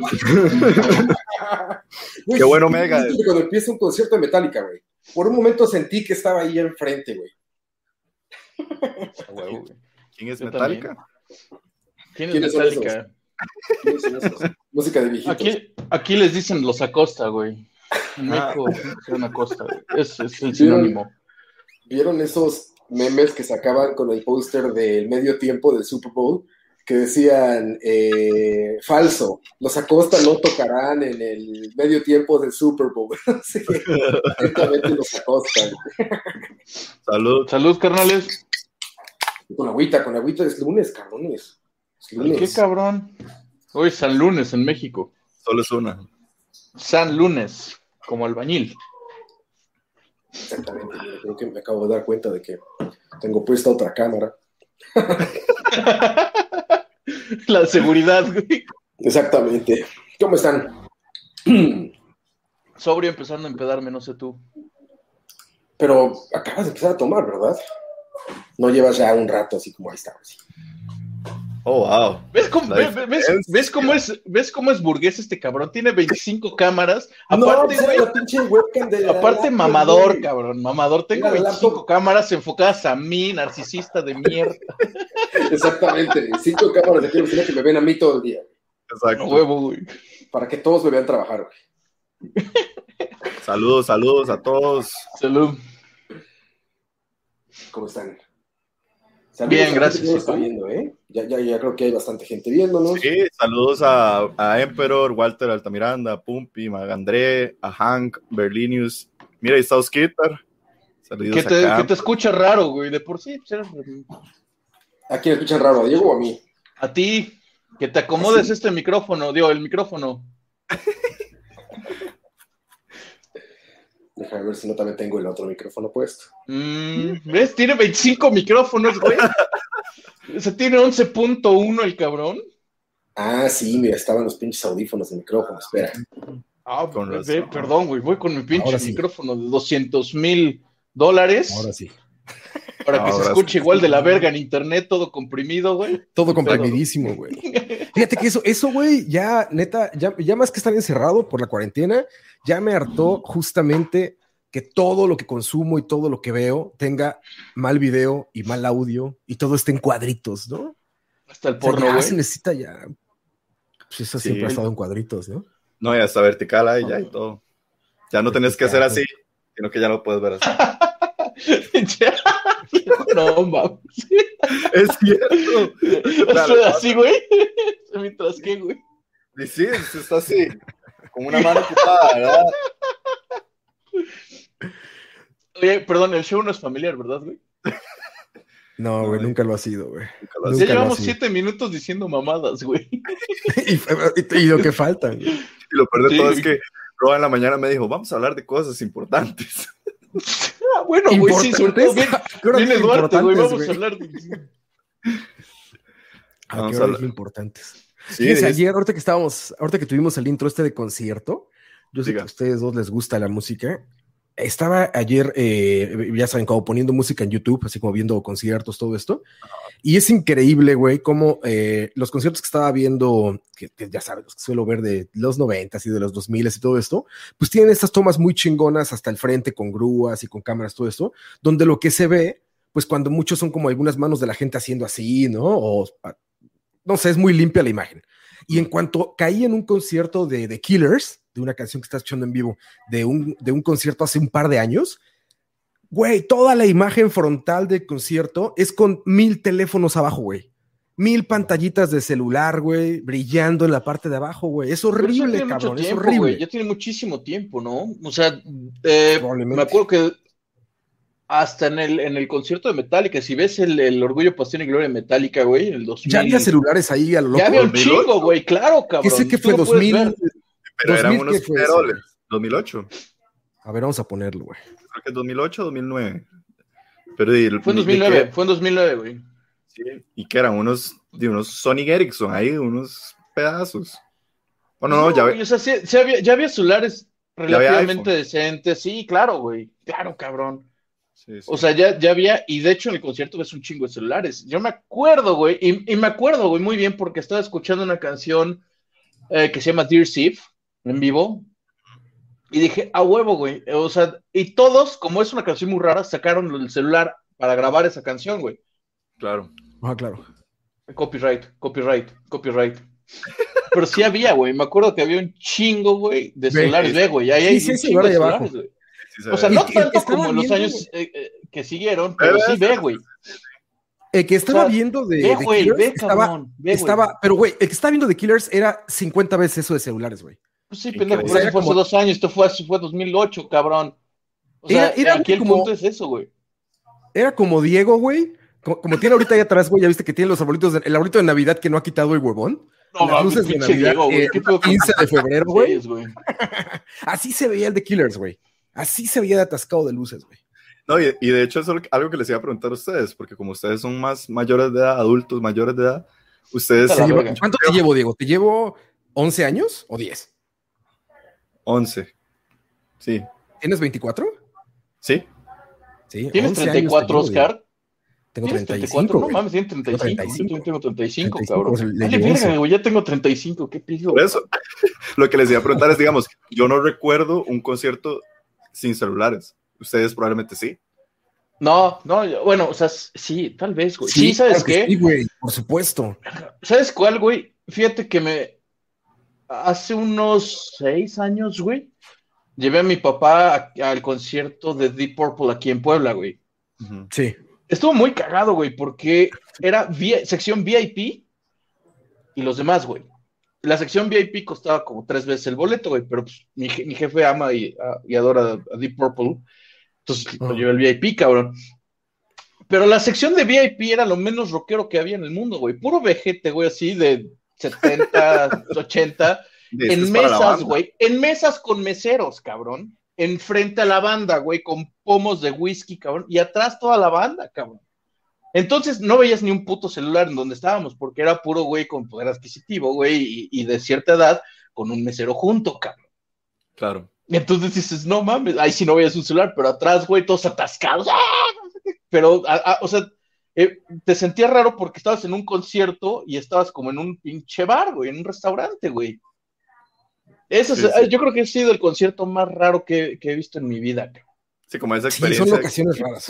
Qué bueno, Mega. Cuando empieza un concierto de Metallica, güey. Por un momento sentí que estaba ahí enfrente, güey. ¿Quién es Metallica? ¿Quién es Metallica? Música de viejitos. Aquí les dicen los Acosta, güey. En México son Acosta, güey. Es el sinónimo. ¿Vieron esos memes que sacaban con el póster del medio tiempo del Super Bowl? Que decían, falso, los Acosta no tocarán en el medio tiempo del Super Bowl. Sí, exactamente los Acosta. Salud, carnales. Con agüita es lunes, cabrones. Es lunes. ¿Qué cabrón? Hoy es San Lunes en México. Solo es una. San Lunes, como albañil. Exactamente, creo que me acabo de dar cuenta de que tengo puesta otra cámara. La seguridad, güey. Exactamente. ¿Cómo están? Sobrio, empezando a empedarme, no sé tú. Pero acabas de empezar a tomar, ¿verdad? No llevas ya un rato así como ahí está. Así. Oh, wow. ¿Ves cómo es burgués este cabrón? Tiene 25 cámaras. Aparte, no, güey, la pinche webcam de la aparte laptop, mamador, güey. Cabrón. Mamador. Tengo 25 cámaras enfocadas a mí, narcisista de mierda. Exactamente. 5 cámaras de aquí en que me ven a mí todo el día. Exacto. Huevo, güey. Para que todos me vean trabajar, güey. Saludos a todos. Salud. ¿Cómo están? Bien, gracias. Que está viendo, ¿eh? Ya creo que hay bastante gente viéndonos. Sí, saludos a Emperor, Walter Altamiranda, Pumpi, Magandré, a Hank, Berlinius. Mira, ahí está Osquitar. Saludos acá. Que te escucha raro, güey, de por sí. ¿A quién escuchan raro? ¿A Diego o a mí? A ti, que te acomodes el micrófono. Déjame ver si no también tengo el otro micrófono puesto. ¿Ves? Tiene 25 micrófonos, güey. O sea, tiene 11.1 el cabrón. Ah, sí, mira, estaban los pinches audífonos de micrófono, espera. Perdón, güey, voy con mi pinche micrófono de $200,000. Ahora sí. Para que se escuche igual de la verga en internet, todo comprimido, güey. Todo comprimidísimo, güey. Fíjate que eso, güey, ya, neta, ya más que estar encerrado por la cuarentena, ya me hartó justamente que todo lo que consumo y todo lo que veo tenga mal video y mal audio y todo esté en cuadritos, ¿no? Hasta el porno, güey. Se necesita ya. Pues eso siempre ha estado en cuadritos, ¿no? No, ya está vertical ahí ya y todo. Ya no tenés que hacer así, sino que ya lo puedes ver así. No, mames. Es cierto. Claro, así, güey. Mientras que, güey. Sí, está así, con una mano ocupada, ¿verdad? Oye, perdón, el show no es familiar, ¿verdad, güey? No, güey, nunca lo ha sido, güey. Ya llevamos 7 minutos diciendo mamadas, güey. y lo que faltan, güey. Y lo peor de todo es que Roa en la mañana me dijo, vamos a hablar de cosas importantes. Bueno, güey, sí, sobre todo viene Duarte, güey, vamos a hablar de... Vamos a hablar importantes. Sí, fíjense, ayer, ahorita que tuvimos el intro de concierto, yo sé que a ustedes dos les gusta la música. Estaba ayer, ya saben, como poniendo música en YouTube, así como viendo conciertos, todo esto. Y es increíble, güey, cómo los conciertos que estaba viendo, que ya sabes, los que suelo ver de los 90s y de los 2000s y todo esto, pues tienen estas tomas muy chingonas hasta el frente con grúas y con cámaras, todo esto, donde lo que se ve, pues cuando muchos son como algunas manos de la gente haciendo así, ¿no? O, no sé, es muy limpia la imagen. Y en cuanto caí en un concierto de The Killers, de una canción que está escuchando en vivo, de un concierto hace un par de años, güey, toda la imagen frontal del concierto es con 1000 teléfonos abajo, güey. 1000 pantallitas de celular, güey, brillando en la parte de abajo, güey. Es horrible, cabrón, es horrible. Güey. Ya tiene muchísimo tiempo, ¿no? O sea, me acuerdo que hasta en el concierto de Metallica, si ves el Orgullo, Pasión y Gloria de Metallica, güey, en el 2000. Ya había celulares ahí a lo loco. Ya había un chingo, güey, claro, cabrón. ¿Qué sé que fue 2000? Pero eran unos peroles. 2008. A ver, vamos a ponerlo, güey. Creo que es 2008 o 2009. Fue en 2009, güey. Sí, y que eran unos Sony Ericsson ahí, unos pedazos. Bueno, no, ya o sea, ya había celulares relativamente decentes. Sí, claro, güey. Claro, cabrón. Sí. O sea, ya había, y de hecho en el concierto ves un chingo de celulares. Yo me acuerdo, güey, y me acuerdo, güey, muy bien porque estaba escuchando una canción que se llama Dear Sif, en vivo. Y dije, a huevo, güey. O sea, y todos, como es una canción muy rara, sacaron el celular para grabar esa canción, güey. Claro. Claro. Copyright. Pero sí había, güey. Me acuerdo que había un chingo, güey, de celulares, güey. Ahí hay un chingo de celulares, güey. O sea, no tanto como en los años que siguieron, pero sí güey. El que estaba viendo de Killers estaba, pero güey, el que estaba viendo de Killers era 50 veces eso de celulares, güey. Pues sí, pendejo, pero eso fue hace 2 años, esto fue 2008, cabrón. O sea, aquí el punto es eso, güey. Era como Diego, güey, como tiene ahorita ahí atrás, güey, ya viste que tiene los arbolitos, el arbolito de Navidad que no ha quitado el huevón. No, las luces de Navidad, Diego, güey. 15 de febrero, güey. Así se veía el de Killers, güey. Así se veía de atascado de luces, güey. No, y de hecho es algo que les iba a preguntar a ustedes, porque como ustedes son más mayores de edad, adultos mayores de edad, ustedes... ¿Cuánto te llevo, Diego? ¿Te llevo 11 años o 10? 11. Sí. ¿Tienes 24? Sí. ¿Tienes 34, Oscar? Tengo 35. No mames, tienes 35. Yo tengo 35, cabrón. Dale, verga, güey, ya tengo 35. ¿Qué pido? Por eso, lo que les iba a preguntar es, digamos, yo no recuerdo un concierto sin celulares. Ustedes probablemente sí. No, bueno, o sea, sí, tal vez, güey. Sí, ¿sabes qué? Sí, güey, por supuesto. ¿Sabes cuál, güey? Fíjate que hace unos 6 años, güey, llevé a mi papá al concierto de Deep Purple aquí en Puebla, güey. Sí. Estuvo muy cagado, güey, porque era sección VIP y los demás, güey. La sección VIP costaba como 3 veces el boleto, güey, pero pues, mi jefe ama y adora a Deep Purple. Entonces lo llevé al VIP, cabrón. Pero la sección de VIP era lo menos rockero que había en el mundo, güey. Puro vejete, güey, así de 70, 80. En mesas, güey. En mesas con meseros, cabrón. Enfrente a la banda, güey, con pomos de whisky, cabrón. Y atrás toda la banda, cabrón. Entonces no veías ni un puto celular en donde estábamos, porque era puro güey con poder adquisitivo, güey, y de cierta edad, con un mesero junto, cabrón. Claro. Y entonces dices, no mames, ahí sí no veías un celular, pero atrás, güey, todos atascados. Pero, o sea, te sentías raro porque estabas en un concierto y estabas como en un pinche bar, güey, en un restaurante, güey. Eso sí. Yo creo que ha sido el concierto más raro que he visto en mi vida. Sí, como esa experiencia. Sí, son locaciones raras.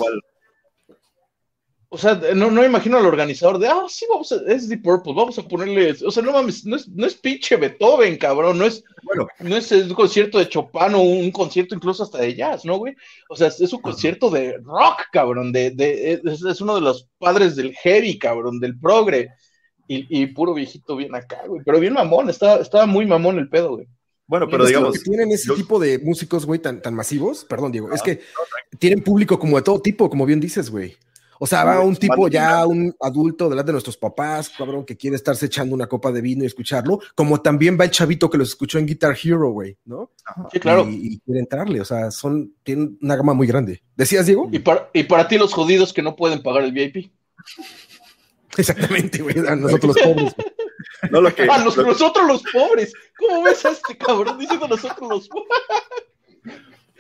O sea, no me imagino al organizador de, sí, es Deep Purple, vamos a ponerle, o sea, no mames, no es pinche Beethoven, cabrón, no es un concierto de Chopin o un concierto incluso hasta de jazz, ¿no, güey? O sea, es un concierto de rock, cabrón, es uno de los padres del heavy, cabrón, del progre, y puro viejito bien acá, güey, pero bien mamón, estaba muy mamón el pedo, güey. Bueno, pero digamos... Que tienen ese tipo de músicos, güey, tan masivos, perdón, Diego, es que tienen público como de todo tipo, como bien dices, güey. O sea, va un tipo ya, un adulto de la de nuestros papás, cabrón, que quiere estarse echando una copa de vino y escucharlo, como también va el chavito que los escuchó en Guitar Hero, güey, ¿no? Sí, claro. Y quiere entrarle, o sea, tienen una gama muy grande. ¿Decías, Diego? Y para ti los jodidos que no pueden pagar el VIP. Exactamente, güey, a nosotros los pobres, güey. No, nosotros los pobres. ¿Cómo ves a este cabrón diciendo nosotros los pobres?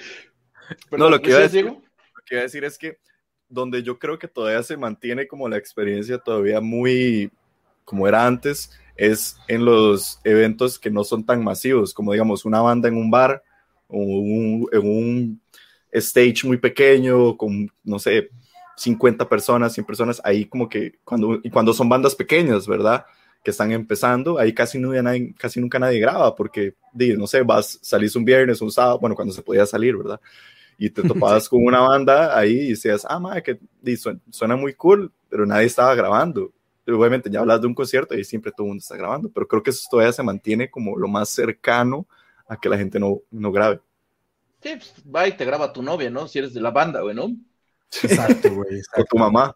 No, lo que iba a decir es que donde yo creo que todavía se mantiene como la experiencia todavía muy como era antes, es en los eventos que no son tan masivos, como digamos una banda en un bar o en un stage muy pequeño con, no sé, 50 personas, 100 personas, ahí como que cuando son bandas pequeñas, ¿verdad?, que están empezando, ahí casi nunca nadie graba, porque, no sé, salís un viernes, un sábado, bueno, cuando se podía salir, ¿verdad?, y te topabas con una banda ahí y decías, madre, que suena muy cool, pero nadie estaba grabando. Obviamente ya hablas de un concierto y siempre todo el mundo está grabando, pero creo que eso todavía se mantiene como lo más cercano a que la gente no grabe. Sí, pues va y te graba tu novia, ¿no? Si eres de la banda, güey, ¿no? Exacto, güey. O tu mamá.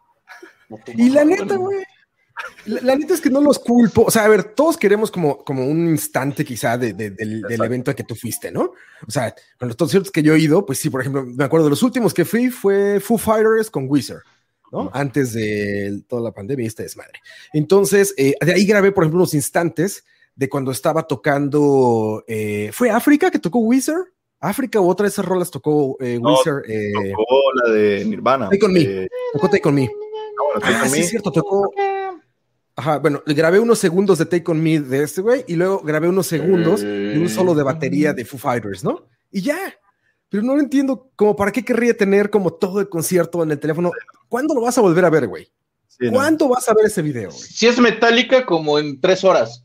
Y la neta, güey, la neta es que no los culpo. O sea, a ver, todos queremos como un instante quizá del evento al que tú fuiste, ¿no? O sea, con los conciertos que yo he ido, pues sí, por ejemplo, me acuerdo de los últimos que fui fue Foo Fighters con Weezer, ¿no? Antes de toda la pandemia y este desmadre. Entonces, de ahí grabé, por ejemplo, unos instantes de cuando estaba tocando, ¿fue África que tocó Weezer? ¿África u otra de esas rolas tocó Weezer? Tocó la de Nirvana. Take On Me. Tocó Take On Me. Sí, es cierto, tocó... Ajá, bueno, grabé unos segundos de Take On Me de este güey y luego grabé unos segundos de un solo de batería de Foo Fighters, ¿no? Y ya. Pero no lo entiendo, como para qué querría tener como todo el concierto en el teléfono. ¿Cuándo lo vas a volver a ver, güey? Sí, ¿cuándo vas a ver ese video, güey? Si es Metallica, como en 3 horas.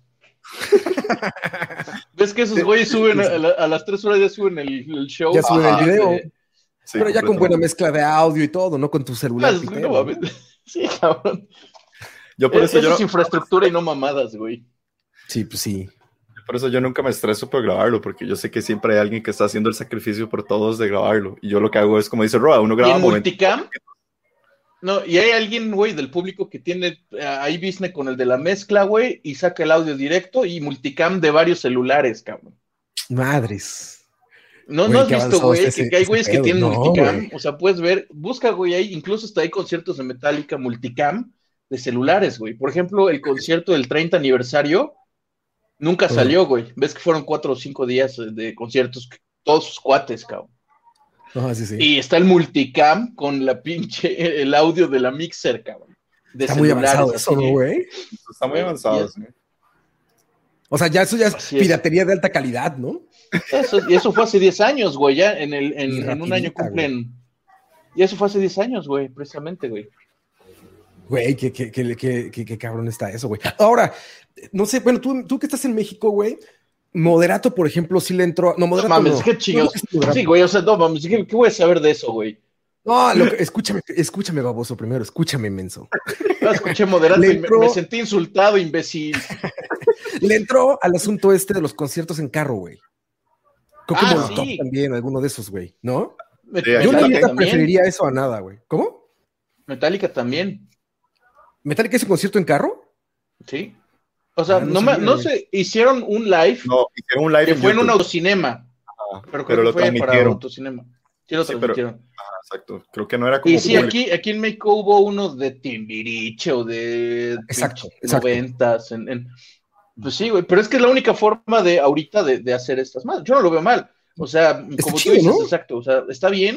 ¿Ves que esos güeyes suben a las 3 horas ya suben el show? Ya suben el video. Sí, pero ya con buena mezcla de audio y todo, ¿no? Con tu celular. Sí, cabrón. Yo por eso es infraestructura y no mamadas, güey. Sí, pues sí. Por eso yo nunca me estreso por grabarlo, porque yo sé que siempre hay alguien que está haciendo el sacrificio por todos de grabarlo. Y yo lo que hago es, como dice Roa, uno graba multicam. No, y hay alguien, güey, del público que tiene ahí business con el de la mezcla, güey, y saca el audio directo y multicam de varios celulares, cabrón. Madres. No, güey, no has visto, güey, que hay güeyes que tienen multicam. Güey. O sea, puedes ver, busca, güey, ahí, incluso hasta hay conciertos de Metallica multicam de celulares, güey. Por ejemplo, el concierto del 30 aniversario nunca salió, güey. Ves que fueron 4 o 5 días de conciertos, todos sus cuates, cabrón. Sí. Y está el multicam con la pinche, el audio de la mixer, cabrón. Está muy avanzado eso, ¿no, güey? Está muy avanzado, sí. O sea, ya eso ya es piratería de alta calidad, ¿no? Eso fue hace 10 años, güey, ya en un año cumplen. Güey. Y eso fue hace 10 años, güey, precisamente, güey. Güey, qué cabrón está eso, güey. Ahora, no sé, bueno, tú que estás en México, güey, Moderato, por ejemplo, sí le entró. No, Moderato no mames, no. qué chingados. Sí, güey, o sea, no mames, ¿qué voy a saber de eso, güey? No, escúchame, baboso, primero, escúchame, menso. No, escuché Moderato y me sentí insultado, imbécil. Le entró al asunto de los conciertos en carro, güey. Creo que Molotov también, alguno de esos, güey, ¿no? Yo la neta preferiría eso a nada, güey. ¿Cómo? Metallica también. ¿Metallica es un concierto en carro? Sí. O sea, no sé, hicieron un live. No, hicieron un live que fue en un autocinema. Pero creo que fue para autocinema. Sí, lo transmitieron. Exacto. Creo que no era como. Y sí, aquí en México hubo uno de Timbiriche o de 90s. Pues sí, güey, pero es que es la única forma de ahorita de hacer estas más. Yo no lo veo mal. O sea, como tú dices, ¿no? Exacto. O sea, está bien.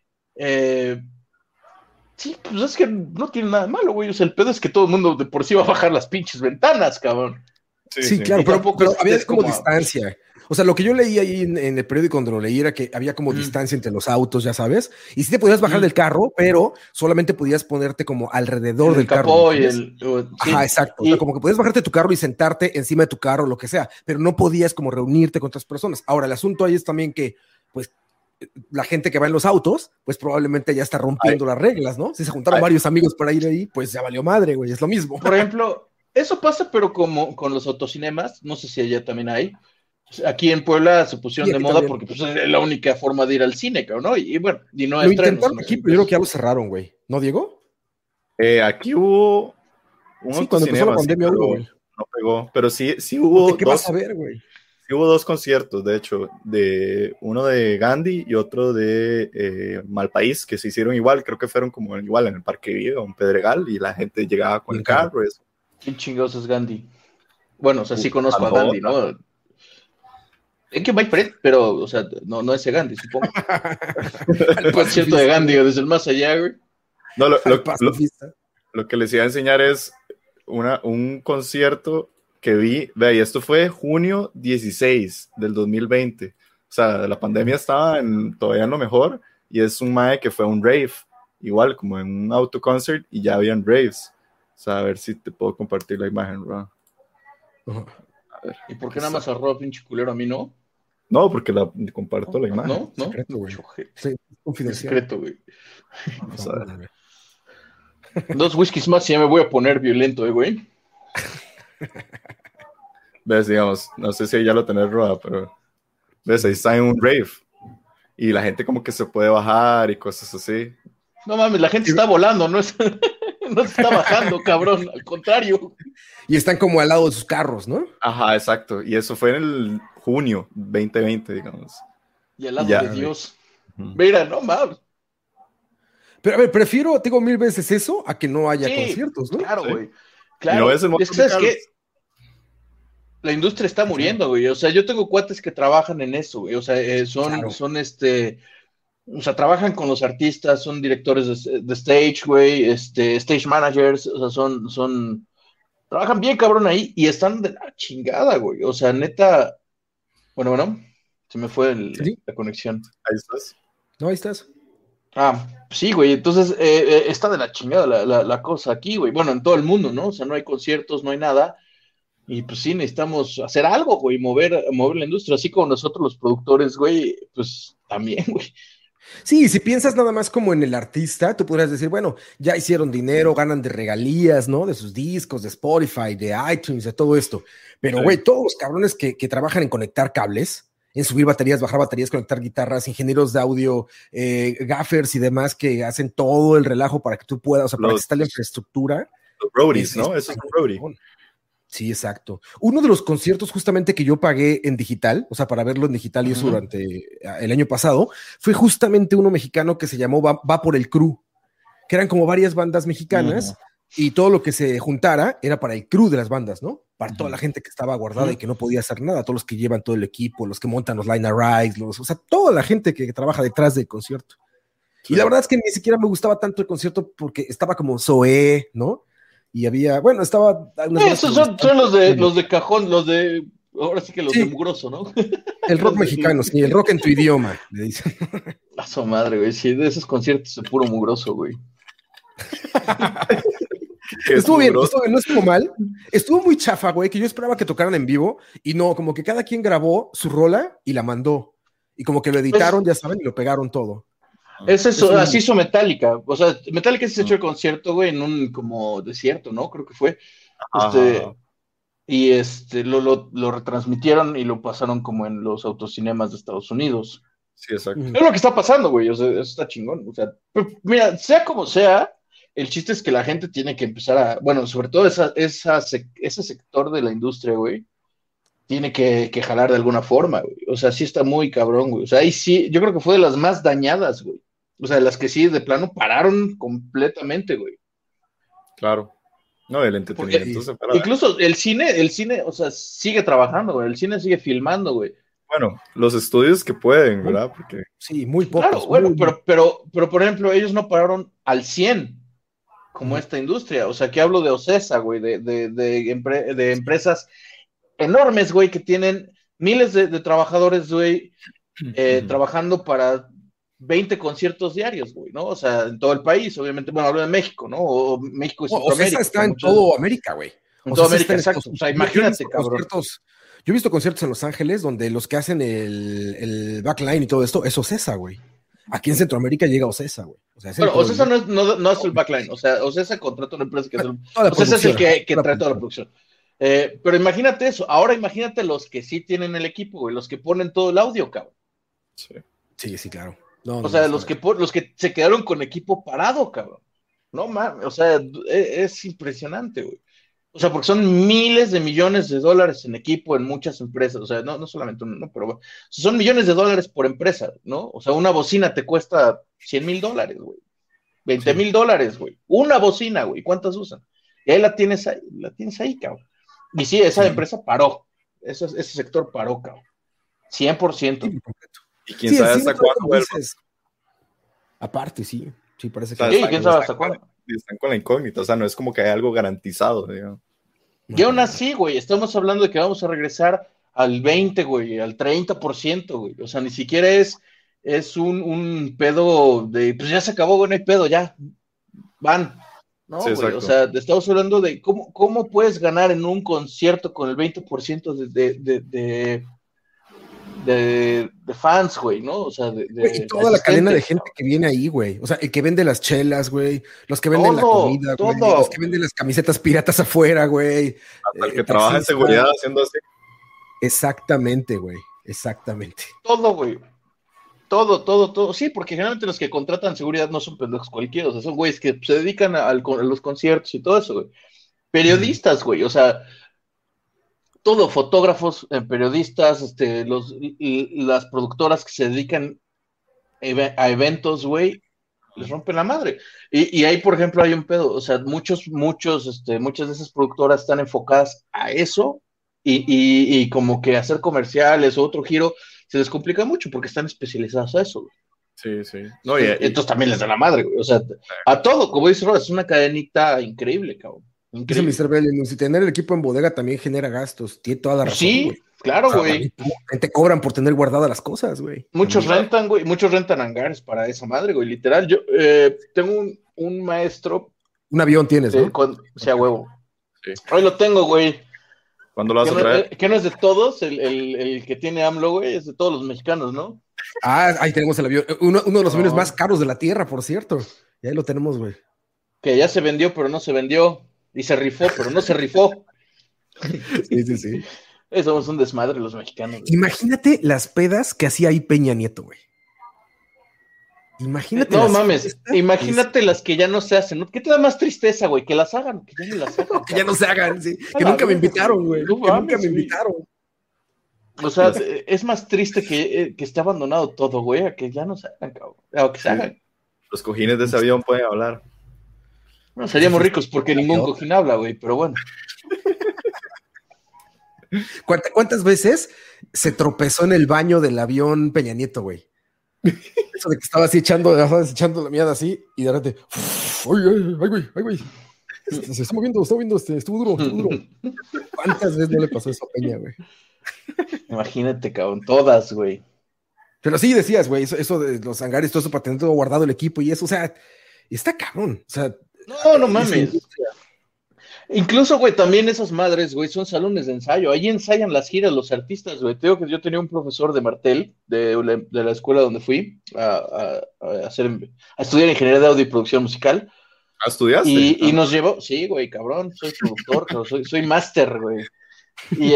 Sí, pues es que no tiene nada de malo, güey. O sea, el pedo es que todo el mundo de por sí va a bajar las pinches ventanas, cabrón. Sí, claro, pero había como distancia. O sea, lo que yo leí ahí en el periódico cuando lo leí era que había como distancia entre los autos, ya sabes. Y sí te podías bajar del carro, pero solamente podías ponerte como alrededor del carro. Ajá, exacto. O sea, como que podías bajarte de tu carro y sentarte encima de tu carro, lo que sea, pero no podías como reunirte con otras personas. Ahora, el asunto ahí es también que, pues, la gente que va en los autos, pues probablemente ya está rompiendo las reglas, ¿no? Si se juntaron varios amigos para ir ahí, pues ya valió madre, güey, es lo mismo. Por ejemplo, eso pasa, pero como con los autocinemas, no sé si allá también hay. Aquí en Puebla se pusieron de moda porque pues, es la única forma de ir al cine, ¿no? Y bueno, y no lo intentaron aquí, pero yo creo que ya lo cerraron, güey. ¿No, Diego? Aquí hubo un cuando empezó la pandemia hubo, güey. No pegó, pero sí hubo ¿Qué vas a ver, güey? Sí hubo 2 conciertos, de hecho, uno de Gandhi y otro de Malpaís, que se hicieron igual, creo que fueron como igual en el Parque Viva, en Pedregal, y la gente llegaba con el carro. Eso. ¿Quién chingados es Gandhi? Bueno, o sea, sí conozco a Gandhi, ¿no? Es que Mike Fred, pero, o sea, no ese Gandhi, supongo. El concierto de Gandhi desde el más allá, güey. No, lo que les iba a enseñar es un concierto que vi, y esto fue junio 16 del 2020. O sea, la pandemia estaba todavía en lo mejor, y es un mae que fue a un rave, igual como en un autoconcert, y ya habían raves. O sea, a ver si te puedo compartir la imagen, bro. A ver, ¿y por qué nada más arroba pinche culero a mí no? No, porque comparto la imagen. No. Secreto, güey. Sí, confidencial. Secreto, güey. Vamos a ver. 2 whiskies más y ya me voy a poner violento, güey. Ves, digamos, no sé si ya lo tenés, Roa, pero ves, ahí está en un rave y la gente como que se puede bajar y cosas así. No mames, la gente está volando, no se está bajando, cabrón, al contrario. Y están como al lado de sus carros, ¿no? Ajá, exacto, y eso fue en el junio 2020, digamos. Y al lado de Dios. Mira, no mames. Pero a ver, prefiero, tengo 1000 veces eso a que no haya conciertos, ¿no? Claro, güey. Claro, es que ¿sabes qué? La industria está muriendo, güey. O sea, yo tengo cuates que trabajan en eso, güey. O sea, son o sea, trabajan con los artistas, son directores de stage, güey, stage managers, o sea, son Trabajan bien, cabrón, ahí y están de la chingada, güey. O sea, neta. Bueno, se me fue la conexión. Ahí estás. No, ahí estás. Sí, güey. Entonces, está de la chingada la cosa aquí, güey. Bueno, en todo el mundo, ¿no? O sea, no hay conciertos, no hay nada. Y pues sí, necesitamos hacer algo, güey, mover la industria, así como nosotros los productores, güey, pues también, güey. Sí, si piensas nada más como en el artista, tú podrías decir, bueno, ya hicieron dinero, ganan de regalías, ¿no? De sus discos, de Spotify, de iTunes, de todo esto. Pero, güey, todos los cabrones que trabajan en conectar cables, en subir baterías, bajar baterías, conectar guitarras, ingenieros de audio, gaffers y demás que hacen todo el relajo para que tú puedas, o sea, para que esté la infraestructura. Los roadies, ¿no? Eso es un roadie. Sí, exacto. Uno de los conciertos justamente que yo pagué en digital, o sea, para verlo en digital y eso durante el año pasado, fue justamente uno mexicano que se llamó Va por el Crew, que eran como varias bandas mexicanas y todo lo que se juntara era para el crew de las bandas, ¿no? Para toda la gente que estaba guardada y que no podía hacer nada, todos los que llevan todo el equipo, los que montan los line rides, o sea, toda la gente que trabaja detrás del concierto. Sí. Y la verdad es que ni siquiera me gustaba tanto el concierto porque estaba como Zoé, ¿no? Y había, bueno, estaba... Esos son los de cajón, ahora sí que los de mugroso, ¿no? El rock mexicano, sí, el rock en tu idioma, le dicen. A su madre, güey, sí, de esos conciertos de puro mugroso, güey. Estuvo bien, no estuvo mal. Estuvo muy chafa, güey, que yo esperaba que tocaran en vivo y no, como que cada quien grabó su rola y la mandó. Y como que lo editaron, ya saben, y lo pegaron todo. Así hizo Metallica. O sea, Metallica se echó el concierto, güey, en un como desierto, ¿no? Creo que fue. Y lo retransmitieron y lo pasaron como en los autocinemas de Estados Unidos. Sí, exacto. Es lo que está pasando, güey. O sea, eso está chingón. O sea, mira, sea como sea, el chiste es que la gente tiene que empezar a. Bueno, sobre todo ese sector de la industria, güey, tiene que jalar de alguna forma, güey. O sea, sí está muy cabrón, güey. O sea, ahí sí, yo creo que fue de las más dañadas, güey. O sea, de las que sí, de plano, pararon completamente, güey. Claro. No, el entretenimiento se para. Incluso el cine, o sea, sigue trabajando, güey. El cine sigue filmando, güey. Bueno, los estudios que pueden, ¿verdad? Porque... Sí, muy pocos. Claro, bueno, pero, por ejemplo, ellos no pararon al 100 como esta industria. O sea, que hablo de Ocesa, güey, de empresas enormes, güey, que tienen miles de trabajadores, güey, trabajando para 20 conciertos diarios, güey, ¿no? O sea, en todo el país, obviamente, bueno, hablo de México, ¿no? O México y Centroamérica. O sea, está en todo América, güey. En toda América, exacto. O sea, imagínate, cabrón. Yo he visto conciertos en Los Ángeles donde los que hacen el backline y todo esto es Ocesa, güey. Aquí en Centroamérica llega Ocesa, güey. O sea, bueno, Ocesa no es el backline, o sea, Ocesa contrata una empresa que es Ocesa es el que trae toda la producción. Pero imagínate eso, ahora imagínate los que sí tienen el equipo, güey, los que ponen todo el audio, cabrón. Sí, claro. O sea, los que se quedaron con equipo parado, cabrón. No mames, o sea, es impresionante, güey. O sea, porque son miles de millones de dólares en equipo en muchas empresas. O sea, no solamente uno, pero son millones de dólares por empresa, ¿no? O sea, una bocina te cuesta $100,000, güey. $20,000, güey. Una bocina, güey. ¿Cuántas usan? Y ahí la tienes ahí, cabrón. Y sí, esa empresa paró. Ese sector paró, cabrón. 100%. Y quién sabe hasta cuándo vuelva. Aparte, sí. Sí, parece que. Sí, quién sabe hasta cuándo. Están con la incógnita, o sea, no es como que hay algo garantizado, digamos. Y aún así, güey, estamos hablando de que vamos a regresar al 20, güey, al 30%, güey. O sea, ni siquiera es un pedo de, pues ya se acabó, güey, no hay pedo, ya. Van. No, sí, güey, o sea, estamos hablando de cómo puedes ganar en un concierto con el 20% de fans, güey, ¿no? O sea, y toda la cadena de gente que viene ahí, güey. O sea, el que vende las chelas, güey. Los que venden la comida, güey. Los que venden las camisetas piratas afuera, güey. Hasta el que trabaja en seguridad haciendo así. Exactamente, güey. Exactamente. Todo, güey. Todo. Sí, porque generalmente los que contratan seguridad no son pendejos cualquiera. O sea, son güeyes que se dedican a los conciertos y todo eso, güey. Periodistas, güey. O sea, todo, fotógrafos, periodistas, las productoras que se dedican a eventos, güey, les rompen la madre. Y ahí, por ejemplo, hay un pedo, o sea, muchas de esas productoras están enfocadas a eso y como que hacer comerciales o otro giro se les complica mucho porque están especializados a eso, güey. Sí. Entonces también les da la madre, güey. O sea, a todo, como dice Rodas, es una cadenita increíble, cabrón. Dice Mr. Bell, si tener el equipo en bodega también genera gastos. Tiene toda la razón. Sí, güey. Claro, güey. Te cobran por tener guardadas las cosas, güey. Muchos rentan, güey. Muchos rentan hangares para esa madre, güey. Literal, yo tengo un maestro. Un avión tienes, ¿no? Sea huevo. Sí. Hoy lo tengo, güey. ¿Cuándo lo vas a traer? Que no es de todos, el que tiene AMLO, güey, es de todos los mexicanos, ¿no? Ahí tenemos el avión. Uno de los aviones más caros de la Tierra, por cierto. Y ahí lo tenemos, güey. Que ya se vendió, pero no se vendió. Y se rifó, pero no se rifó. Sí. Somos un desmadre los mexicanos. Güey. Imagínate las pedas que hacía ahí Peña Nieto, güey. Imagínate. No mames, imagínate las que ya no se hacen. ¿Qué te da más tristeza, güey? Que las hagan, que ya no las hagan. Que ya no se hagan, sí. Que nunca me invitaron, güey. Que nunca me invitaron. O sea, es más triste que esté abandonado todo, güey, a que ya no se hagan, cabrón. A que se hagan. Los cojines de ese avión pueden hablar. No, seríamos ricos porque ningún cojín habla, güey, pero bueno. ¿Cuántas veces se tropezó en el baño del avión Peña Nieto, güey? Eso de que estaba así echando la mierda así y de repente, ay, güey. Se está moviendo, estuvo duro. ¿Cuántas veces no le pasó eso a Peña, güey? Imagínate, cabrón, todas, güey. Pero sí decías, güey, eso de los hangares, todo eso para tener todo guardado el equipo y eso, o sea, está cabrón. O sea, no mames. Incluso, güey, también esas madres, güey, son salones de ensayo. Ahí ensayan las giras los artistas, güey. Te digo que yo tenía un profesor de Martel, de la escuela donde fui a estudiar ingeniería de audio y producción musical. ¿Ah, estudiaste? Y nos llevó, sí, güey, cabrón, soy productor, pero soy máster, güey. Y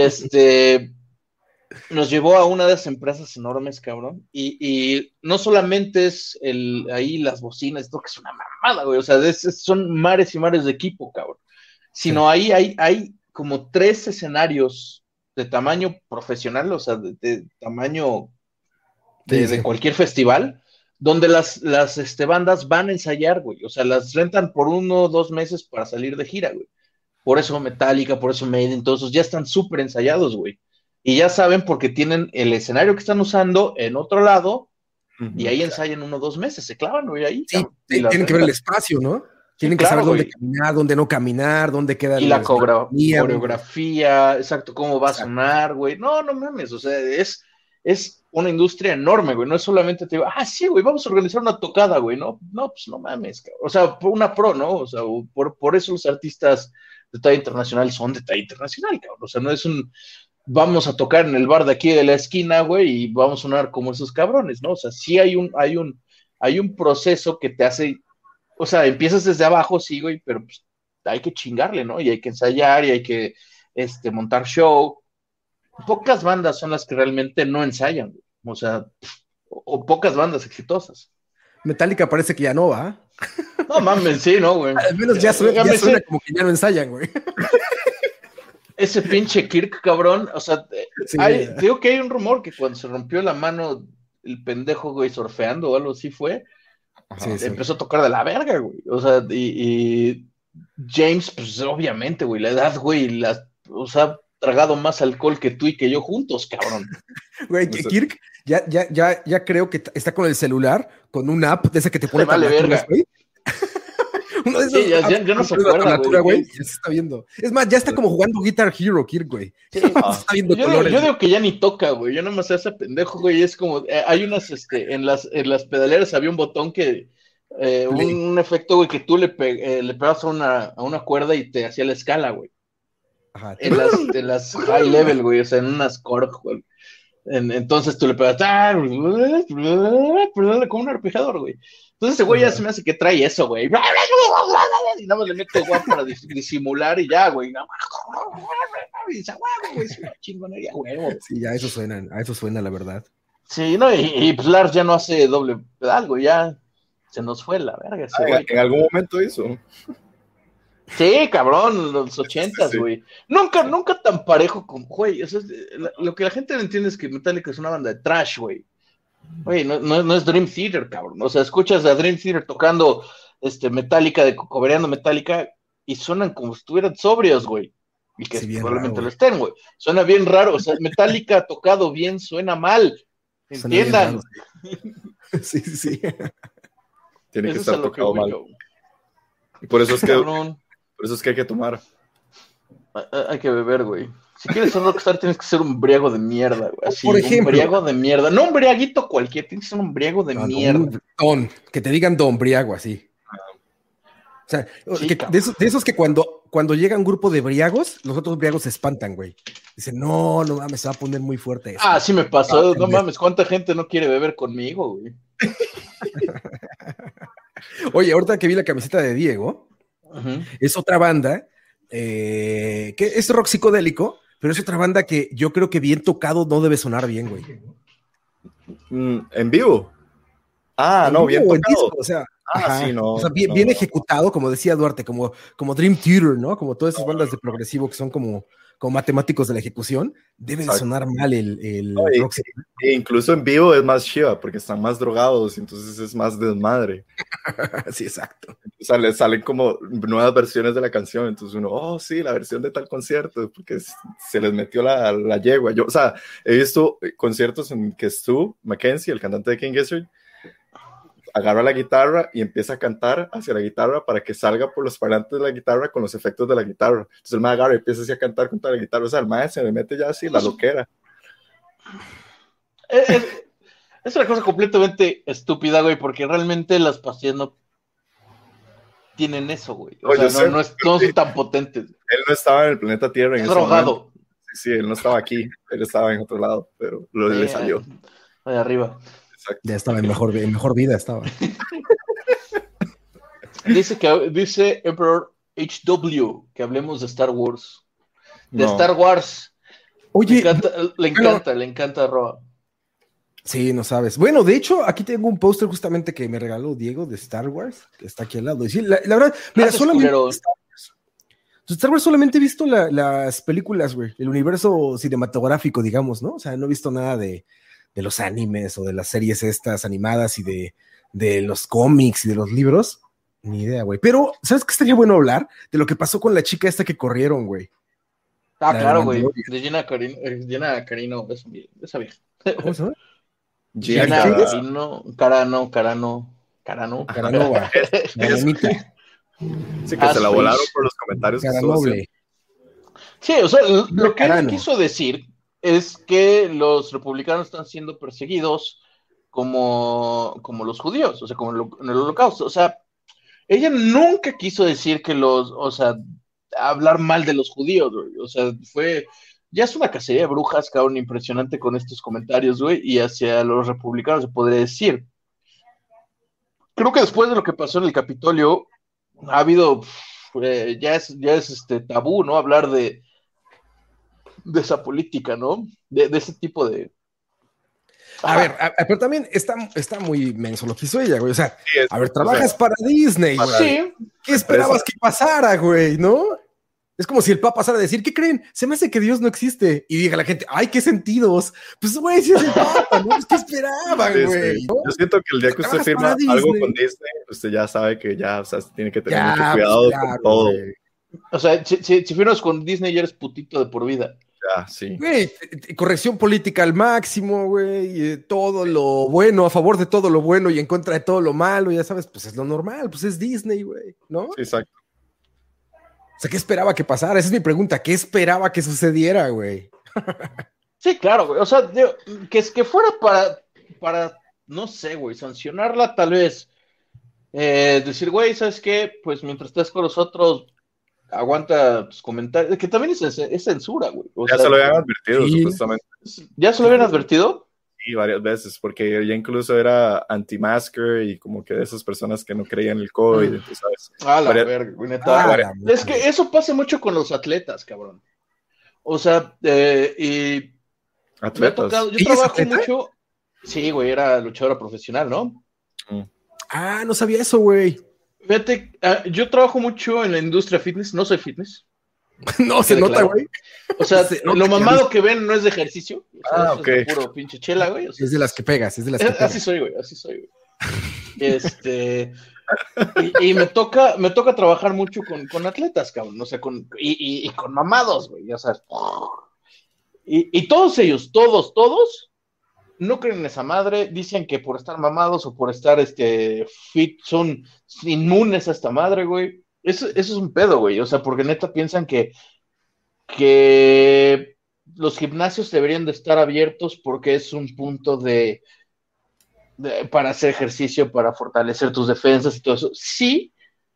nos llevó a una de esas empresas enormes, cabrón. Y no solamente es ahí las bocinas, esto que es una mamada, güey. O sea, son mares y mares de equipo, cabrón. Sino ahí hay como 3 escenarios de tamaño profesional, o sea, de tamaño de cualquier festival, donde las bandas van a ensayar, güey. O sea, las rentan por 1 o 2 meses para salir de gira, güey. Por eso Metallica, por eso Maiden, todos esos ya están súper ensayados, güey. Y ya saben porque tienen el escenario que están usando en otro lado, y ahí ensayan 1 o 2 meses, se clavan, güey, ahí. Sí, tienen que ver el espacio, ¿no? Tienen que saber dónde caminar, dónde no caminar, dónde queda... Y la coreografía, exacto, cómo va a sonar, güey. No mames, o sea, es una industria enorme, güey. No es solamente te digo, sí, güey, vamos a organizar una tocada, güey. No, pues no mames, cabrón. O sea, una pro, ¿no? O sea, por eso los artistas de talla internacional son de talla internacional, cabrón. O sea, no es vamos a tocar en el bar de aquí de la esquina, güey, y vamos a sonar como esos cabrones, ¿no? O sea, sí hay un proceso que te hace... O sea, empiezas desde abajo, sí, güey, pero pues, hay que chingarle, ¿no? Y hay que ensayar y hay que montar show. Pocas bandas son las que realmente no ensayan, güey. O sea, o pocas bandas exitosas. Metallica parece que ya no va. No mames, sí, ¿no, güey? Al menos ya suena como que ya no ensayan, güey. Ese pinche Kirk, cabrón, o sea, sí, digo que hay un rumor que cuando se rompió la mano el pendejo, güey, surfeando o algo así fue, empezó a tocar de la verga, güey. O sea, y James, pues obviamente, güey, la edad, güey, o sea, tragado más alcohol que tú y que yo juntos, cabrón. Güey, Kirk ya creo que está con el celular, con una app de esa que te pone vale verga. Güey. Uno de esos ya no se acuerda, güey. Ya se está viendo. Es más, ya está como jugando Guitar Hero, Kirk, güey. Sí, se está viendo colores. Yo digo que ya ni toca, güey. Yo nomás hace pendejo, güey. Es como, hay unas, en las pedaleras había un botón que, un efecto, güey, que tú le pegabas a una cuerda y te hacía la escala, güey. Ajá. En las high level, güey, o sea, en unas Korg, güey. Entonces tú le pegas como un arpejador, güey. Entonces ese güey ya se me hace que trae eso, güey. Y nada más le mete guap para disimular y ya, güey. Y dice, güey, es una chingonería, güey. Sí, a eso suena, la verdad. Sí, no, y pues Lars ya no hace doble pedal, güey, ya se nos fue la verga ese güey. En algún momento hizo. Sí, cabrón, los 80s, güey. Nunca tan parejo como, güey. O sea, lo que la gente no entiende es que Metallica es una banda de trash, güey. Güey, no es Dream Theater, cabrón. O sea, escuchas a Dream Theater tocando Metallica, cobereando Metallica, y suenan como si estuvieran sobrios, güey. Y que sí, probablemente lo estén, güey. Suena bien raro. O sea, Metallica tocado bien suena mal. Entiendan. Raro, sí. Tiene que estar tocado mal. Y por eso es que Por eso es que hay que tomar. Hay que beber, güey. Si quieres ser rockstar, tienes que ser un briago de mierda, güey. Así, por ejemplo, un briago de mierda. No un briaguito cualquiera, tienes que ser un briago de mierda. Que te digan don briago, así. O sea, sí, de esos que cuando llega un grupo de briagos, los otros briagos se espantan, güey. Dicen, no mames, se va a poner muy fuerte esto. Sí me pasó. No mames, ¿cuánta gente no quiere beber conmigo, güey? Oye, ahorita que vi la camiseta de Diego, es otra banda que es rock psicodélico, pero es otra banda que yo creo que bien tocado no debe sonar bien, güey. ¿En vivo? Bien tocado. Disco, o sea, sí, no. O sea, bien ejecutado, como decía Duarte, como Dream Theater, ¿no? Como todas esas bandas de progresivo que son como matemáticos de la ejecución, debe de sonar mal el rock. Incluso en vivo es más chiva, porque están más drogados, entonces es más desmadre. Sí, exacto. O sea, les salen como nuevas versiones de la canción, entonces uno, sí, la versión de tal concierto, porque se les metió la yegua. Yo, o sea, he visto conciertos en que Stu Mackenzie, el cantante de King Gizzard, agarra la guitarra y empieza a cantar hacia la guitarra para que salga por los parlantes de la guitarra con los efectos de la guitarra. Entonces el mae agarra y empieza así a cantar con toda la guitarra. O sea, el mae se le mete ya así la loquera. Es una cosa completamente estúpida, güey, porque realmente las pastillas no tienen eso, güey. O sea, no son tan potentes. Él no estaba en el planeta Tierra. Es drogado. Sí, él no estaba aquí. Él estaba en otro lado, pero le salió. De arriba. Exacto. Ya estaba en mejor vida, estaba. Dice Emperor HW que hablemos de Star Wars. Star Wars. Oye, le encanta a Roa. Sí, no sabes. Bueno, de hecho, aquí tengo un póster justamente que me regaló Diego de Star Wars, que está aquí al lado. Y sí, la verdad, mira, solamente Star Wars solamente he visto las películas, güey, el universo cinematográfico, digamos, ¿no? O sea, no he visto nada de los animes o de las series estas animadas y de los cómics y de los libros. Ni idea, güey. Pero, ¿sabes qué estaría bueno hablar? De lo que pasó con la chica esta que corrieron, güey. Claro, güey. De Gina Carano, esa vieja. ¿Cómo se llama? Gina Carano. Caranova. Sí, que se la volaron por los comentarios. Sí, o sea, lo que él quiso decir es que los republicanos están siendo perseguidos como los judíos, o sea, como en el Holocausto. O sea, ella nunca quiso decir que hablar mal de los judíos, güey. O sea, ya es una cacería de brujas, cabrón, impresionante con estos comentarios, güey, y hacia los republicanos se podría decir. Creo que después de lo que pasó en el Capitolio, ha habido, ya es tabú, ¿no? Hablar de esa política, ¿no? De ese tipo de... A ver, pero también está muy menso lo que hizo ella, güey. O sea, trabajas para Disney, güey. Sí. ¿Qué esperabas que pasara, güey? ¿No? Es como si el Papa pasara a decir, ¿qué creen? Se me hace que Dios no existe. Y diga la gente, ¡ay, qué sentidos! Pues, güey, si es el Papa, ¿no? ¿Qué esperaban, güey? ¿No? Yo siento que el día que usted firma algo con Disney, usted ya sabe que ya, o sea, tiene que tener mucho cuidado con todo. Wey. O sea, si firmas con Disney ya eres putito de por vida. Ya, sí. Güey, corrección política al máximo, güey, todo lo bueno, a favor de todo lo bueno y en contra de todo lo malo, ya sabes, pues es lo normal, pues es Disney, güey, ¿no? Sí, exacto. O sea, ¿qué esperaba que pasara? Esa es mi pregunta, ¿qué esperaba que sucediera, güey? Sí, claro, güey, o sea, que fuera para, no sé, güey, sancionarla tal vez, decir, güey, ¿sabes qué? Pues mientras estés con nosotros, aguanta tus comentarios, que también es censura, güey. Ya se lo habían advertido, sí. Supuestamente. ¿Ya se lo habían advertido? Sí, varias veces, porque ella incluso era anti-masker y como que de esas personas que no creían el COVID, ¿sabes? Verga, güey, neta. Es que eso pasa mucho con los atletas, cabrón. O sea, y... ¿Atletas? Yo trabajo mucho... Sí, güey, era luchadora profesional, ¿no? No sabía eso, güey. Fíjate, yo trabajo mucho en la industria fitness, no soy fitness. No, se nota, güey. O sea, lo mamado que ven no es de ejercicio. O sea, ok. Es puro pinche chela, güey. O sea, es de las que pegas, Así soy, güey. Y me toca trabajar mucho con atletas, cabrón. O sea, y con mamados, güey. O sea, y todos ellos, todos, no creen en esa madre, dicen que por estar mamados o por estar fit son inmunes a esta madre, güey. Eso es un pedo, güey. O sea, porque neta piensan que los gimnasios deberían de estar abiertos porque es un punto para hacer ejercicio, para fortalecer tus defensas y todo eso. Sí,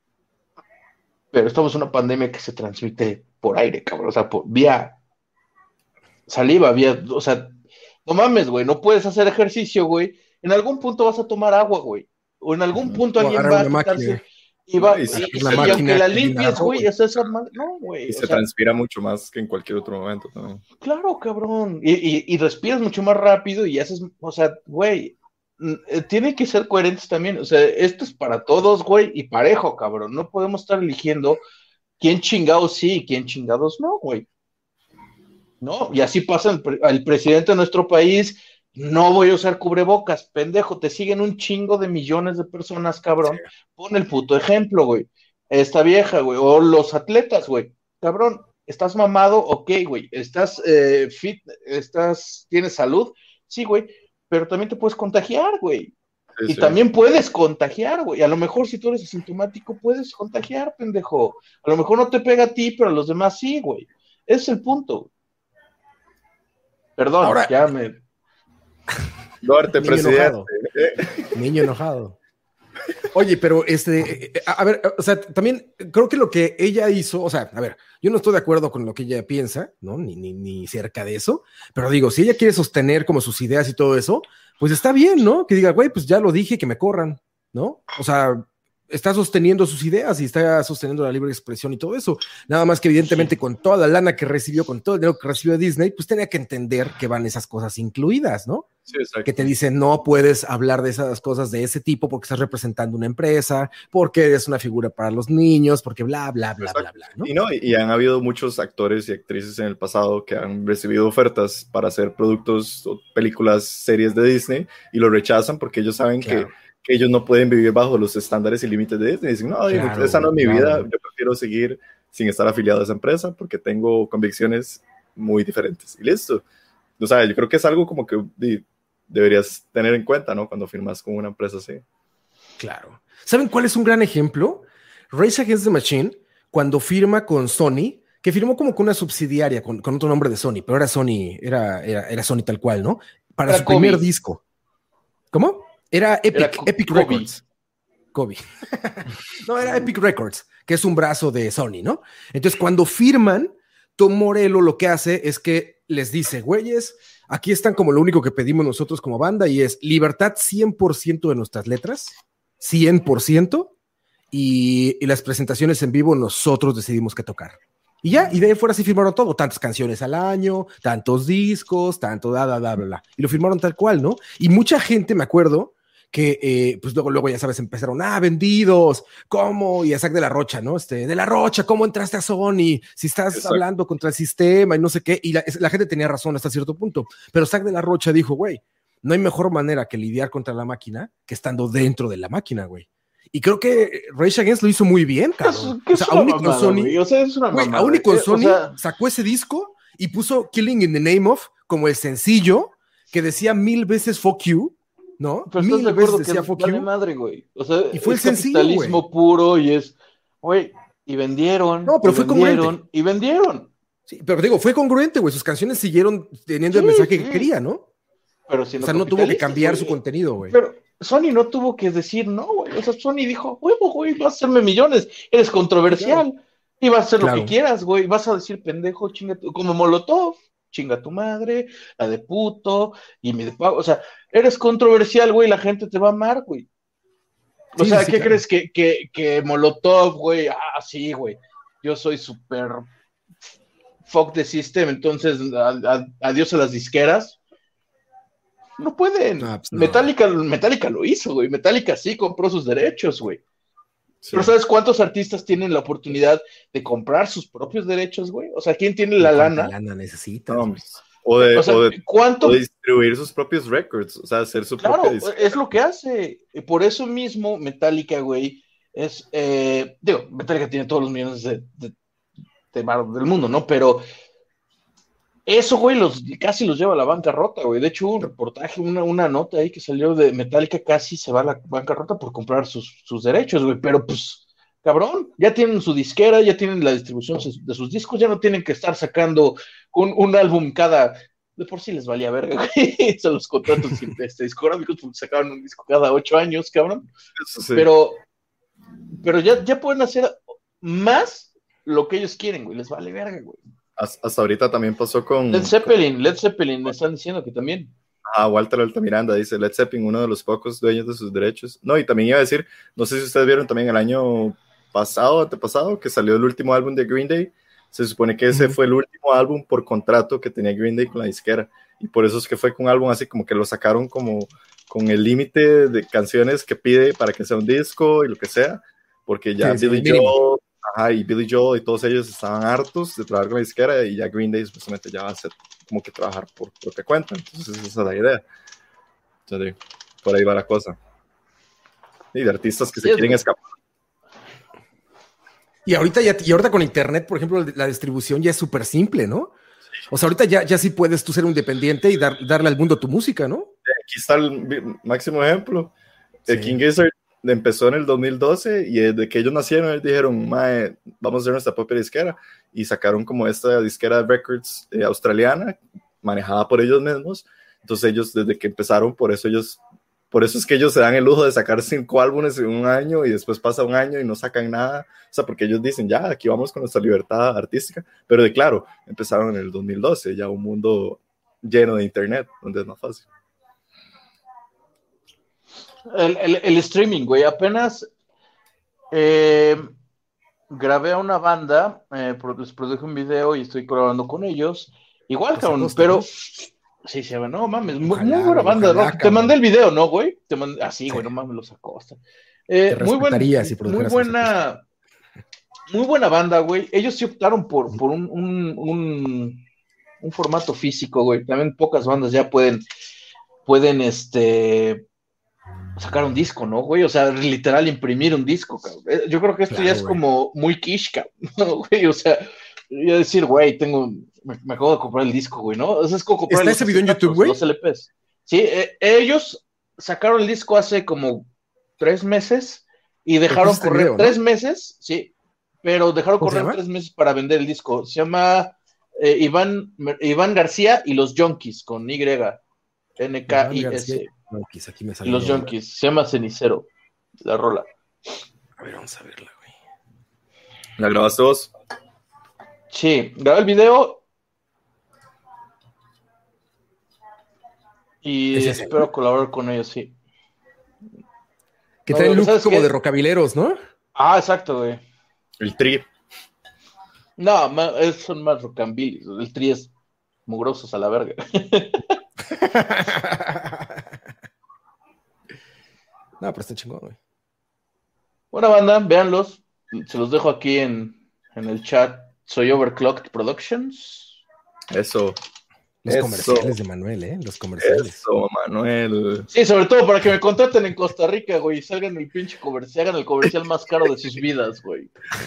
pero estamos en una pandemia que se transmite por aire, cabrón. O sea, vía saliva, o sea, no mames, güey, no puedes hacer ejercicio, güey. En algún punto vas a tomar agua, güey. O en algún punto alguien va a quitarse y aunque la limpies, güey, no, güey. Y se transpira mucho más que en cualquier otro momento también. Claro, cabrón. Y respiras mucho más rápido y haces, o sea, güey, tiene que ser coherentes también. O sea, esto es para todos, güey, y parejo, cabrón. No podemos estar eligiendo quién chingados sí y quién chingados no, güey. ¿No? Y así pasa el presidente de nuestro país, no voy a usar cubrebocas, pendejo, te siguen un chingo de millones de personas, cabrón, sí. Pon el puto ejemplo, güey, esta vieja, güey, o los atletas, güey, cabrón, estás mamado, ok, güey, estás fit, tienes salud, sí, güey, pero también te puedes contagiar, güey. Sí, y también puedes contagiar, güey. A lo mejor si tú eres asintomático puedes contagiar, pendejo. A lo mejor no te pega a ti, pero a los demás sí, güey. Ese es el punto. Perdón, ahora, ya me... Duarte, presidente. Niño enojado. Oye, pero a ver, o sea, también creo que lo que ella hizo, o sea, a ver, yo no estoy de acuerdo con lo que ella piensa, ¿no? Ni cerca de eso, pero digo, si ella quiere sostener como sus ideas y todo eso, pues está bien, ¿no? Que diga, güey, pues ya lo dije, que me corran, ¿no? O sea, está sosteniendo sus ideas y está sosteniendo la libre expresión y todo eso. Nada más que evidentemente con toda la lana que recibió, con todo el dinero que recibió de Disney, pues tenía que entender que van esas cosas incluidas, ¿no? Sí, exacto. Que te dicen, no puedes hablar de esas cosas de ese tipo porque estás representando una empresa, porque eres una figura para los niños, porque bla, bla, bla, bla, bla, ¿no? Y han habido muchos actores y actrices en el pasado que han recibido ofertas para hacer productos, películas, series de Disney y lo rechazan porque ellos saben que ellos no pueden vivir bajo los estándares y límites de Disney. Dicen, no, esa no es mi vida, yo prefiero seguir sin estar afiliado a esa empresa porque tengo convicciones muy diferentes. Y listo. O sea, yo creo que es algo como que deberías tener en cuenta, ¿no? Cuando firmas con una empresa así. Claro. ¿Saben cuál es un gran ejemplo? Rage Against the Machine, cuando firma con Sony, que firmó como con una subsidiaria, con otro nombre de Sony, pero era Sony, era Sony tal cual, ¿no? Para su primer disco. ¿Cómo? Era Epic Records. Kobe. No, era Epic Records, que es un brazo de Sony, ¿no? Entonces, cuando firman, Tom Morello lo que hace es que les dice, güeyes, aquí están como lo único que pedimos nosotros como banda y es libertad 100% de nuestras letras, 100%, y las presentaciones en vivo nosotros decidimos qué tocar. Y ya, y de ahí fuera sí firmaron todo, tantas canciones al año, tantos discos, tanto bla, bla, bla. Y lo firmaron tal cual, ¿no? Y mucha gente, me acuerdo, que pues luego ya sabes, empezaron, vendidos, ¿cómo? Y a Zack de la Rocha, ¿no? De la Rocha, ¿cómo entraste a Sony? Si estás hablando contra el sistema y no sé qué, y la gente tenía razón hasta cierto punto, pero Zack de la Rocha dijo, güey, no hay mejor manera que lidiar contra la máquina que estando dentro de la máquina, güey. Y creo que Rage Against lo hizo muy bien, cabrón. O sea, aún y con Sony, aún y con Sony sacó ese disco y puso Killing in the Name of como el sencillo que decía 1000 veces fuck you, ¿no? Pero estás de acuerdo que vale madre, güey. O sea, y fue es el sencillo, capitalismo puro y es, güey, y vendieron. No, pero fue congruente. Y vendieron. Sí, pero digo, fue congruente, güey. Sus canciones siguieron teniendo el mensaje que quería, ¿no? Pero o sea, no tuvo que cambiar su contenido, güey. Pero Sony no tuvo que decir no, güey. O sea, Sony dijo, huevo, güey, vas a hacerme millones. Eres controversial. Claro. Y vas a hacer lo que quieras, güey. Vas a decir pendejo, chinga tu... Como Molotov. Chinga tu madre, la de puto, y mi de pago, o sea, eres controversial, güey, la gente te va a amar, güey. O sea, ¿qué crees que Molotov, güey? Sí, güey, yo soy súper fuck the system, entonces adiós a las disqueras. No pueden. Pues no. Metallica lo hizo, güey. Metallica sí compró sus derechos, güey. Sí. Pero ¿sabes cuántos artistas tienen la oportunidad de comprar sus propios derechos, güey? O sea, ¿quién tiene la lana? Lana necesita. No, o de distribuir sus propios records, o sea, hacer su propia disquera. Es lo que hace. Y por eso mismo Metallica, güey, es... Metallica tiene todos los millones de del mundo, ¿no? Pero eso, güey, casi los lleva a la bancarrota, güey. De hecho, hubo un reportaje, una nota ahí que salió de Metallica, casi se va a la bancarrota por comprar sus derechos, güey. Pero, pues, cabrón, ya tienen su disquera, ya tienen la distribución de sus discos, ya no tienen que estar sacando un álbum cada, de por sí les valía verga, güey, son los contratos discográficos porque sacaban un disco cada 8 años, cabrón, sí. Pero ya pueden hacer más lo que ellos quieren, güey, les vale verga, güey. Hasta ahorita también pasó con... Led Zeppelin, me están diciendo que también. Walter Altamiranda dice, Led Zeppelin, uno de los pocos dueños de sus derechos. No, y también iba a decir, no sé si ustedes vieron también el año pasado, antepasado, que salió el último álbum de Green Day. Se supone que ese fue el último álbum por contrato que tenía Green Day con la disquera. Y por eso es que fue con un álbum así como que lo sacaron como con el límite de canciones que pide para que sea un disco y lo que sea. Porque ya Billy Joel y todos ellos estaban hartos de trabajar con la disquera y ya Green Day supuestamente ya va a hacer como que trabajar por propia cuenta. Entonces esa es la idea. Entonces, por ahí va la cosa. Y de artistas que se quieren escapar. Y ahorita con internet, por ejemplo, la distribución ya es súper simple, ¿no? O sea, ahorita ya sí puedes tú ser un independiente y darle al mundo tu música, ¿no? Aquí está el máximo ejemplo. El King Gizzard empezó en el 2012 y desde que ellos nacieron, ellos dijeron, mae, vamos a hacer nuestra propia disquera. Y sacaron como esta disquera de records australiana, manejada por ellos mismos. Entonces ellos, desde que empezaron, por eso es que ellos se dan el lujo de sacar 5 álbumes en un año y después pasa un año y no sacan nada. O sea, porque ellos dicen, ya, aquí vamos con nuestra libertad artística. Pero claro, empezaron en el 2012, ya un mundo lleno de internet, donde es más fácil. El streaming, güey, apenas grabé a una banda, les produje un video y estoy colaborando con ellos. Igual, cabrón, pero... Sí, no mames, muy buena banda de rock. Te mandé el video, ¿no, güey? Sí, güey, no mames, los acosta. Muy buena banda, güey. Ellos sí optaron por un formato físico, güey. También pocas bandas ya pueden sacar un disco, ¿no, güey? O sea, literal imprimir un disco, cabrón. Yo creo que esto ya es como muy quiche, cabrón, ¿no, güey? O sea, yo decir, güey, me acabo de comprar el disco, güey, ¿no? O sea, es como comprar ¿Está ese video en YouTube, güey? Los LPs. Sí, ellos sacaron el disco hace como 3 meses y dejaron correr video, 3 meses, sí, pero dejaron correr 3 meses para vender el disco. Se llama Iván García y los Junkies, con Y, NKIS. Aquí me salió. Los Junkies, se llama Cenicero, la rola. A ver, vamos a verla, güey. ¿La grabaste vos? Sí, grabé el video y espero colaborar con ellos, sí. Que traen look como de rockabileros, ¿no? Ah, exacto, güey. El Tri. No, son más rockabilly. El Tri es mugrosos a la verga. No, pero está chingón, güey. Buena banda, véanlos. Se los dejo aquí en el chat. Soy Overclocked Productions. Eso. Los comerciales de Manuel, ¿eh? Los comerciales. Eso, Manuel. Sí, sobre todo para que me contraten en Costa Rica, güey, y salgan el pinche comercial, hagan el comercial más caro de sus vidas, güey.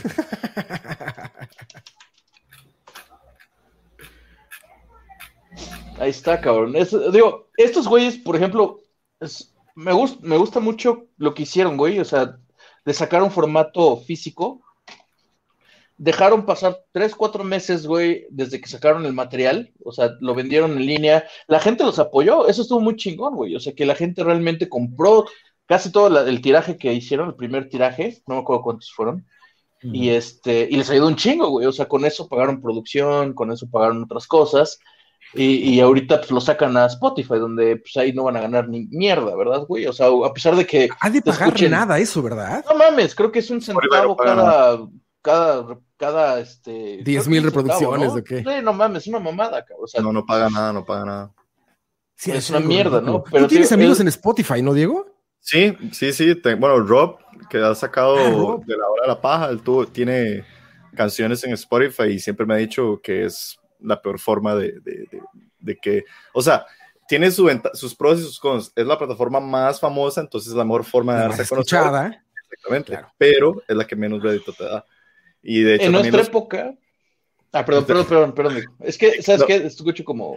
Ahí está, cabrón. Estos güeyes, por ejemplo, me gusta mucho lo que hicieron, güey, o sea, de sacar un formato físico. Dejaron pasar 3-4 meses, güey, desde que sacaron el material, o sea, lo vendieron en línea, la gente los apoyó, eso estuvo muy chingón, güey, o sea, que la gente realmente compró casi todo el tiraje que hicieron, el primer tiraje, no me acuerdo cuántos fueron, y les ayudó un chingo, güey, o sea, con eso pagaron producción, con eso pagaron otras cosas, y ahorita pues lo sacan a Spotify, donde pues ahí no van a ganar ni mierda, ¿verdad, güey? O sea, a pesar de que... Ha de pagar nada eso, ¿verdad? No mames, creo que es un centavo cada 10,000 reproducciones, ¿no? ¿De qué? Sí, no mames, una mamada, cabrón. O sea, no paga nada. Sí, es una mierda, ¿no? Pero ¿tú tienes amigos en Spotify, no, Diego? Sí. Bueno, Rob, que ha sacado de la hora de la paja, él tiene canciones en Spotify y siempre me ha dicho que es la peor forma de que, o sea, tiene sus pros y sus cons. Es la plataforma más famosa, entonces es la mejor forma de darse a conocer. Exactamente, claro. Pero es la que menos rédito te da. Y de hecho, en nuestra época... Perdón. Es que, ¿sabes qué? Escucho como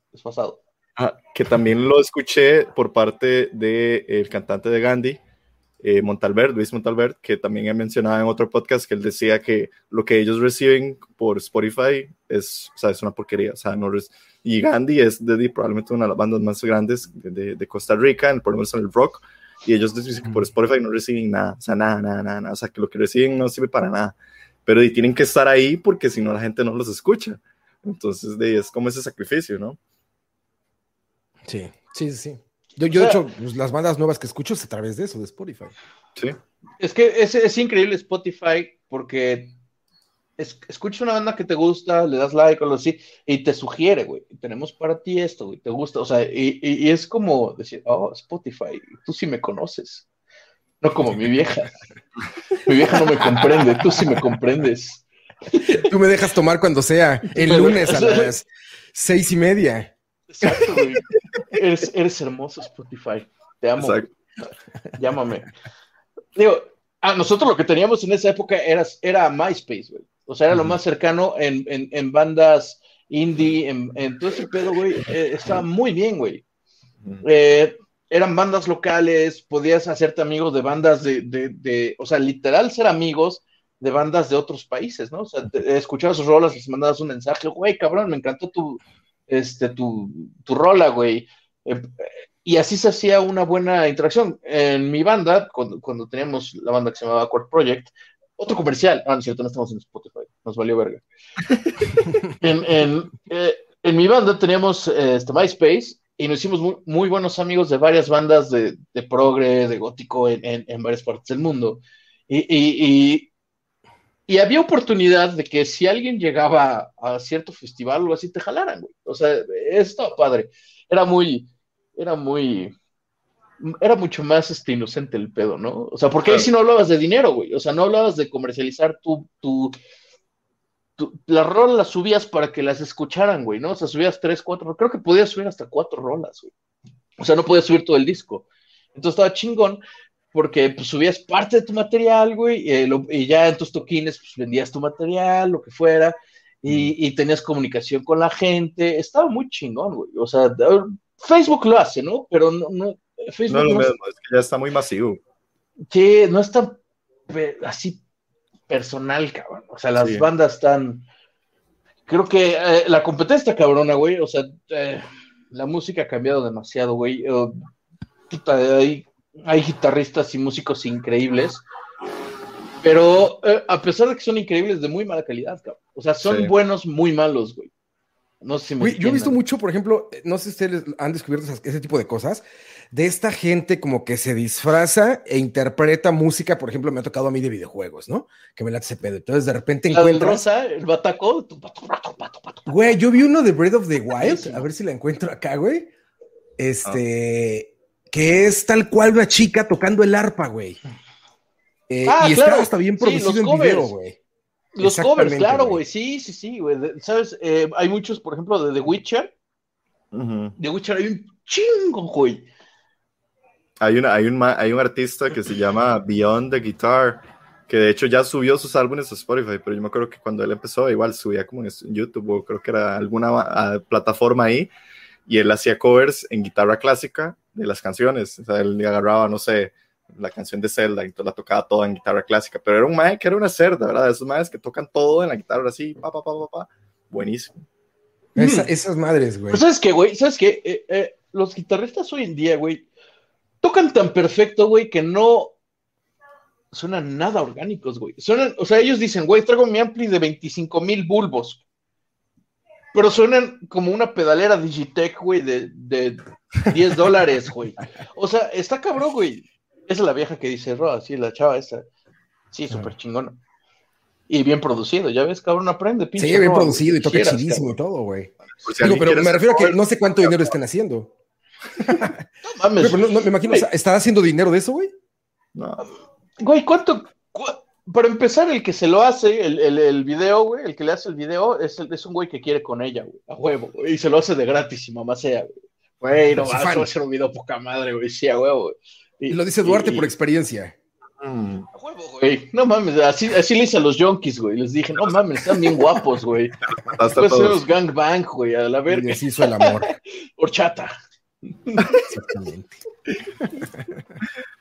desfasado. Que también lo escuché por parte del cantante de Gandhi, Luis Montalbert, que también he mencionado en otro podcast, que él decía que lo que ellos reciben por Spotify es una porquería, o sea, y Gandhi es probablemente una de las bandas más grandes de Costa Rica, por lo menos en el rock, y ellos dicen que por Spotify no reciben nada, o sea, nada, o sea, que lo que reciben no sirve para nada, pero tienen que estar ahí porque si no la gente no los escucha, entonces es como ese sacrificio, ¿no? Sí. Yo de hecho, pues, las bandas nuevas que escucho es a través de eso, de Spotify. Sí. Es que es increíble Spotify porque escuchas una banda que te gusta, le das like o algo así, y te sugiere, güey, tenemos para ti esto, güey, te gusta, o sea, y es como decir, oh, Spotify, tú sí me conoces. No como mi vieja. Mi vieja no me comprende, tú sí me comprendes. Tú me dejas tomar cuando sea, el lunes a las 6:30. Exacto, güey. Eres hermoso, Spotify. Te amo. Exacto. Llámame. Digo, nosotros lo que teníamos en esa época era MySpace, güey. O sea, era lo más cercano en bandas indie, en todo ese pedo, güey. Estaba muy bien, güey. Eran bandas locales, podías hacerte amigos de bandas o sea, literal ser amigos de bandas de otros países, ¿no? O sea, escuchabas sus rolas, les mandabas un mensaje, güey, cabrón, me encantó tu rola, güey. Y así se hacía una buena interacción. En mi banda, cuando teníamos la banda que se llamaba Quart Project, otro comercial, no es cierto, no estamos en Spotify, nos valió verga. En mi banda teníamos MySpace y nos hicimos muy, muy buenos amigos de varias bandas de progre, de gótico en varias partes del mundo. Y había oportunidad de que si alguien llegaba a cierto festival o algo así, te jalaran, güey. O sea, estaba padre. Era mucho más inocente el pedo, ¿no? O sea, porque ahí sí no hablabas de dinero, güey. O sea, no hablabas de comercializar las rolas las subías para que las escucharan, güey, ¿no? O sea, subías 3, 4, creo que podías subir hasta 4 rolas, güey. O sea, no podías subir todo el disco. Entonces estaba chingón, porque pues, subías parte de tu material, güey, y ya en tus toquines pues, vendías tu material, lo que fuera, y tenías comunicación con la gente. Estaba muy chingón, güey. O sea, Facebook lo hace, ¿no? Pero no Facebook no, es que ya está muy masivo. Sí, no es tan así personal, cabrón. O sea, las bandas están... Creo que la competencia está cabrona, güey. O sea, la música ha cambiado demasiado, güey. Hay guitarristas y músicos increíbles, pero a pesar de que son increíbles, de muy mala calidad, cabrón. O sea, son buenos, muy malos, güey. No sé si me yo he visto mucho, por ejemplo, no sé si ustedes han descubierto ese tipo de cosas, de esta gente como que se disfraza e interpreta música, por ejemplo, me ha tocado a mí de videojuegos, ¿no? Que me late ese pedo. Entonces, de repente encuentras... Rosa, el bataco. Güey, yo vi uno de Breath of the Wild, a ver si la encuentro acá, güey. Que es tal cual una chica tocando el arpa, güey. Y claro, está hasta bien producido en video, güey. Los covers, claro, güey. Sí, güey. ¿Sabes? Hay muchos, por ejemplo, de The Witcher. The Witcher hay un chingo, güey. Hay un artista que se llama Beyond the Guitar, que de hecho ya subió sus álbumes a Spotify, pero yo me acuerdo que cuando él empezó, igual subía como en YouTube, o creo que era alguna plataforma ahí, y él hacía covers en guitarra clásica de las canciones. O sea, él agarraba, no sé, la canción de Zelda, y entonces la tocaba toda en guitarra clásica, pero era un mae que era una cerda, ¿verdad? De esos maes que tocan todo en la guitarra así, buenísimo. Esas madres, güey. Pues ¿sabes qué, güey? ¿Sabes qué? Los guitarristas hoy en día, güey, tocan tan perfecto, güey, que no suenan nada orgánicos, güey. O sea, ellos dicen, güey, traigo mi ampli de 25,000 bulbos, pero suenan como una pedalera Digitech, güey, de $10, güey. O sea, está cabrón, güey. Esa es la vieja que dice, Roa, sí, la chava esa. Sí, súper chingona. Y bien producido, ya ves, cabrón, aprende, pinche. Sí, bien producido y toca chidísimo y todo, güey. Pero me refiero a que no sé cuánto dinero estén haciendo. No mames. Pero no, me imagino, ¿está haciendo dinero de eso, güey? No. Güey, ¿cuánto? Para empezar, el que se lo hace, el video, güey, el que le hace el video, es un güey que quiere con ella, güey, a huevo, güey, y se lo hace de gratis y mamá sea, güey. Güey, no vas a hacer un video poca madre, güey, sí, a huevo, güey. Y lo dice Duarte por experiencia. A huevo, güey. No mames, así le hice a los Yonkis, güey. Les dije, no mames, están bien guapos, güey. Después los gangbang, güey, a la verga. Y les hizo el amor. Horchata. Exactamente.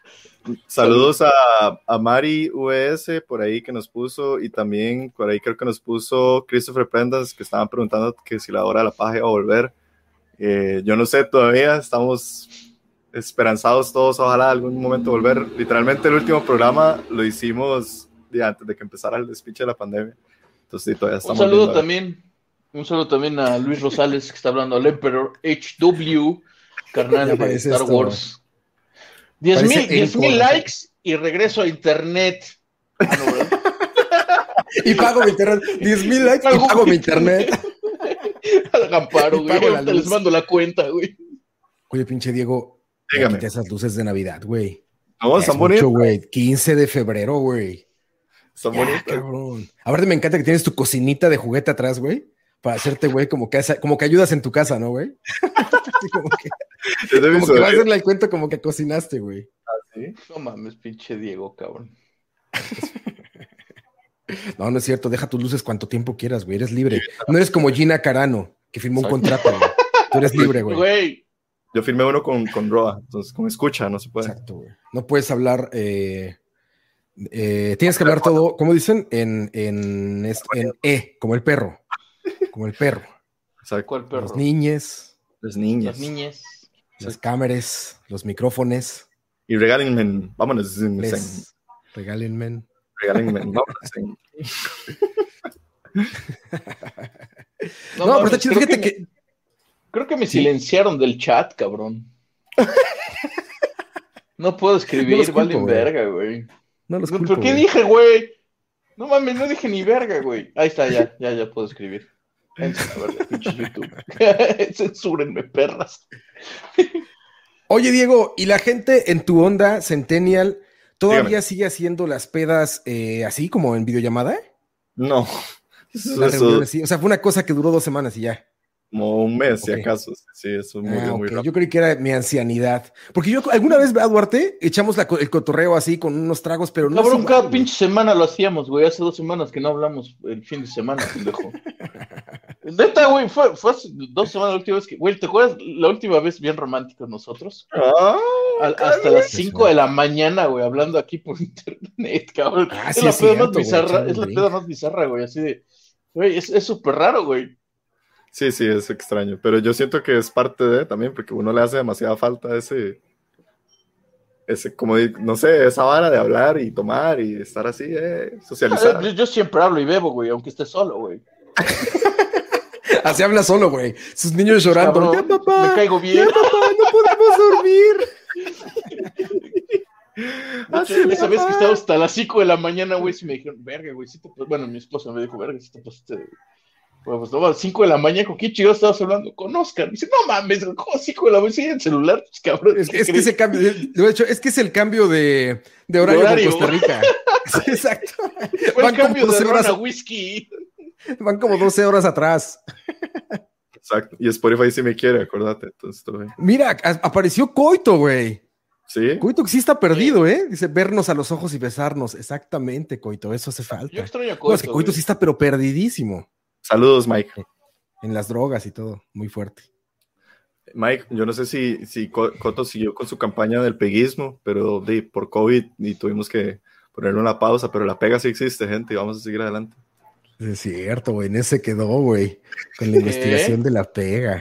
Saludos a Mari US por ahí que nos puso, y también por ahí creo que nos puso Christopher Prendas, que estaban preguntando que si la hora de la paja iba a volver. Yo no sé todavía, estamos esperanzados todos, ojalá algún momento volver. Literalmente el último programa lo hicimos antes de que empezara el despiche de la pandemia. Entonces sí, todavía estamos. Un saludo también a Luis Rosales, que está hablando al Emperor HW, carnal de Star Wars. 10,000 likes y regreso a internet. Y pago mi internet. 10,000 likes y pago mi internet. Al Amparo, güey. Te les mando la cuenta, güey. Oye, pinche Diego, dígame. Esas luces de Navidad, güey. No, están bonitas, güey. 15 de febrero, güey. Están bonitas. Cabrón. Aparte me encanta que tienes tu cocinita de juguete atrás, güey. Para hacerte, güey, como que ayudas en tu casa, ¿no, güey? Así como que vas a hacerle el cuento como que cocinaste, güey. ¿Ah, sí? No mames, pinche Diego, cabrón. No es cierto. Deja tus luces cuanto tiempo quieras, güey. Eres libre. No eres como Gina Carano, que firmó un contrato, güey. Tú eres libre, güey. Yo firmé uno con Roa, entonces con escucha no se puede. Exacto, güey. No puedes hablar... tienes que hablar todo, como dicen, en como el perro. Como el perro. Exacto. ¿Cuál perro? Los niñes. Las cámaras, los micrófonos. Y regálenme, vámonos. Regálenme. Vámonos. No, pero está chido, fíjate que... Creo que me silenciaron del chat, cabrón. No puedo escribir, vale verga, güey. No los culpo, ¿Pero qué dije, güey? No mames, no dije ni verga, güey. Ahí está, ya puedo escribir. Pinche YouTube. Censúrenme, perras. Oye, Diego, ¿y la gente en tu onda Centennial todavía sigue haciendo las pedas así como en videollamada? No. Sí. O sea, fue una cosa que duró 2 semanas y ya. Como un mes, si acaso. Sí, eso murió muy rápido. Yo creí que era mi ancianidad. Porque yo alguna vez, a Duarte, echamos el cotorreo así con unos tragos, pero no. Cabrón, cada pinche semana lo hacíamos, güey. Hace 2 semanas que no hablamos el fin de semana, pendejo. Neta, güey, fue hace 2 semanas la última vez que. Güey, ¿te acuerdas la última vez bien románticos nosotros? Hasta las 5 de la mañana, güey, hablando aquí por internet, cabrón. Es la peda más bizarra, güey, es la peda más bizarra, güey, así de. Güey, es súper raro, güey. Sí, es extraño, pero yo siento que es parte de también, porque uno le hace demasiada falta ese como, no sé, esa vara de hablar y tomar y estar así, socializar. Yo siempre hablo y bebo, güey, aunque esté solo, güey. Así habla solo, güey. Sus niños llorando. Cabrón, ya, papá, me caigo bien. Ya, papá, no podemos dormir. Esa vez que estaba hasta las 5 de la mañana, güey, sí me dijeron, verga, güey, bueno, mi esposa me dijo, verga, si te pasaste. Pues no, a las 5 de la mañana, ¿con qué chingados estabas hablando? Con Oscar. Dice, no mames, ¿cómo 5 de la mañana? Sí, en el celular, pues, cabrón. Es que ese cambio, de hecho, es que es el cambio de horario con Costa Rica. Sí, exacto. Fue el cambio de ron a whisky. Van como 12 horas atrás. Exacto. Y Spotify sí me quiere, acuérdate. Entonces, todo bien. Mira, apareció Coito, güey. Sí. Coito que sí está perdido, ¿eh? Dice, vernos a los ojos y besarnos. Exactamente, Coito, eso hace falta. Yo extraño a Coito. No, es que Coito sí está, pero perdidísimo. Saludos, Mike. En las drogas y todo, muy fuerte. Mike, yo no sé si Coto siguió con su campaña del peguismo, pero por COVID y tuvimos que ponerle una pausa, pero la pega sí existe, gente, y vamos a seguir adelante. Es cierto, güey, en ese quedó, güey, con la investigación de la pega.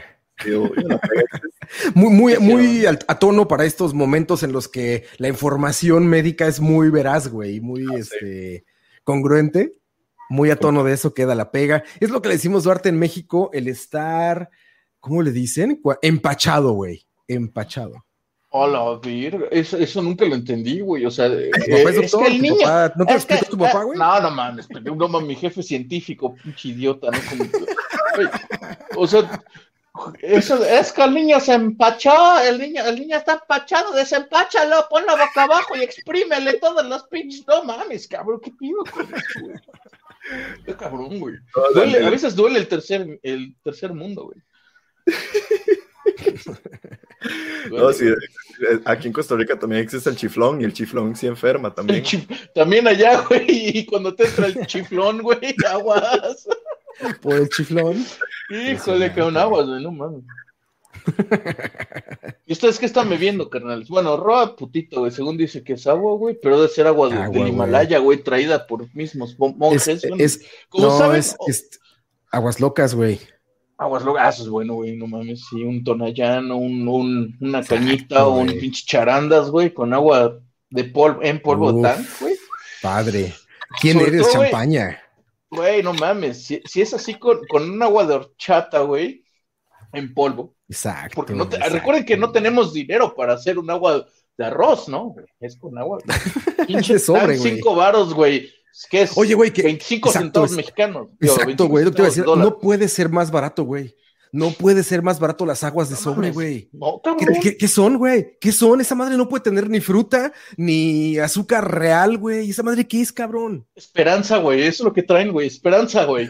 Muy a tono para estos momentos en los que la información médica es muy veraz, güey, muy congruente. Muy a tono de eso queda la pega. Es lo que le decimos, Duarte, en México, el estar, ¿cómo le dicen? Empachado, güey. Empachado. Hola, virga. Eso nunca lo entendí, güey. O sea, es que el niño... Papá, ¿no te lo explicó tu papá, güey? No mames. No mames, mi jefe científico, pinche idiota, ¿no? Güey, o sea, eso es que el niño se empachó. El niño está empachado. Desempáchalo, ponlo boca abajo y exprímele todos los pinches. No mames, cabrón. ¿Qué pido con eso, güey? Qué cabrón, güey. A veces duele el tercer mundo, güey. No, sí, aquí en Costa Rica también existe el chiflón y el chiflón sí enferma también. También allá, güey, y cuando te entra el chiflón, güey, aguas. Por el chiflón. Híjole, que un aguas, güey, no mames. ¿Y ustedes qué están bebiendo, carnales? Bueno, Roa, putito, güey, según dice que es agua, güey, pero debe ser agua del Himalaya, güey, traída por mismos monjes. Es aguas locas, güey. Aguas locas, eso es bueno, güey, no mames, sí, un tonallano, una cañita, un pinche charandas, güey, con agua de polvo tan, güey. Padre. ¿Quién eres, champaña? Güey, no mames, si es así con un agua de horchata, güey, en polvo. Exacto. Porque recuerden que no tenemos dinero para hacer un agua de arroz, ¿no? Es con agua. Pinche sobre, güey. 5 varos, güey. ¿Qué es? Oye, güey, 25 centavos mexicanos. Exacto, güey. Lo que te iba a decir, no puede ser más barato, güey. No puede ser más barato las aguas de sobre, güey. No, cabrón. ¿Qué son, güey? ¿Qué son? Esa madre no puede tener ni fruta, ni azúcar real, güey. ¿Esa madre qué es, cabrón? Esperanza, güey. Eso es lo que traen, güey. Esperanza, güey.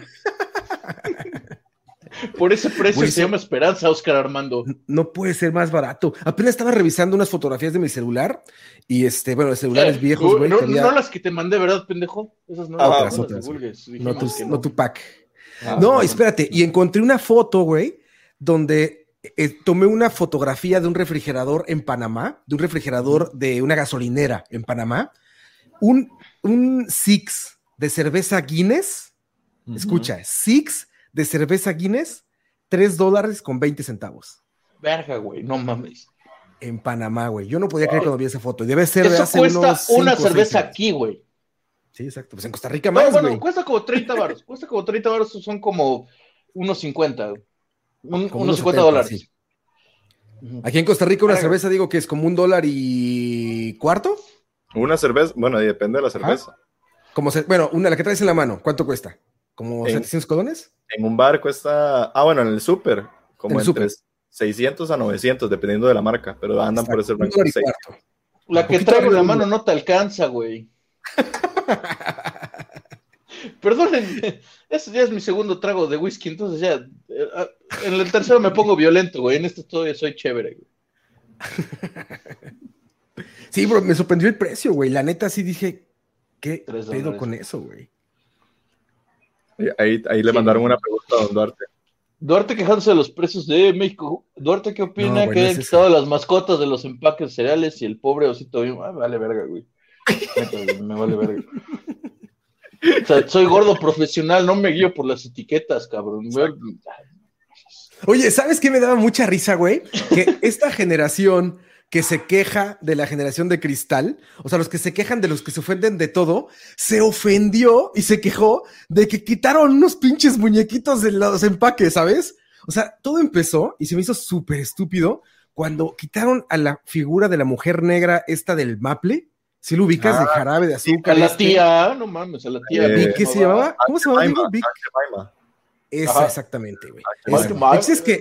Por ese precio se llama Esperanza, Oscar Armando. No puede ser más barato. Apenas estaba revisando unas fotografías de mi celular y bueno, de celulares viejos, güey. No las que te mandé, ¿verdad, pendejo? Esas no. Otras. No tu pack. No, espérate. Y encontré una foto, güey, donde tomé una fotografía de un refrigerador en Panamá, de un refrigerador de una gasolinera en Panamá. Un Six de cerveza Guinness. Escucha, Six de cerveza Guinness, $3.20. Verga, güey, no mames. En Panamá, güey. Yo no podía creer cuando vi esa foto. Debe ser de hace cuesta unos 5, una cerveza aquí, güey. Sí, exacto. Pues en Costa Rica más, güey. Bueno, cuesta como 30 baros. Cuesta como 30 baros, son como unos 50. Unos $50. Sí. Aquí en Costa Rica una cerveza, digo que es como $1.25. Una cerveza, bueno, depende de la cerveza. Bueno, la que traes en la mano, ¿cuánto cuesta? ¿Como 700 colones? En un bar cuesta, bueno, en el súper, como entre 600 a 900, dependiendo de la marca, pero andan por ese rango. La que traigo en la mano no te alcanza, güey. Perdonen, ese ya es mi segundo trago de whisky, entonces ya, en el tercero me pongo violento, güey, en este todavía soy chévere, güey. Sí, bro, me sorprendió el precio, güey, la neta sí dije, ¿qué pedo con eso, güey? Ahí le mandaron una pregunta a don Duarte. Duarte quejándose de los precios de México. Duarte, ¿qué opina? Que hayan quitado las mascotas de los empaques cereales y el pobre osito bien. Vale verga, güey. Me vale verga. O sea, soy gordo profesional, no me guío por las etiquetas, cabrón. Oye, ¿sabes qué me daba mucha risa, güey? Que esta generación que se queja de la generación de cristal, o sea, los que se quejan de los que se ofenden de todo, se ofendió y se quejó de que quitaron unos pinches muñequitos de los empaques, ¿sabes? O sea, todo empezó y se me hizo súper estúpido cuando quitaron a la figura de la mujer negra esta del Maple, si lo ubicas, de Jarabe de Azúcar. A la tía, no mames, a la tía. ¿Qué se llamaba? ¿Cómo se llamaba? Esa, exactamente, güey. Es que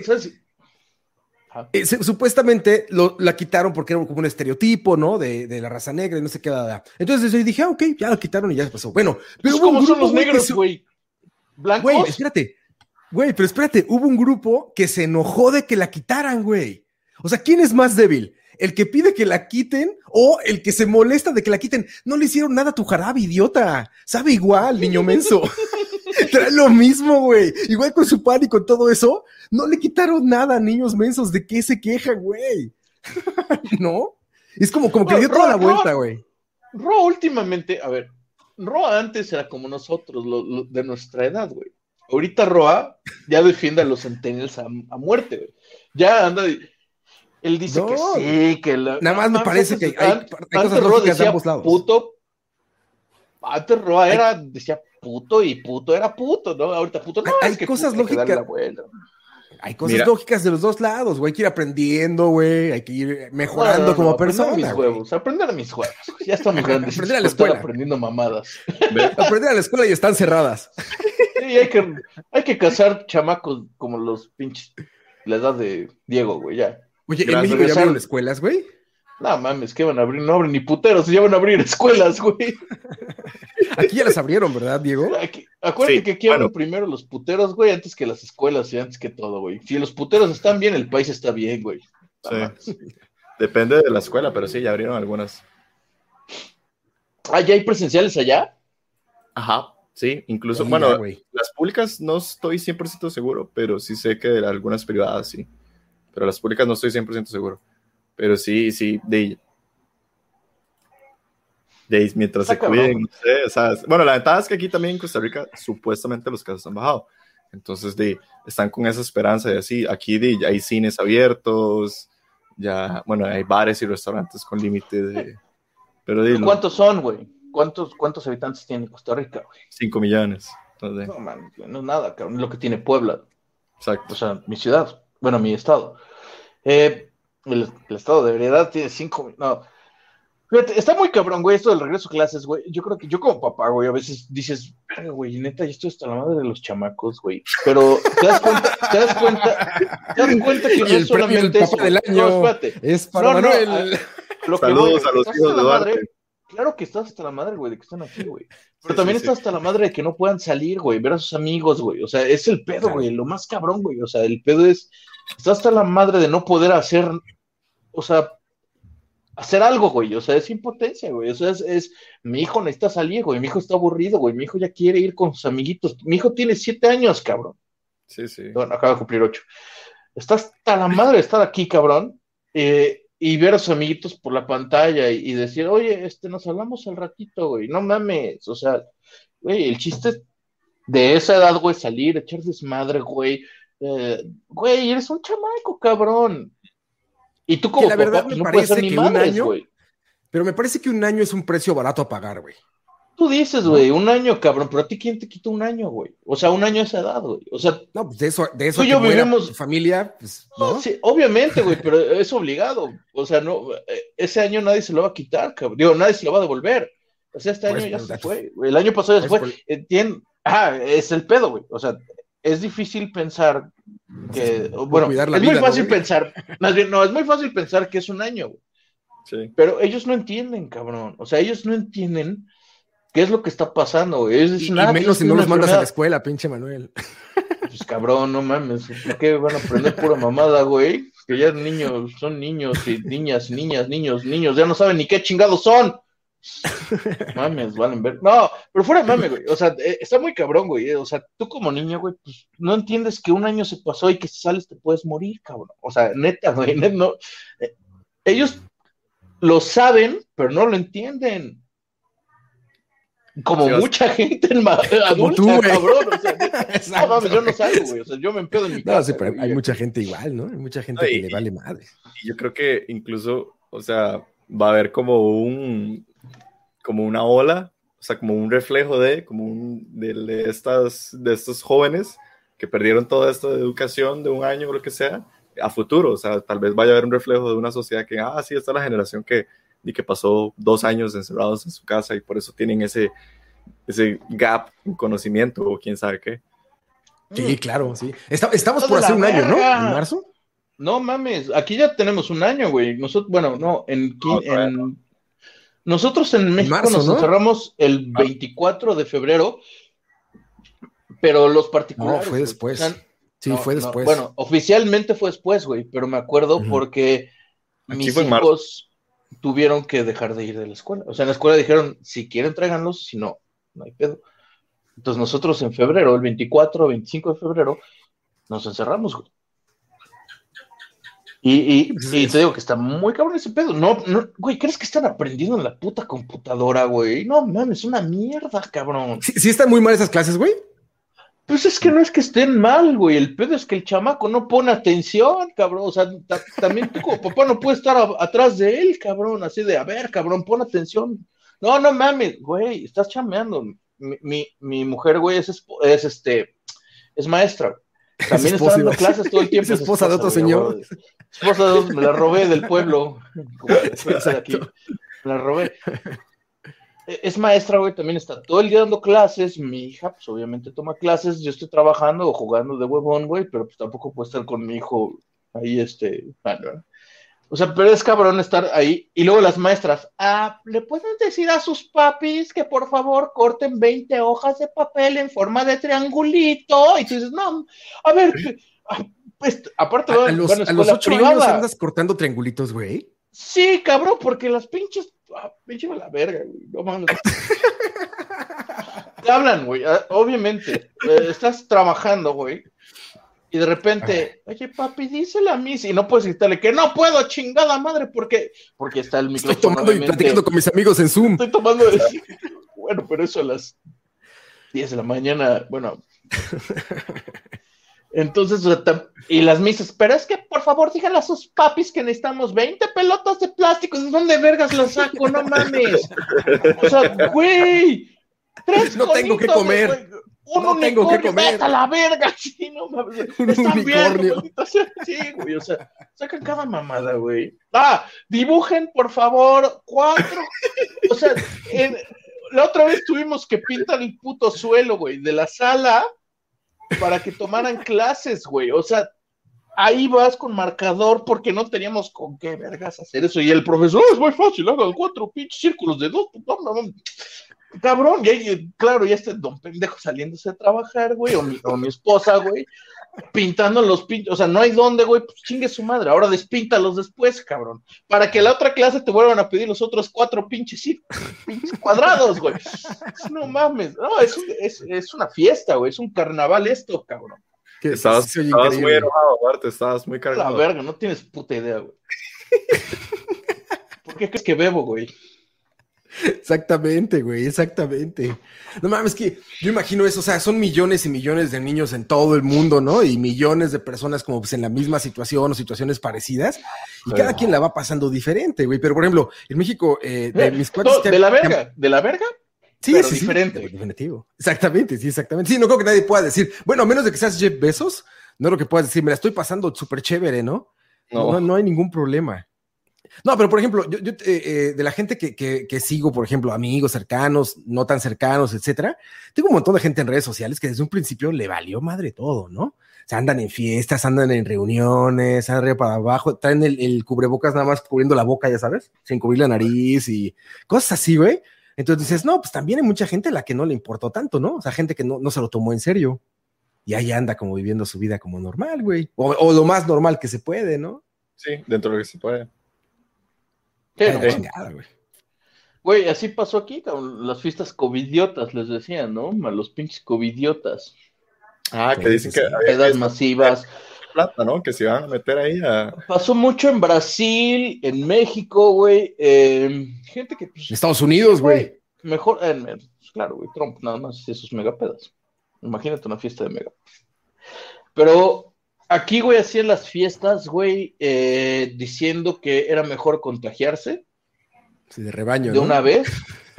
supuestamente la quitaron porque era como un estereotipo, ¿no? De la raza negra y no sé qué. Entonces yo dije, ok, ya lo quitaron y ya pasó. Bueno, pero ¿cómo son los negros, güey? ¿Blancos? Güey, espérate, hubo un grupo que se enojó de que la quitaran, güey. O sea, ¿quién es más débil? ¿El que pide que la quiten o el que se molesta de que la quiten? No le hicieron nada a tu Jarabe, idiota. Sabe igual, niño menso. Trae lo mismo, güey. Igual con su pan y con todo eso, no le quitaron nada, niños mensos. ¿De qué se quejan, güey? ¿No? Es como que le dio toda la vuelta, güey. Ro últimamente, a ver, Ro antes era como nosotros, de nuestra edad, güey. Ahorita Roa ya defiende a los centennials a muerte, güey. Ya anda... Él dice que sí, que... Nada más me parece que hay cosas lógicas de ambos lados. Puto, antes Roa decía puto y puto era puto, ¿no? Ahorita puto no, hay cosas lógicas. Hay cosas lógicas de los dos lados, güey. Hay que ir aprendiendo, güey. Hay que ir mejorando como persona. Aprender a mis huevos. Ya estamos grandes. Aprender a la escuela. Aprendiendo mamadas. Aprender a la escuela y están cerradas. Sí, hay que cazar chamacos como los pinches. La edad de Diego, güey, ya. Oye, ¿en México ya abrieron escuelas, güey? No mames, ¿qué van a abrir? No abren ni puteros, ya van a abrir escuelas, güey. Aquí ya las abrieron, ¿verdad, Diego? Acuérdate que aquí abren primero los puteros, güey, antes que las escuelas y antes que todo, güey. Si los puteros están bien, el país está bien, güey. Sí. Depende de la escuela, pero sí, ya abrieron algunas. ¿Ya hay presenciales allá? Ajá, sí, incluso, las públicas no estoy 100% seguro, pero sí sé que algunas privadas sí. Pero las públicas no estoy 100% seguro. Pero sí, mientras se cuiden, no sé, o sea, bueno, la ventaja es que aquí también en Costa Rica supuestamente los casos han bajado, entonces están con esa esperanza de así, aquí hay cines abiertos, ya, bueno, hay bares y restaurantes con límite de... Pero ¿cuántos son, güey? ¿Cuántos habitantes tiene Costa Rica, güey? 5 millones. No, man, no es nada, cabrón, es lo que tiene Puebla. Exacto. O sea, mi ciudad, bueno, mi estado. El estado de veredad tiene 5, no. Fíjate, está muy cabrón, güey, esto del regreso a clases, güey. Yo creo que yo como papá, güey, a veces dices, güey, neta, yo estoy hasta la madre de los chamacos, güey. Pero te das cuenta que no es solamente eso. Del año no, espérate. Es para Manuel. Saludos a los hijos de Duarte. Claro que estás hasta la madre, güey, de que están aquí, güey. Pero también estás hasta la madre de que no puedan salir, güey, ver a sus amigos, güey. O sea, es el pedo, güey, lo más cabrón, güey. O sea, el pedo es, estás hasta la madre de no poder hacer, o sea, hacer algo, güey. O sea, es impotencia, güey. O sea, mi hijo necesita salir, güey. Mi hijo está aburrido, güey. Mi hijo ya quiere ir con sus amiguitos. Mi hijo tiene 7 años, cabrón. Sí. Bueno, acaba de cumplir 8. Está hasta la madre de estar aquí, cabrón. Y ver a sus amiguitos por la pantalla y decir, oye, nos hablamos al ratito, güey, no mames, o sea, güey, el chiste de esa edad, güey, salir, echar desmadre, güey, güey, eres un chamaco, cabrón, y tú como la verdad papá, me no parece puedes ser ni que madres, un año, güey. Pero me parece que un año es un precio barato a pagar, güey. Tú dices, güey, un año, cabrón, pero a ti ¿quién te quita un año, güey? O sea, un año a esa edad, güey. O sea, no, pues de eso tú y yo vivimos tu familia, pues, ¿no? Sí, obviamente, güey, pero es obligado. O sea, no, ese año nadie se lo va a quitar, cabrón. Digo, nadie se lo va a devolver. O sea, este año ya se fue. El año pasado ya se fue. Es el pedo, güey. O sea, es difícil pensar que, bueno, es muy fácil pensar, más bien, no, es muy fácil pensar que es un año, güey. Sí. Pero ellos no entienden, cabrón. O sea, ellos no entienden qué es lo que está pasando, güey. Y menos si no los mandas a la escuela, pinche Manuel. Pues cabrón, no mames. ¿Por qué van a aprender pura mamada, güey? Que ya niños, son niños y niñas, niños, ya no saben ni qué chingados son. Mames, valen ver. No, pero fuera de mame, güey. O sea, está muy cabrón, güey. O sea, tú como niño, güey, pues no entiendes que un año se pasó y que si sales te puedes morir, cabrón. O sea, neta, güey. No, ellos lo saben, pero no lo entienden. Como mucha gente adulta, tú, cabrón. O sea, no mames, yo no salgo, güey. O sea, yo me empedo en mi casa. No, sí, pero hay mucha gente igual, ¿no? Hay mucha gente que le vale madre. Y yo creo que incluso, o sea, va a haber como una ola, o sea, como un reflejo de estos jóvenes que perdieron toda esta educación de un año o lo que sea, a futuro. O sea, tal vez vaya a haber un reflejo de una sociedad que, sí, esta es la generación que pasó 2 años encerrados en su casa y por eso tienen ese gap en conocimiento o quién sabe qué. Sí, claro, sí. Estamos por hacer un año, ¿no? ¿En marzo? No mames, aquí ya tenemos un año, güey. Nosotros, bueno, no, nosotros en México marzo, nos encerramos el 24 de febrero, pero los particulares... No, fue después. Fue después. Bueno, oficialmente fue después, güey, pero me acuerdo porque mis hijos tuvieron que dejar de ir de la escuela. O sea, en la escuela dijeron, si quieren tráiganlos, si no, no hay pedo. Entonces nosotros en febrero, el 24, 25 de febrero, nos encerramos, güey. Y te digo que está muy cabrón ese pedo. No, güey, ¿crees que están aprendiendo en la puta computadora, güey? No, mames, es una mierda, cabrón. ¿Sí están muy mal esas clases, güey? Pues es que no es que estén mal, güey. El pedo es que el chamaco no pone atención, cabrón. O sea, también tú como papá no puedes estar atrás de él, cabrón. Así de, a ver, cabrón, pon atención. No mames, güey, estás chameando. Mi mujer, güey, es maestra. También está dando clases todo el tiempo. Es esposa de otro señor. Esposa de otro, me la robé del pueblo. De aquí. Me la robé. Es maestra, güey, también está todo el día dando clases. Mi hija, pues obviamente toma clases. Yo estoy trabajando o jugando de huevón, güey, pero pues tampoco puedo estar con mi hijo ahí, ¿no? O sea, pero es cabrón estar ahí. Y luego las maestras, ¿le pueden decir a sus papis que por favor corten 20 hojas de papel en forma de triangulito? Y tú dices, no, a ver, pues, aparte a los 8 años andas cortando triangulitos, güey. Sí, cabrón, porque las pinches pinche la verga, güey. No mames. Te hablan, güey. Obviamente. Estás trabajando, güey. Y de repente, oye, papi, díselo a mí. Y no puedes gritarle que no puedo, chingada madre, porque está el micrófono. Estoy tomando y platicando con mis amigos en Zoom. Estoy tomando. Bueno, pero eso a las 10 de la mañana, bueno. Entonces, y las misas, pero es que por favor díganle a sus papis que necesitamos 20 pelotas de plástico. ¿De dónde vergas las saco? No mames. O sea, güey. No tengo que comer. Güey. No tengo que comer. ¡Vete a la verga! Sí, no mames. Están bien. Sí, güey. O sea, sacan cada mamada, güey. Dibujen, por favor, 4. O sea, la otra vez tuvimos que pintar el puto suelo, güey, de la sala para que tomaran clases, güey. O sea, ahí vas con marcador porque no teníamos con qué vergas hacer eso. Y el profesor, es muy fácil, hagan 4 pinches círculos de 2. Cabrón, claro, ya este don pendejo saliéndose a trabajar, güey, o mi esposa, güey, pintando los pinches, o sea, no hay dónde, güey, pues chingue su madre, ahora despíntalos después, cabrón, para que la otra clase te vuelvan a pedir los otros 4 pinches cuadrados, güey. No mames, no, es una fiesta, güey, es un carnaval esto, cabrón. Estabas muy enojado, aparte, estabas muy cargado. La verga, no tienes puta idea, güey. ¿Por qué crees que bebo, güey? Exactamente, güey, exactamente. No mames, que yo imagino eso, o sea, son millones y millones de niños en todo el mundo, ¿no? Y millones de personas como pues en la misma situación o situaciones parecidas, y cada quien la va pasando diferente, güey. Pero, por ejemplo, en México, mis cuates... ¿De la verga? Sí, pero sí, diferente. Sí, definitivo. Exactamente, sí, exactamente. Sí, no creo que nadie pueda decir, bueno, a menos de que seas Jeff Bezos, no lo que puedas decir, me la estoy pasando súper chévere, ¿no? No hay ningún problema. No, pero por ejemplo, yo de la gente que sigo, por ejemplo, amigos cercanos, no tan cercanos, etcétera, tengo un montón de gente en redes sociales que desde un principio le valió madre todo, ¿no? O sea, andan en fiestas, andan en reuniones, andan arriba para abajo, traen el cubrebocas nada más cubriendo la boca, ya sabes, sin cubrir la nariz y cosas así, güey. Entonces dices, no, pues también hay mucha gente a la que no le importó tanto, ¿no? O sea, gente que no se lo tomó en serio. Y ahí anda como viviendo su vida como normal, güey. O lo más normal que se puede, ¿no? Sí, dentro de lo que se puede. Chingada, güey. Güey, así pasó aquí con las fiestas covidiotas, les decían, ¿no? A los pinches covidiotas. Que dicen que pedas masivas. Plata, ¿no? Que se iban a meter ahí a... Pasó mucho en Brasil, en México, güey. Gente que... Pues, Estados Unidos, güey. Mejor, claro, güey, Trump nada más esos megapedas. Imagínate una fiesta de mega. Pero... aquí, güey, hacían las fiestas, güey, diciendo que era mejor contagiarse. Sí, de rebaño, de una vez.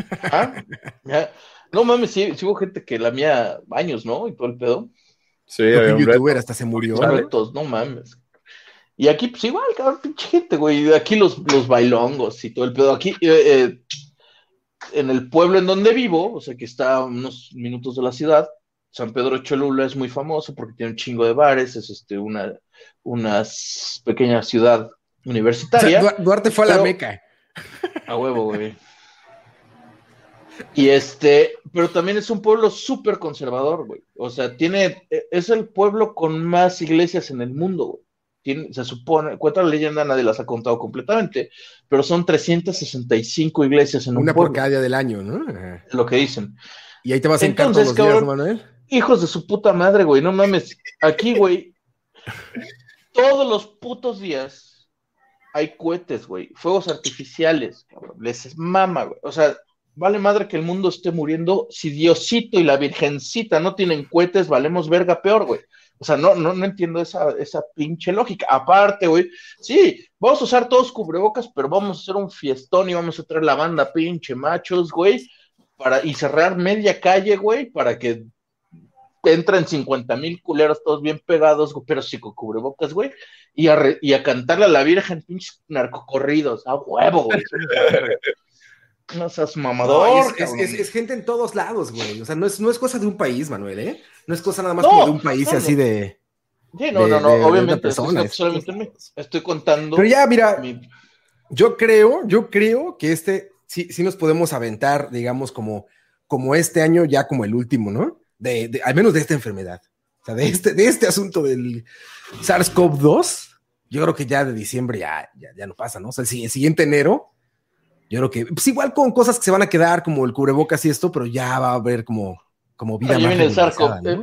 No mames, sí hubo gente que lamía baños, ¿no? Y todo el pedo. Sí, había un youtuber hasta se murió. Retos, no mames. Y aquí, pues igual, cabrón, pinche gente, güey. Aquí los bailongos y todo el pedo. Aquí, en el pueblo en donde vivo, o sea, que está a unos minutos de la ciudad, San Pedro Cholula es muy famoso porque tiene un chingo de bares, es una pequeña ciudad universitaria. O sea, Duarte fue a la Meca. A huevo, güey. Y pero también es un pueblo súper conservador, güey. O sea, es el pueblo con más iglesias en el mundo, güey. Se supone, cuenta la leyenda, nadie las ha contado completamente, pero son 365 iglesias en un pueblo. Una por cada día del año, ¿no? Lo que dicen. Y ahí te vas a encantar todos los días, ¿no, Manuel? Hijos de su puta madre, güey, no mames. Aquí, güey, todos los putos días hay cohetes, güey, fuegos artificiales, cabrón. Les mama, güey. O sea, vale madre que el mundo esté muriendo. Si Diosito y la Virgencita no tienen cohetes, valemos verga peor, güey. O sea, no entiendo esa pinche lógica. Aparte, güey, sí, vamos a usar todos cubrebocas, pero vamos a hacer un fiestón y vamos a traer la banda pinche machos, güey, y cerrar media calle, güey, para que entran 50,000 culeros todos bien pegados, pero sí con cubrebocas, güey, y a cantarle a la Virgen pinches narcocorridos, a huevo, güey. No seas mamador. Es gente en todos lados, güey. O sea, no es cosa de un país, Manuel, ¿eh? No es cosa nada más como de un país así de... Sí, no, obviamente. Personas. Solamente estoy contando... Pero ya, mira, yo creo que sí nos podemos aventar, digamos, como este año, ya como el último, ¿no? Al menos de esta enfermedad. O sea, de este asunto del SARS-CoV-2, yo creo que ya de diciembre ya no pasa, ¿no? O sea, el siguiente enero, yo creo que, pues igual con cosas que se van a quedar, como el cubrebocas y esto, pero ya va a haber como vida más. Viene el SARS-CoV, ¿no?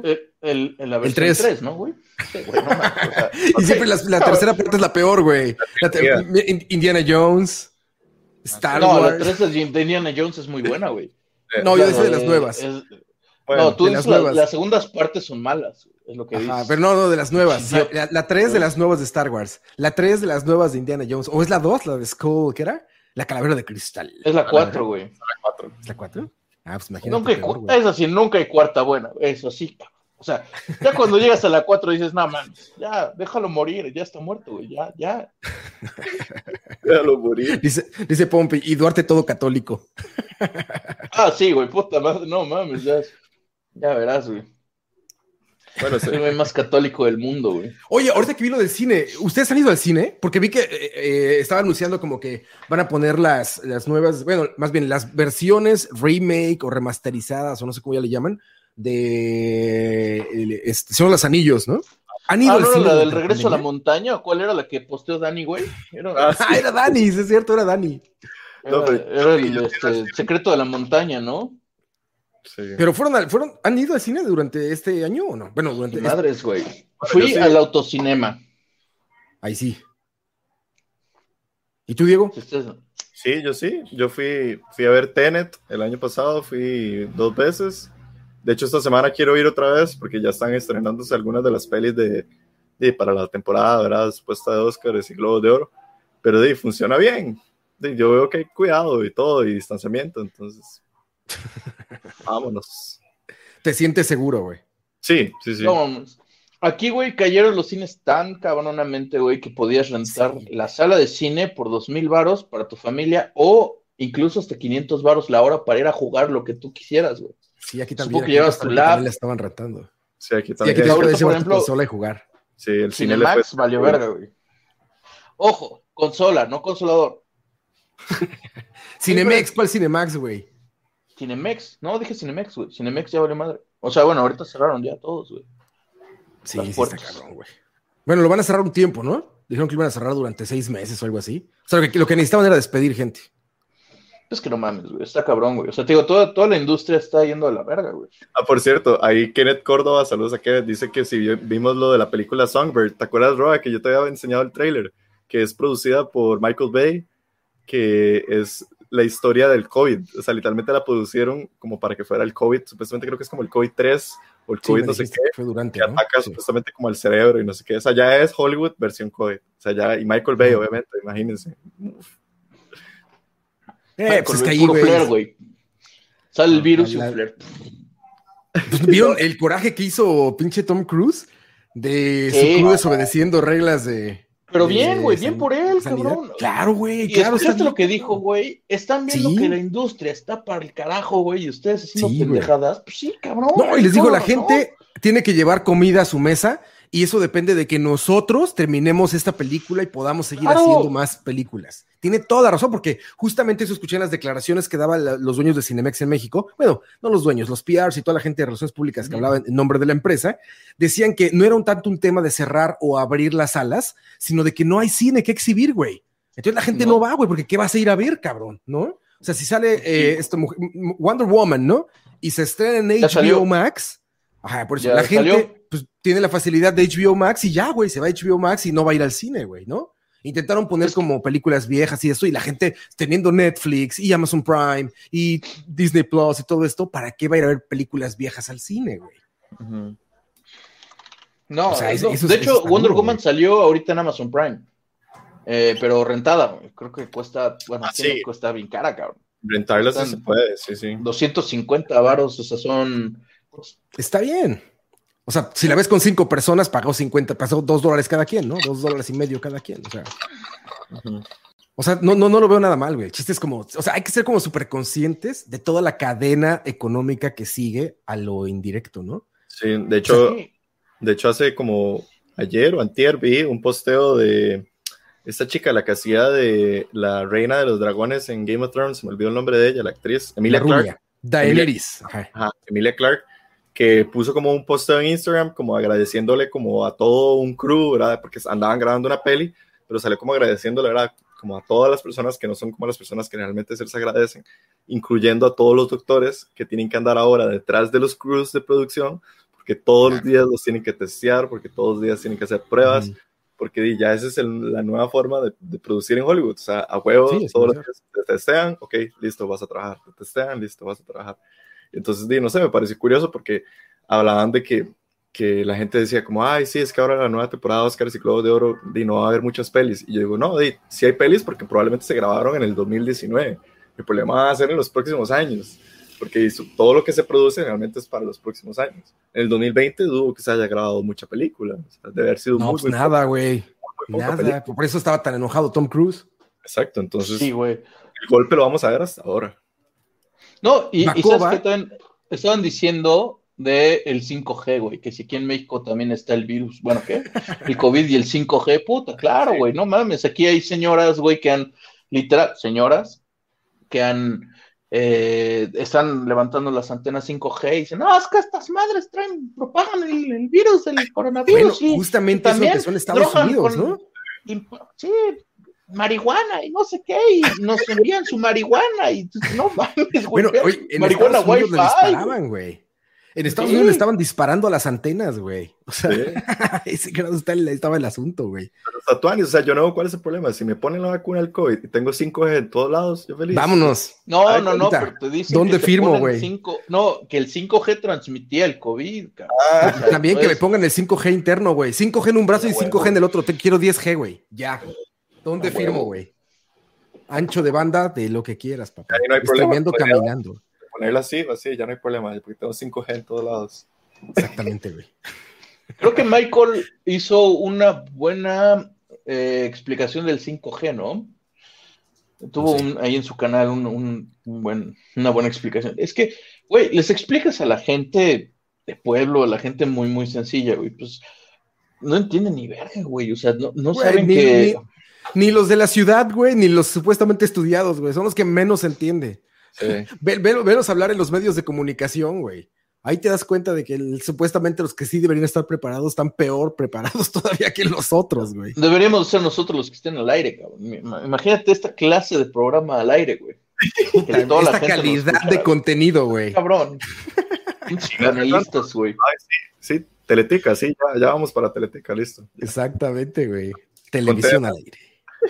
En la versión 3, ¿no, güey? Sí, güey, no, y siempre la tercera parte es la peor, güey. Indiana Jones, Star Wars. No, la 3 de Indiana Jones es muy buena, güey. No, yo decía de las nuevas. No, tú dices las segundas partes son malas, es lo que dices. Pero no, de las nuevas. O sea, la 3 de las nuevas de Star Wars. La 3 de las nuevas de Indiana Jones. ¿O es la 2, la de Skull, qué era? La calavera de cristal. Es la 4, güey. ¿Es la 4? Pues imagínate. Es así, nunca hay cuarta buena. Eso sí. O sea, ya cuando llegas a la 4 dices, no, man, ya, déjalo morir, ya está muerto, güey, ya. Déjalo morir. Dice Pompi, y Duarte todo católico. Sí, güey, puta madre, no mames, ya verás, güey. Bueno, soy el más católico del mundo, güey. Oye, ahorita que vi lo del cine, ¿ustedes han ido al cine? Porque vi que estaba anunciando como que van a poner las nuevas, bueno, más bien las versiones remake o remasterizadas, o no sé cómo ya le llaman, son los anillos, ¿no? ¿Han ido al cine? ¿La del regreso a la montaña? ¿Cuál era la que posteó Dani, güey? Era Dani, es cierto, era Dani. Era el secreto de la montaña, ¿no? Sí. Pero ¿han ido al cine durante este año o no? Bueno, durante madres, güey. Fui al autocinema. Ahí sí. ¿Y tú, Diego? Sí, yo sí. Yo fui a ver Tenet el año pasado, fui 2 veces. De hecho, esta semana quiero ir otra vez porque ya están estrenándose algunas de las pelis para la temporada, ¿verdad? Supuesta de Óscares y Globos de Oro. Pero funciona bien. Yo veo que hay cuidado y todo, y distanciamiento, entonces... Vámonos. ¿Te sientes seguro, güey? Sí. No, aquí, güey, cayeron los cines tan cabronamente, güey, que podías rentar la sala de cine por 2,000 varos para tu familia o incluso hasta 500 varos la hora para ir a jugar lo que tú quisieras, güey. Sí, aquí también. Supongo que llevas tu lab. La estaban rentando. Sí, aquí también. Ahorita, por ejemplo, consola y jugar. Sí, el Cinemax valió verga, güey. Ojo, consola, no consolador. Cinemex, ¿cuál Cinemax, güey? Cinemex, no, dije Cinemex, güey. Cinemex ya vale madre. O sea, bueno, ahorita cerraron ya todos, güey. Sí, está cabrón, güey. Bueno, lo van a cerrar un tiempo, ¿no? Dijeron que lo iban a cerrar durante 6 meses o algo así. O sea, lo que necesitaban era despedir gente. Es que no mames, güey, está cabrón, güey. O sea, te digo, toda la industria está yendo a la verga, güey. Por cierto, ahí Kenneth Córdoba, saludos a Kenneth, dice que si vimos lo de la película Songbird, ¿te acuerdas, Roa, que yo te había enseñado el tráiler? Que es producida por Michael Bay, que es la historia del COVID. O sea, literalmente la producieron como para que fuera el COVID, supuestamente creo que es como el COVID-3 o el COVID no sé qué, fue durante, que ataca supuestamente como al cerebro y no sé qué. O sea, ya es Hollywood versión COVID. O sea, ya, y Michael Bay, obviamente, imagínense. Pues es que ahí, güey. Sale el virus y un flare. ¿Vieron el coraje que hizo pinche Tom Cruise? De su crew desobedeciendo reglas de... Pero bien, güey, bien por él, cabrón. Claro, güey, claro. ¿Escuchaste lo que dijo, güey? Están viendo que la industria está para el carajo, güey, y ustedes haciendo pendejadas. Pues sí, cabrón. No, y les digo, la gente tiene que llevar comida a su mesa y eso depende de que nosotros terminemos esta película y podamos seguir haciendo más películas. Tiene toda la razón, porque justamente eso escuché en las declaraciones que daban los dueños de Cinemex en México. Bueno, no los dueños, los PRs y toda la gente de relaciones públicas que hablaban en nombre de la empresa, decían que no era tanto un tema de cerrar o abrir las salas, sino de que no hay cine que exhibir, güey. Entonces la gente no va, güey, porque ¿qué vas a ir a ver, cabrón? ¿No? O sea, si sale Wonder Woman, ¿no? Y se estrena en HBO Max, por eso la gente pues, tiene la facilidad de HBO Max y ya, güey, se va a HBO Max y no va a ir al cine, güey, ¿no? Intentaron poner como películas viejas y eso, y la gente teniendo Netflix y Amazon Prime y Disney Plus y todo esto, ¿para qué va a ir a ver películas viejas al cine, güey? No, o sea, de hecho, Wonder Woman salió ahorita en Amazon Prime, pero rentada, güey. Creo que cuesta, cuesta bien cara, cabrón. Rentarla sí se puede, sí. 250 varos, o sea, son... Está bien. O sea, si la ves con 5 personas, pagó $2 cada quien, ¿no? $2.50 cada quien, o sea. O sea, no lo veo nada mal, güey. El chiste es como, o sea, hay que ser como súper conscientes de toda la cadena económica que sigue a lo indirecto, ¿no? Sí, de hecho hace como ayer o antier vi un posteo de esta chica, la que hacía de la reina de los dragones en Game of Thrones, me olvidó el nombre de ella, la actriz, Emilia Clarke. Daenerys. Emilia Clarke, que puso como un posteo en Instagram como agradeciéndole como a todo un crew, ¿verdad? Porque andaban grabando una peli, pero salió como agradeciéndole, ¿verdad? Como a todas las personas que no son como las personas que realmente se les agradecen, incluyendo a todos los doctores que tienen que andar ahora detrás de los crews de producción, porque todos los días los tienen que testear, porque todos los días tienen que hacer pruebas, porque ya esa es la nueva forma de producir en Hollywood. O sea, a huevo, todos los días te testean, ok, listo, vas a trabajar. Te testean, listo, vas a trabajar. Entonces, no sé, me pareció curioso porque hablaban de que la gente decía como, ay, sí, es que ahora la nueva temporada de Oscars y Globos de Oro, no va a haber muchas pelis. Y yo digo, no, sí hay pelis porque probablemente se grabaron en el 2019. El problema va a ser en los próximos años, porque todo lo que se produce realmente es para los próximos años. En el 2020 dudo que se haya grabado mucha película. O sea, debe haber sido muy nada, güey. Nada. Por eso estaba tan enojado Tom Cruise. Exacto, entonces sí, güey. El golpe lo vamos a ver hasta ahora. No, y sabes que estaban diciendo del 5G, güey, que si aquí en México también está el virus, bueno, ¿qué? El COVID y el 5G, puta, claro, güey, no mames, aquí hay señoras, güey, que han, literal, señoras, que están levantando las antenas 5G y dicen, no, es que estas madres propagan el virus, el coronavirus. Bueno, justamente eso que son Estados Unidos, ¿no? Sí, marihuana y no sé qué, y nos envían su marihuana y no mames, güey. Bueno, oye, en marihuana Estados Unidos le disparaban, güey. En Estados Unidos le estaban disparando a las antenas, güey. O sea, ese grado estaba el asunto, güey. Pero Tatuanis, o sea, yo no veo cuál es el problema. Si me ponen la vacuna del COVID y tengo 5G en todos lados, yo feliz. Vámonos. No, pero te dicen ¿dónde firmo, güey? Que el 5G transmitía el COVID, cabrón. O sea, también que me pongan el 5G interno, güey. 5G en un brazo y 5G en el otro. Te quiero 10G, güey. Ya. ¿Dónde firmo, güey? Ancho de banda de lo que quieras, papá. Ahí no hay problema. Estoy viendo caminando. Ponerlo así, ya no hay problema, porque tengo 5G en todos lados. Exactamente, güey. Creo que Michael hizo una buena explicación del 5G, ¿no? Tuvo ahí en su canal una buena explicación. Es que, güey, les explicas a la gente de pueblo, a la gente muy, muy sencilla, güey, pues no entienden ni verga, güey, o sea, no güey, saben que... Ni los de la ciudad, güey, ni los supuestamente estudiados, güey, son los que menos entiende. Sí. Velos hablar en los medios de comunicación, güey. Ahí te das cuenta de que supuestamente los que sí deberían estar preparados están peor preparados todavía que los otros, güey. Deberíamos ser nosotros los que estén al aire, cabrón. Imagínate esta clase de programa al aire, güey. Esta calidad de contenido, güey. Cabrón. Panelistas, güey. Sí, Teletica, sí, ya vamos para Teletica, listo. Exactamente, güey. Televisión al aire.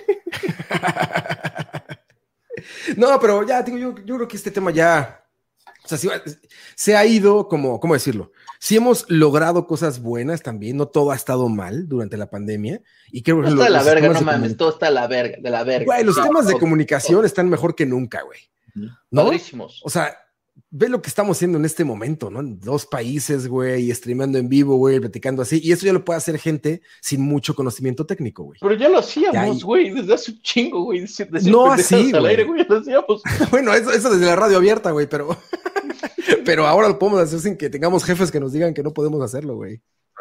No, pero ya, digo, yo creo que este tema ya, o sea, se ha ido como, ¿cómo decirlo? Sí hemos logrado cosas buenas también, no todo ha estado mal durante la pandemia. Y creo que todo está de la verga, no mames, todo está de la verga. Güey, los temas de comunicación están mejor que nunca, güey. ¿No? Padrísimos. O sea, ve lo que estamos haciendo en este momento, ¿no? En 2 países, güey, streameando en vivo, güey, platicando así. Y eso ya lo puede hacer gente sin mucho conocimiento técnico, güey. Pero ya lo hacíamos, güey, desde hace un chingo, güey. No así, al aire, güey, lo hacíamos. Bueno, eso desde la radio abierta, güey, pero ahora lo podemos hacer sin que tengamos jefes que nos digan que no podemos hacerlo, güey.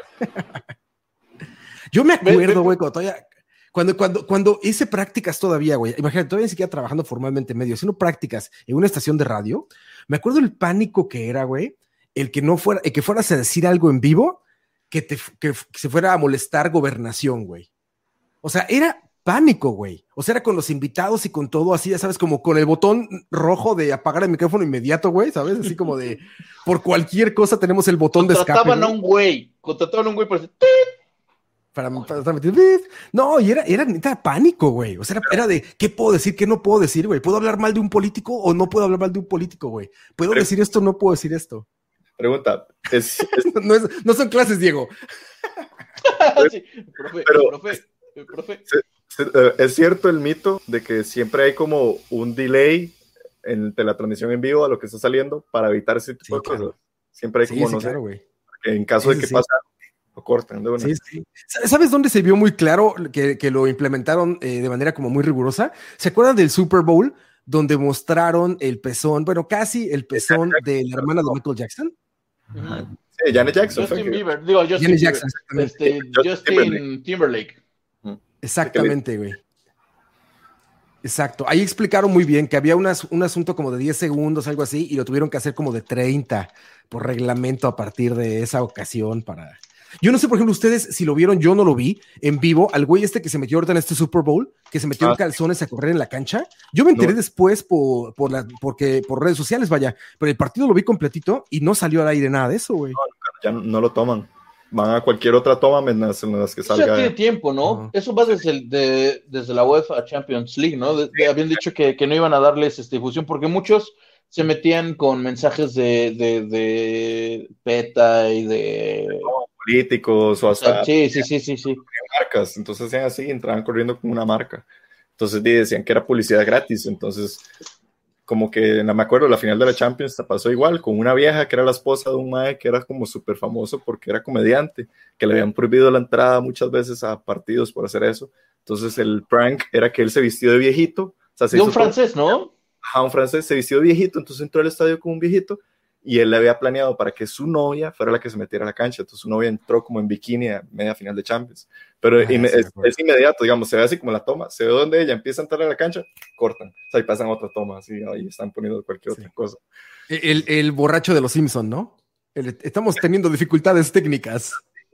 Yo me acuerdo, güey, cuando hice prácticas todavía, güey, imagínate, todavía ni siquiera trabajando formalmente en medios, haciendo prácticas en una estación de radio, me acuerdo el pánico que era, güey, el que fueras a decir algo en vivo, que se fuera a molestar Gobernación, güey. O sea, era pánico, güey. O sea, era con los invitados y con todo así, ya sabes, como con el botón rojo de apagar el micrófono inmediato, güey, ¿sabes? Así como de, por cualquier cosa tenemos el botón de escape. Contrataban a un güey por decir, para no, y era pánico, güey. O sea, era de, ¿qué puedo decir? ¿Qué no puedo decir, güey? ¿Puedo hablar mal de un político o no puedo hablar mal de un político, güey? ¿Puedo decir esto o no puedo decir esto? Pregunta. No son clases, Diego. Sí, profe. ¿Es cierto el mito de que siempre hay como un delay entre la transmisión en vivo a lo que está saliendo para evitar ese tipo de cosas? Siempre hay como, no sé, güey. En caso de que pasa... lo cortan de una. Sí. ¿Sabes dónde se vio muy claro que lo implementaron de manera como muy rigurosa? ¿Se acuerdan del Super Bowl donde mostraron el pezón, bueno, casi el pezón de la hermana de Michael Jackson? Ajá. Sí, Janet Jackson. Justin Bieber, digo, Justin Jackson, Justin Timberlake. Exactamente, güey. Exacto. Ahí explicaron muy bien que había un asunto como de 10 segundos, algo así, y lo tuvieron que hacer como de 30 por reglamento a partir de esa ocasión para... Yo no sé, por ejemplo, ustedes si lo vieron, yo no lo vi en vivo, al güey que se metió ahorita en este Super Bowl, que se metió en calzones a correr en la cancha. Yo me enteré después por redes sociales, vaya, pero el partido lo vi completito y no salió al aire nada de eso, güey. ya no lo toman. Van a cualquier otra toma menos en las que salga. Eso ya tiene tiempo, ¿no? Uh-huh. Eso va desde la UEFA Champions League, ¿no? Habían dicho que no iban a darles difusión porque muchos se metían con mensajes de PETA y de... políticos o hasta... Sí. Marcas, entonces hacían así, entraban corriendo con una marca. Entonces decían que era publicidad gratis, entonces... Como que, no me acuerdo, la final de la Champions pasó igual, con una vieja que era la esposa de un mae que era como súper famoso porque era comediante, que le habían prohibido la entrada muchas veces a partidos por hacer eso. Entonces el prank era que él se vistió de viejito. O sea, de un francés, ¿no? Ajá, un francés se vistió de viejito, entonces entró al estadio como un viejito y él le había planeado para que su novia fuera la que se metiera a la cancha. Entonces su novia entró como en bikini a media final de Champions. Pero es inmediato, digamos, se ve así como la toma, se ve donde ella empieza a entrar a la cancha, cortan, o sea, y pasan otra toma, así, ahí están poniendo cualquier otra cosa. El borracho de los Simpson, ¿no? Estamos teniendo dificultades técnicas.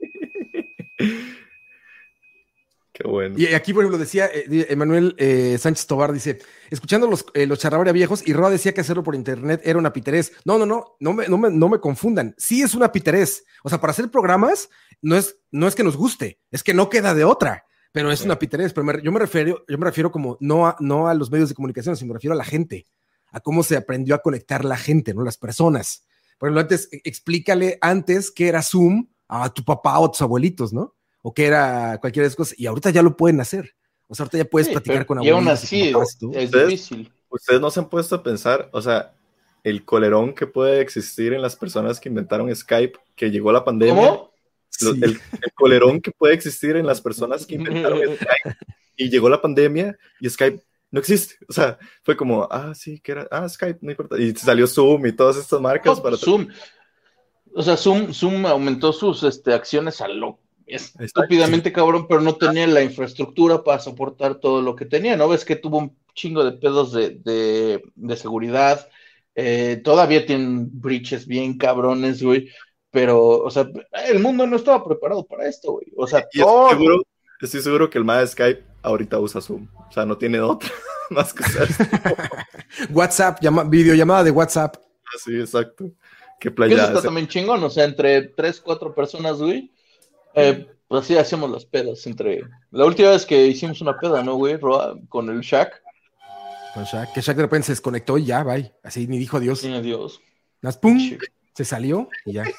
Qué bueno. Y aquí, por ejemplo, decía Emanuel Sánchez Tobar, dice, escuchando los charrabaria viejos, y Roa decía que hacerlo por internet era una piterez. No me confundan. Sí es una piterez. O sea, para hacer programas, no es que nos guste, es que no queda de otra, pero es una piterez. Pero yo me refiero como no a los medios de comunicación, sino me refiero a la gente, a cómo se aprendió a conectar la gente, ¿no? Las personas. Por ejemplo, explícale antes qué era Zoom a tu papá o a tus abuelitos, ¿no? O que era cualquiera de esas cosas, y ahorita ya lo pueden hacer. O sea, ahorita ya puedes platicar con abuelitos. Y aún así es difícil. Ustedes no se han puesto a pensar, o sea, el colerón que puede existir en las personas que inventaron Skype, que llegó la pandemia. ¿Cómo? El colerón que puede existir en las personas que inventaron Skype y llegó la pandemia y Skype no existe. O sea, fue como, sí, que era, Skype, no importa. Y salió Zoom y todas estas marcas para... Zoom. O sea, Zoom aumentó sus acciones a lo estúpidamente cabrón, pero no tenía la infraestructura para soportar todo lo que tenía, ¿no? Ves que tuvo un chingo de pedos de seguridad, todavía tienen breaches bien cabrones, güey, pero, o sea, el mundo no estaba preparado para esto, güey, o sea, estoy seguro que el mae de Skype ahorita usa Zoom, o sea, no tiene otra más que usar WhatsApp, videollamada de WhatsApp. Sí, exacto. Qué playa. Eso está también chingón, o sea, entre 3-4 personas, güey. Pues así hacemos las pedas la última vez que hicimos una peda, ¿no, güey? Roa, con el Shaq. Con Shaq, que Shaq de repente se desconectó y ya, bye. Así ni dijo adiós. Sí, adiós. ¡Pum! Se salió y ya.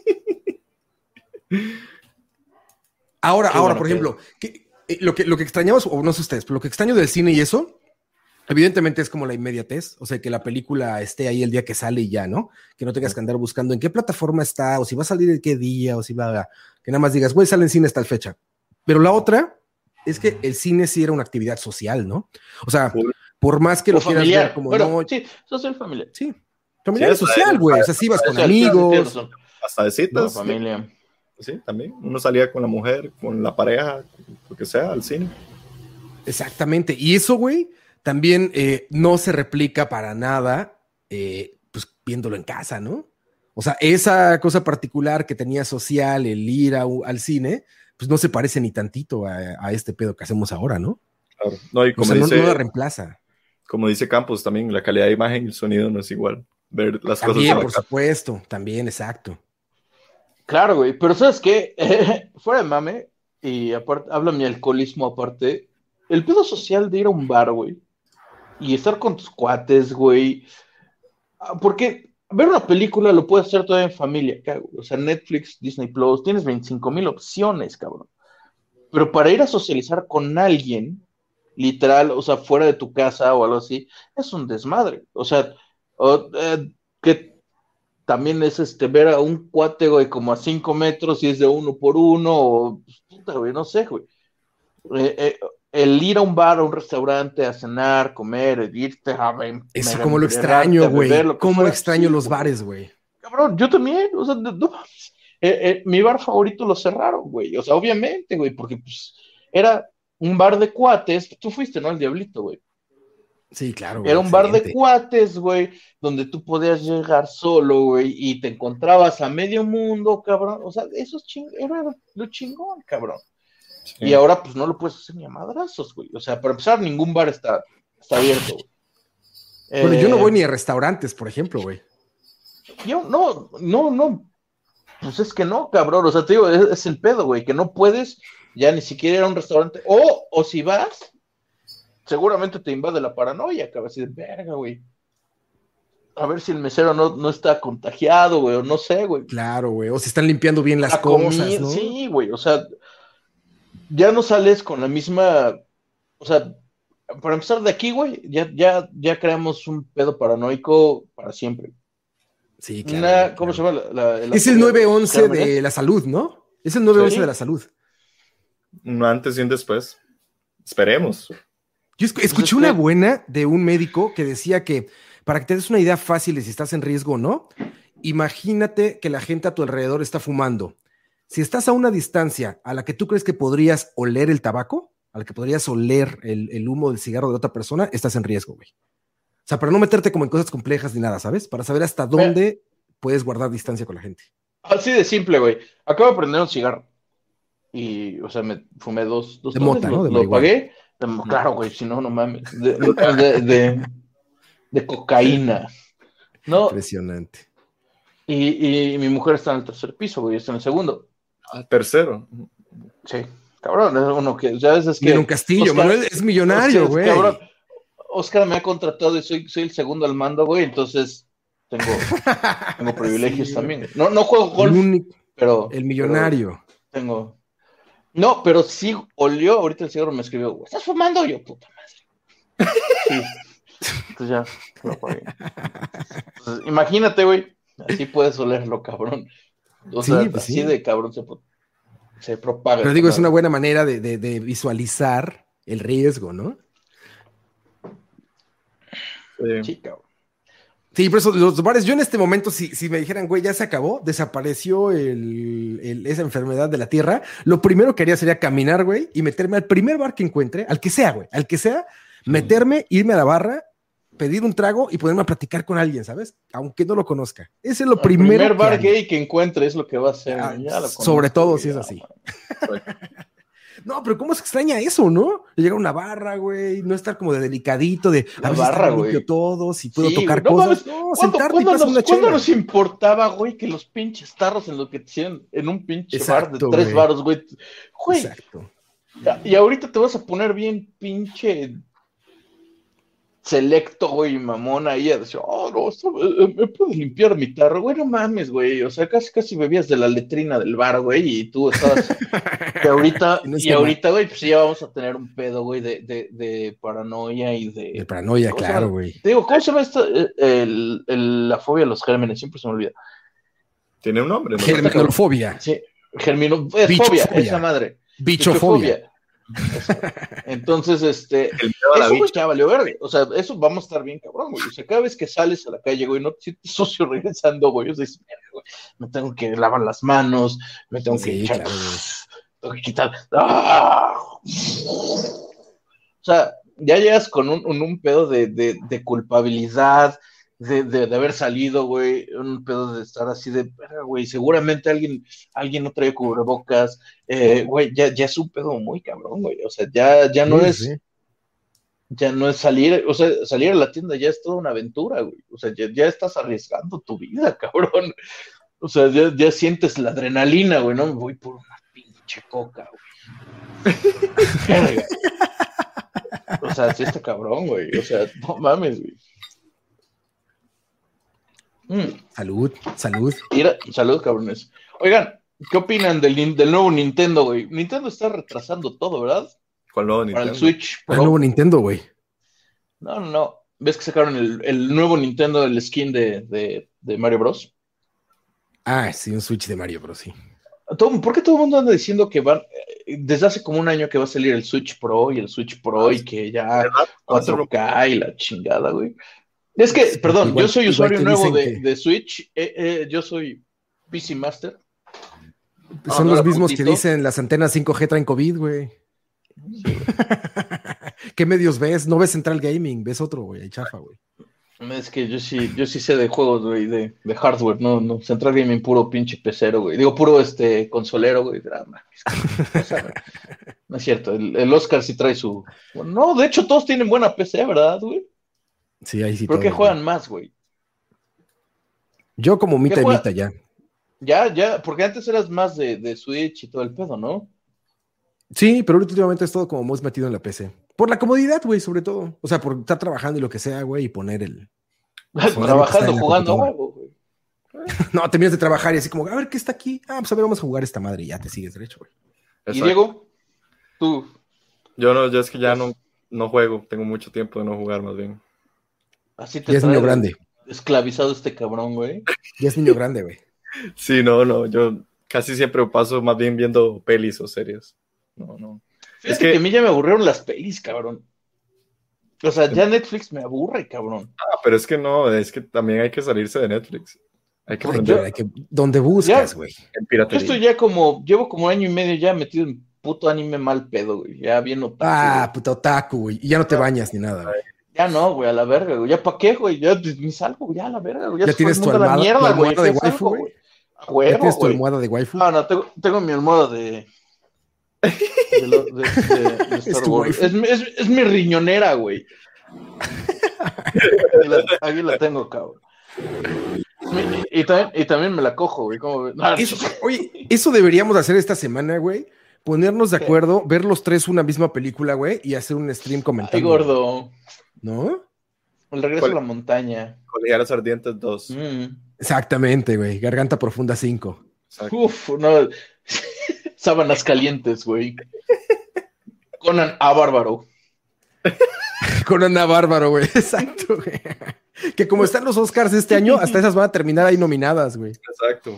Ahora, por ejemplo, lo que extrañamos, o no sé ustedes, pero lo que extraño del cine y eso, evidentemente es como la inmediatez, o sea, que la película esté ahí el día que sale y ya, ¿no? Que no tengas que andar buscando en qué plataforma está, o si va a salir en qué día, o si va a... Que nada más digas, güey, sale en cine tal fecha. Pero la otra es que el cine sí era una actividad social, ¿no? O sea, por más que lo quieras ver como... Bueno, sí, social familiar. Sí, familiar social, güey. O sea, sí vas con amigos. Hasta de citas. Familia. Sí, también. Uno salía con la mujer, con la pareja, lo que sea, al cine. Exactamente. Y eso, güey, también no se replica para nada, pues viéndolo en casa, ¿no? O sea, esa cosa particular que tenía social, el ir al cine, pues no se parece ni tantito a este pedo que hacemos ahora, ¿no? Claro. No, y como o sea, dice, no la reemplaza. Como dice Campos también, la calidad de imagen y el sonido no es igual. Ver las también, cosas. Por supuesto, también, exacto. Claro, güey, pero ¿sabes qué? Fuera de mame, y aparte, habla mi alcoholismo aparte, el pedo social de ir a un bar, güey, y estar con tus cuates, güey, porque ver una película lo puedes hacer todavía en familia, cabrón. O sea, Netflix, Disney Plus, tienes 25,000 opciones, cabrón. Pero para ir a socializar con alguien, literal, o sea, fuera de tu casa o algo así, es un desmadre. O sea, que también es ver a un cuate, güey, como a 5 metros y es de 1 por 1, o puta, güey, no sé, güey. El ir a un bar, a un restaurante, a cenar, comer, irte a ver. Eso como lo extraño, güey. Cómo extraño los bares, güey. Cabrón, yo también, o sea, mi bar favorito lo cerraron, güey. O sea, obviamente, güey, porque pues era un bar de cuates. Tú fuiste, ¿no? El Diablito, güey. Sí, claro, güey. Era un bar de cuates, güey, donde tú podías llegar solo, güey, y te encontrabas a medio mundo, cabrón. O sea, eso era lo chingón, cabrón. Sí. Y ahora, pues, no lo puedes hacer ni a madrazos, güey. O sea, para empezar, ningún bar está abierto, güey. Bueno, yo no voy ni a restaurantes, por ejemplo, güey. Yo no. Pues es que no, cabrón, o sea, te digo, es el pedo, güey, que no puedes ya ni siquiera ir a un restaurante, o si vas, seguramente te invade la paranoia, cabrón, así de verga, güey. A ver si el mesero no está contagiado, güey, o no sé, güey. Claro, güey, o si están limpiando bien las cosas, ¿no? Sí, güey, o sea, ya no sales con la misma, o sea, para empezar de aquí, güey, ya creamos un pedo paranoico para siempre. Sí, claro. ¿Cómo se llama? Es el 911 de la salud, ¿no? Es el 911 de la salud. Un antes y un después. Esperemos. Yo escuché una buena de un médico que decía que, para que te des una idea fácil de si estás en riesgo o no, imagínate que la gente a tu alrededor está fumando. Si estás a una distancia a la que tú crees que podrías oler el tabaco, a la que podrías oler el humo del cigarro de otra persona, estás en riesgo, güey. O sea, para no meterte como en cosas complejas ni nada, ¿sabes? Para saber hasta dónde puedes guardar distancia con la gente. Así de simple, güey. Acabo de prender un cigarro. Y, o sea, me fumé dos de mota, ¿no? Lo pagué. Claro, güey, si no, no mames. De cocaína. ¿No? Impresionante. Y mi mujer está en el tercer piso, güey, está en el segundo. Tercero. Sí, cabrón, es uno que ya es que. En un castillo, Oscar, Manuel es millonario, güey. Cabrón, Oscar me ha contratado y soy el segundo al mando, güey, entonces tengo privilegios sí, también. No juego golf, pero. El millonario. Pero tengo. No, pero sí olió, ahorita el cigarro me escribió, güey, ¿estás fumando? Yo, puta madre. Sí. Entonces ya lo pagué. Entonces, imagínate, güey, así puedes olerlo, cabrón. O sea, pues así de cabrón se propaga. Pero digo, es una buena manera de visualizar el riesgo, ¿no? Sí, cabrón. Sí, por eso los bares, yo en este momento, si me dijeran, güey, ya se acabó, desapareció esa enfermedad de la tierra, lo primero que haría sería caminar, güey, y meterme al primer bar que encuentre, al que sea, güey, meterme, irme a la barra, pedir un trago y ponerme a platicar con alguien, ¿sabes? Aunque no lo conozca. Ese es lo primero. El primer bar gay que encuentre es lo que va a hacer. Sobre todo si es así. No, pero ¿cómo se extraña eso, no? Llegar a una barra, güey, no estar como de delicadito, de a ver si está limpio todo, si puedo tocar cosas. No, sentarte y pasar una chela. ¿Cuándo nos importaba, güey, que los pinches tarros en lo que te hicieron en un pinche bar de 3 baros, güey? Exacto. Y ahorita te vas a poner bien pinche selecto, güey, mamón ahí a decir, ¿me puedes limpiar mi tarro? Güey, no mames, güey, o sea, casi bebías de la letrina del bar, güey, y tú estabas, y ahorita, güey, pues ya vamos a tener un pedo, güey, de paranoia y de... De paranoia, claro, güey. Te digo, ¿cómo se llama esto? La fobia a los gérmenes, siempre se me olvida. Tiene un nombre, ¿no? Germinofobia. Sí, fobia, esa madre. Bichofobia. Entonces, eso, güey, ya valió verde. O sea, eso vamos a estar bien cabrón, güey. O sea, cada vez que sales a la calle, güey, no te sientes sucio regresando, güey. O sea, me tengo que lavar las manos, me tengo que echar, tengo que quitar. O sea, ya llegas con un pedo de culpabilidad, de haber salido, güey, un pedo de estar así de, güey, seguramente alguien no trae cubrebocas, güey, ya es un pedo muy cabrón, güey, o sea, ya no ya no es salir, o sea, salir a la tienda ya es toda una aventura, güey, o sea, ya estás arriesgando tu vida, cabrón, o sea, ya sientes la adrenalina, güey, no me voy por una pinche coca, güey. O sea, sí está cabrón, güey, o sea, no mames, güey. Salud. Salud, cabrones. Oigan, ¿qué opinan del nuevo Nintendo, güey? Nintendo está retrasando todo, ¿verdad? ¿Cuál nuevo Nintendo? Para el Switch. El nuevo Nintendo, güey. No. ¿Ves que sacaron el nuevo Nintendo, el skin de Mario Bros? Ah, sí, un Switch de Mario Bros, sí. ¿Por qué todo el mundo anda diciendo que van, desde hace como un año que va a salir el Switch Pro y el Switch Pro y que ya 4K y la chingada, güey? Es que, perdón, yo soy usuario nuevo de Switch, yo soy PC Master. Son los mismos que dicen las antenas 5G traen COVID, güey. Sí, ¿qué medios ves? No ves Central Gaming, ves otro, güey, hay chafa, güey. Es que yo sí sé de juegos, güey, de hardware, no, Central Gaming puro pinche pecero, güey. Digo, puro consolero, güey. No es cierto, el Oscar sí trae su... No, de hecho todos tienen buena PC, ¿verdad, güey? Sí, ahí sí. ¿Por qué juegan más, güey? Yo como mitad y mitad ya. Ya, porque antes eras más de Switch y todo el pedo, ¿no? Sí, pero últimamente es todo como más metido en la PC. Por la comodidad, güey, sobre todo. O sea, por estar trabajando y lo que sea, güey, y poner el... Trabajando, jugando huevo, güey. No, terminas de trabajar y así como, a ver, ¿qué está aquí? Ah, pues a ver, vamos a jugar esta madre y ya te sigues derecho, güey. Y Diego, tú. Yo es que ya no juego, tengo mucho tiempo de no jugar más bien. Así te ya es niño grande. Esclavizado este cabrón, güey. Ya es niño grande, güey. Sí, no, yo casi siempre paso más bien viendo pelis o series. No. Es que a mí ya me aburrieron las pelis, cabrón. O sea, ya Netflix me aburre, cabrón. Pero es que no, es que también hay que salirse de Netflix. Hay que donde buscas, güey. En piratería. Yo estoy llevo como 1 año y medio ya metido en puto anime mal pedo, güey. Ya bien otaku. Puta otaku, güey. Y ya no te bañas ni nada, güey. Ya no, güey, a la verga, güey. ¿Ya para qué, güey? Ya ni salgo, güey, a la verga, güey. Ya tienes tu almohada de waifu, güey. ¿Ya tienes tu almohada de waifu? No, tengo mi almohada de Star Wars. Es mi riñonera, güey. Aquí la tengo, cabrón. Y también me la cojo, güey. Oye, eso deberíamos hacer esta semana, güey. Ponernos de acuerdo, ver los tres una misma película, güey, y hacer un stream comentando. Ay, gordo. ¿No? El regreso a la montaña. Colegialas Ardientes 2. Exactamente, güey. Garganta Profunda 5. Uf, no. Sábanas calientes, güey. Conan a Bárbaro. Conan a Bárbaro, güey. Exacto, güey. Que como están los Oscars este año, hasta esas van a terminar ahí nominadas, güey. Exacto.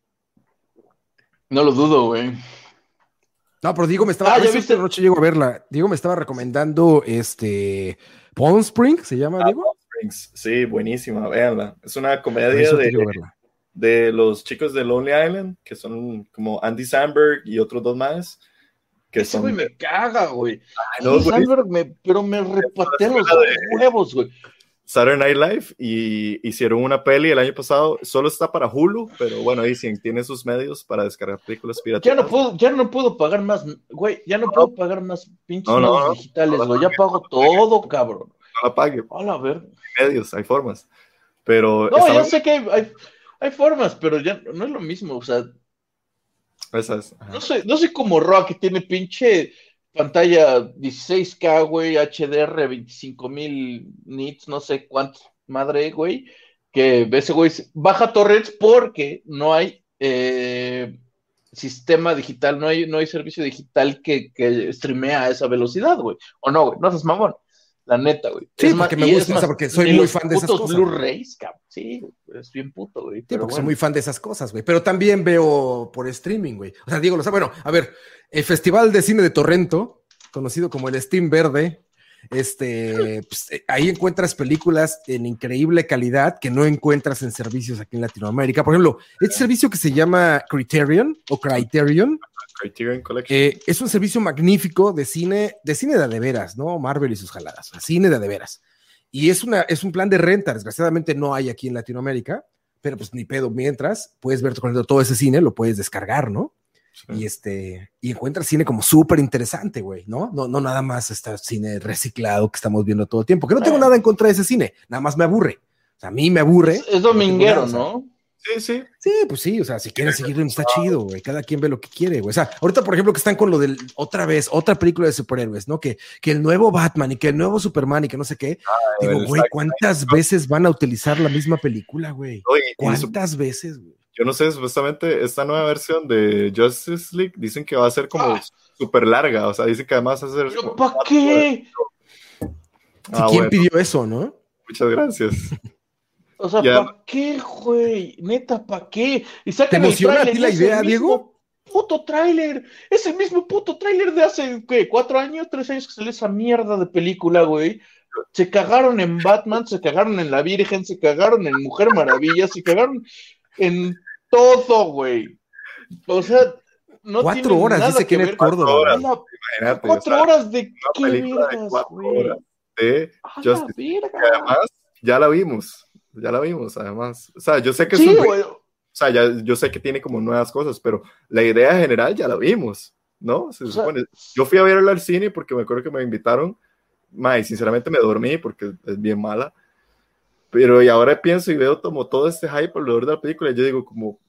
No lo dudo, güey. No, pero Diego me estaba... ¿ya viste? Noche llego a verla. Diego me estaba recomendando Palm Springs, ¿se llama, Diego? Palm Springs. Sí, buenísima, véanla. Es una comedia de los chicos de Lonely Island, que son como Andy Samberg y otros dos más. Ese güey me caga, güey. Andy Samberg me repatea los huevos, güey. Saturday Night Live y hicieron una peli el año pasado, solo está para Hulu, pero bueno, ahí sí tiene sus medios para descargar películas piratas. Ya no puedo pagar más, güey, puedo pagar más pinches medios digitales, güey, ya pago todo, cabrón. No la pague. A ver. Hay medios, hay formas, pero... No, ya sé que hay formas, pero ya no es lo mismo, o sea... Esa es. No sé cómo Roa, que tiene pinche... pantalla 16K, güey, HDR, 25,000 nits, no sé cuánto, madre, güey, que ese güey baja torrents porque no hay sistema digital, no hay servicio digital que streamea a esa velocidad, güey. O no, güey, no seas mamón. La neta, güey. Sí, porque me gusta, porque soy muy fan de esas cosas. Blu-rays, cabrón. Sí, es bien puto, güey. Sí, porque soy muy fan de esas cosas, güey. Pero también veo por streaming, güey. O sea, digo, bueno, a ver, el Festival de Cine de Torrento, conocido como el Steam Verde, pues, ahí encuentras películas en increíble calidad que no encuentras en servicios aquí en Latinoamérica. Por ejemplo, este servicio que se llama Criterion Collection. Es un servicio magnífico de cine de veras, ¿no? Marvel y sus jaladas, cine de veras. Y es un plan de renta, desgraciadamente no hay aquí en Latinoamérica, pero pues ni pedo, mientras puedes ver todo ese cine, lo puedes descargar, ¿no? Sí. Y encuentras cine como súper interesante, güey, ¿no? No nada más este cine reciclado que estamos viendo todo el tiempo, que no tengo nada en contra de ese cine, nada más me aburre. O sea, a mí me aburre. Es dominguero, ¿no? Sí. Sí, pues sí, o sea, si quieren seguirlo está chido, güey. Cada quien ve lo que quiere, güey. O sea, ahorita, por ejemplo, que están con lo del otra película de superhéroes, ¿no? Que el nuevo Batman y que el nuevo Superman y que no sé qué. Digo, güey, ¿cuántas veces van a utilizar la misma película, güey? ¿Cuántas veces, güey? Yo no sé, supuestamente esta nueva versión de Justice League dicen que va a ser como súper larga. O sea, dicen que además va a ser. ¿Pero para qué? ¿Quién pidió eso, no? Muchas gracias. O sea, ¿para qué, güey? Neta, ¿para qué? Y ¿Te emociona a ti la idea, Diego? Puto tráiler. Es el mismo puto tráiler de hace, ¿qué? 4 años, 3 años que salió esa mierda de película, güey. Se cagaron en Batman, se cagaron en la Virgen, se cagaron en Mujer Maravilla, se cagaron en todo, güey. O sea, no 4 horas, nada dice Kenneth Córdoba. Imagínate. 4 horas de qué vergas, güey. De Justice League. Además, ya la vimos, además. O sea, yo sé que yo sé que tiene como nuevas cosas, pero la idea general ya la vimos, ¿no? Se supone. Yo fui a verla al cine porque me acuerdo que me invitaron, y sinceramente me dormí porque es bien mala. Pero y ahora pienso y veo como todo este hype alrededor de la película y yo digo como,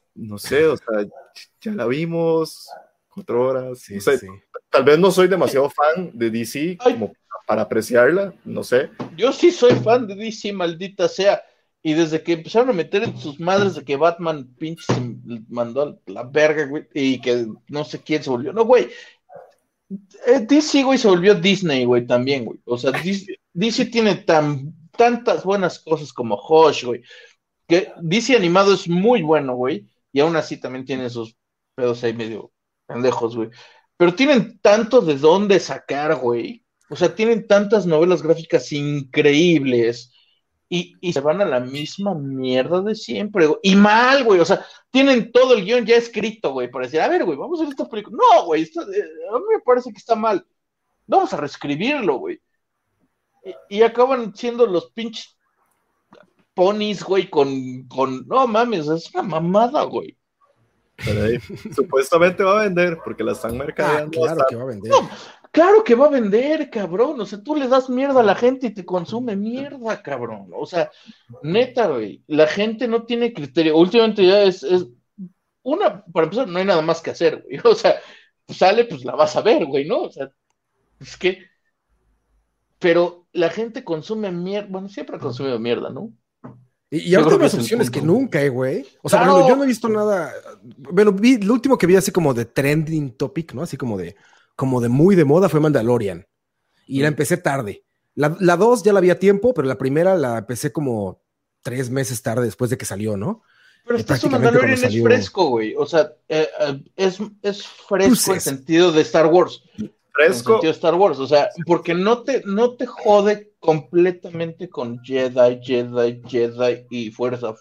no sé, o sea, ya la vimos, 4 horas, Sí, no sé, sí. tal vez no soy demasiado fan de DC como para apreciarla, no sé. Yo sí soy fan de DC, maldita sea, y desde que empezaron a meter en sus madres de que Batman pinche se mandó a la verga, güey, y que no sé quién se volvió, no, güey, DC, güey, se volvió Disney, güey, también, güey, o sea, DC tiene tantas buenas cosas como Hush, güey, que DC animado es muy bueno, güey, y aún así también tiene sus pedos ahí medio pendejos, güey. Pero tienen tanto de dónde sacar, güey. O sea, tienen tantas novelas gráficas increíbles y se van a la misma mierda de siempre, güey. Y mal, güey. O sea, tienen todo el guión ya escrito, güey, para decir, a ver, güey, vamos a ver esta película. No, güey, a mí me parece que está mal. Vamos a reescribirlo, güey. Y acaban siendo los pinches ponis, güey, no mames, es una mamada, güey. Pero ahí, supuestamente va a vender, porque la están mercadeando. Claro que va a vender. No, claro que va a vender, cabrón. O sea, tú le das mierda a la gente y te consume mierda, cabrón. O sea, neta, güey. La gente no tiene criterio. Últimamente ya para empezar, no hay nada más que hacer, güey. O sea, pues sale, pues la vas a ver, güey, ¿no? O sea, es que. Pero la gente consume mierda. Bueno, siempre ha consumido mierda, ¿no? Y ahora hay más opciones que nunca, güey. O sea, Claro. bueno, yo no he visto nada. Bueno, lo último que vi así como de trending topic, ¿no? Así como de muy de moda fue Mandalorian. Y la empecé tarde. La 2 ya la vi a tiempo, pero la primera la empecé como 3 meses tarde después de que salió, ¿no? Pero este Mandalorian es fresco, güey. O sea, es fresco en sentido de Star Wars. Fresco. En sentido de Star Wars. O sea, porque no te jode completamente con Jedi y fuerza.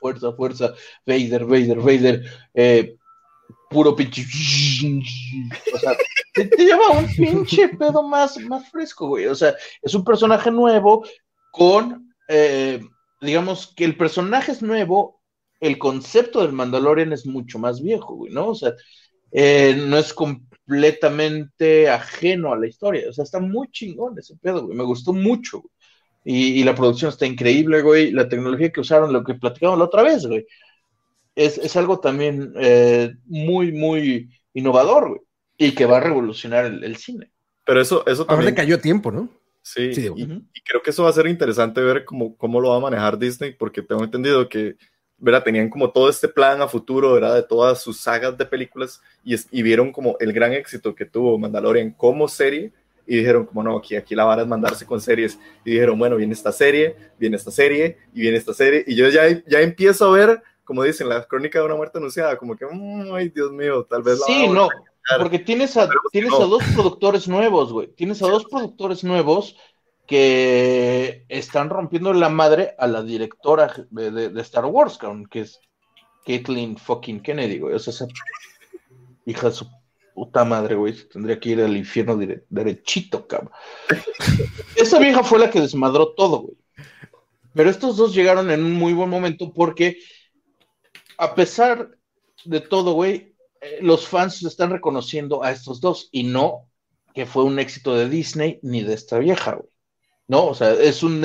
Vader. Puro pinche. O sea, te lleva un pinche pedo más fresco, güey. O sea, es un personaje nuevo con, digamos que el personaje es nuevo, el concepto del Mandalorian es mucho más viejo, güey, ¿no? O sea, no es completamente ajeno a la historia. O sea, está muy chingón ese pedo, güey. Me gustó mucho, güey. Y la producción está increíble, güey. La tecnología que usaron, lo que platicamos la otra vez, güey. Es algo también muy, muy innovador, güey, y que va a revolucionar el cine. Pero eso también... Ahora cayó a tiempo, ¿no? Sí, y creo que eso va a ser interesante ver cómo lo va a manejar Disney, porque tengo entendido que, ¿verdad? Tenían como todo este plan a futuro, ¿verdad? De todas sus sagas de películas, y vieron como el gran éxito que tuvo Mandalorian como serie, y dijeron como, no, aquí la vara es mandarse con series, y dijeron, bueno, viene esta serie, y viene esta serie, y yo ya empiezo a ver, como dicen, la crónica de una muerte anunciada, como que, ay, Dios mío, tal vez sí, no, porque tienes a dos productores nuevos, güey. Tienes a dos productores nuevos que están rompiendo la madre a la directora de Star Wars, cabrón, que es Kathleen fucking Kennedy, güey. O sea, esa hija de su puta madre, güey. Tendría que ir al infierno derechito, cabrón. Esa vieja fue la que desmadró todo, güey. Pero estos dos llegaron en un muy buen momento porque, a pesar de todo, güey, los fans están reconociendo a estos dos y no que fue un éxito de Disney ni de esta vieja, güey. No, o sea, es un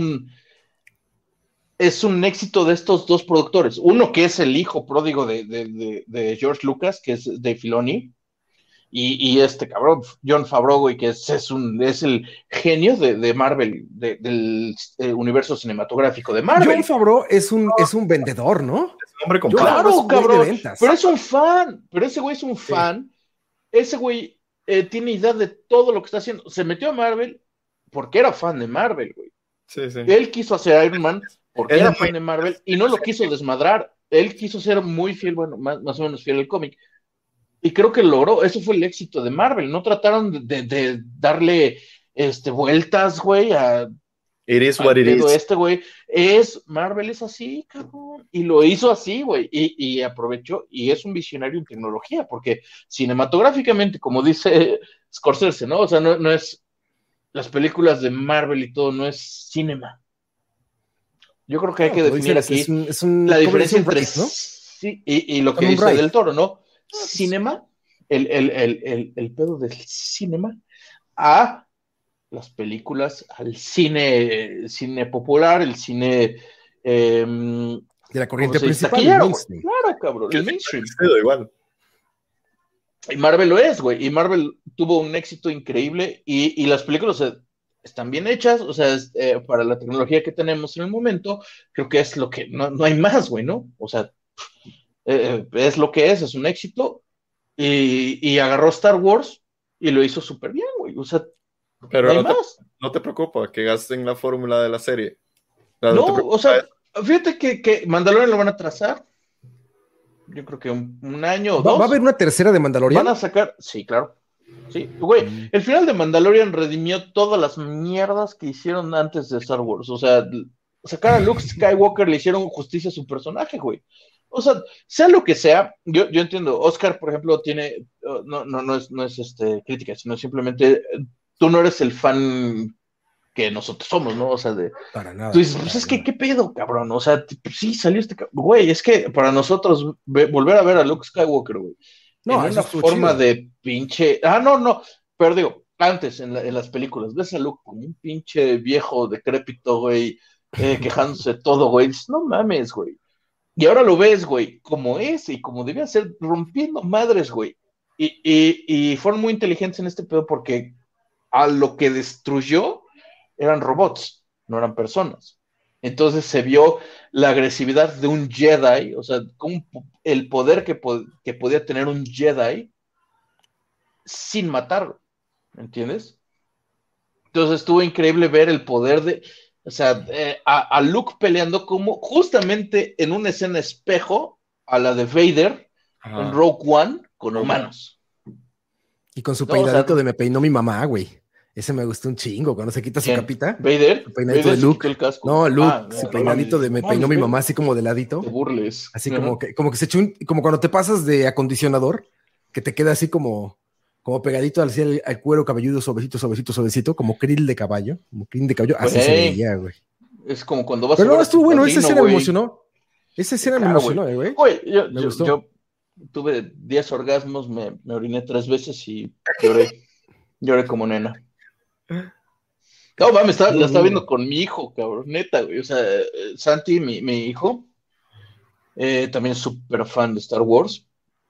éxito de estos dos productores. Uno que es el hijo pródigo de George Lucas, que es Dave Filoni, y este cabrón, Jon Favreau, güey, que es el genio de Marvel, del universo cinematográfico de Marvel. Jon Favreau es un vendedor, ¿no? Es un hombre con claro, cabrón, pero es un fan, pero ese güey es un fan, ese güey tiene idea de todo lo que está haciendo, se metió a Marvel porque era fan de Marvel, güey. Sí. Él quiso hacer Iron Man porque era fan de Marvel y no lo quiso desmadrar, él quiso ser muy fiel, bueno, más o menos fiel al cómic. Y creo que logró, eso fue el éxito de Marvel, no trataron de darle vueltas, güey, a It is what it is. Güey, Marvel es así, cabrón, y lo hizo así, güey, y aprovechó, y es un visionario en tecnología, porque cinematográficamente, como dice Scorsese, ¿no? O sea, no es, las películas de Marvel y todo, no es cinema. Yo creo que hay que definir aquí la diferencia entre sí y lo que dice del Toro, ¿no? Cinema, el pedo del cinema, a las películas, al cine popular, el cine De la corriente principal. Claro, cabrón, el mainstream. Igual. Y Marvel lo es, güey. Y Marvel tuvo un éxito increíble y las películas están bien hechas, o sea, para la tecnología que tenemos en el momento, creo que es lo que, no hay más, güey, ¿no? O sea, es lo que es un éxito y agarró Star Wars y lo hizo súper bien, güey. O sea, pero no hay más. No te preocupa que gasten la fórmula de la serie. No, o sea, fíjate que Mandalorian lo van a trazar. Yo creo que un año o dos. ¿Va a haber una tercera de Mandalorian? Van a sacar, sí, claro. Sí, güey, el final de Mandalorian redimió todas las mierdas que hicieron antes de Star Wars. O sea, sacar a Luke Skywalker le hicieron justicia a su personaje, güey. O sea lo que sea, yo entiendo. Oscar, por ejemplo, tiene, no es crítica, sino simplemente tú no eres el fan que nosotros somos, ¿no? O sea, para nada. Tú dices, pues es que, ¿qué pedo, cabrón? O sea, sí, salió güey, es que para nosotros volver a ver a Luke Skywalker, güey. No, en una forma chido. De pinche. No. Pero digo, antes en las películas, ves a Luke como un pinche viejo decrépito, güey, quejándose de todo, güey. Dices, no mames, güey. Y ahora lo ves, güey, como es y como debía ser, rompiendo madres, güey. Y fueron muy inteligentes en este pedo porque a lo que destruyó eran robots, no eran personas. Entonces se vio la agresividad de un Jedi, o sea, el poder que podía tener un Jedi sin matarlo, ¿entiendes? Entonces estuvo increíble ver el poder a Luke peleando como justamente en una escena espejo a la de Vader en Rogue One con humanos. Y con su peinadito de me peinó mi mamá, güey. Ese me gustó un chingo, cuando se quita su capita. ¿Vader? Su peinadito de Luke. No, Luke, su peinadito de me peinó mi mamá, así como de ladito. Te burles. Así como que se echó como cuando te pasas de acondicionador, que te queda así como pegadito al cuero cabelludo, suavecito, como krill de caballo. Así se veía, güey. Es como cuando vas Pero no, estuvo bueno, esa escena me emocionó. Esa escena me emocionó, güey. Güey, yo tuve 10 orgasmos, me oriné 3 veces y lloré como nena. No, mames, la estaba viendo con mi hijo, cabrón, neta, güey. O sea, Santi, mi hijo, también es súper fan de Star Wars.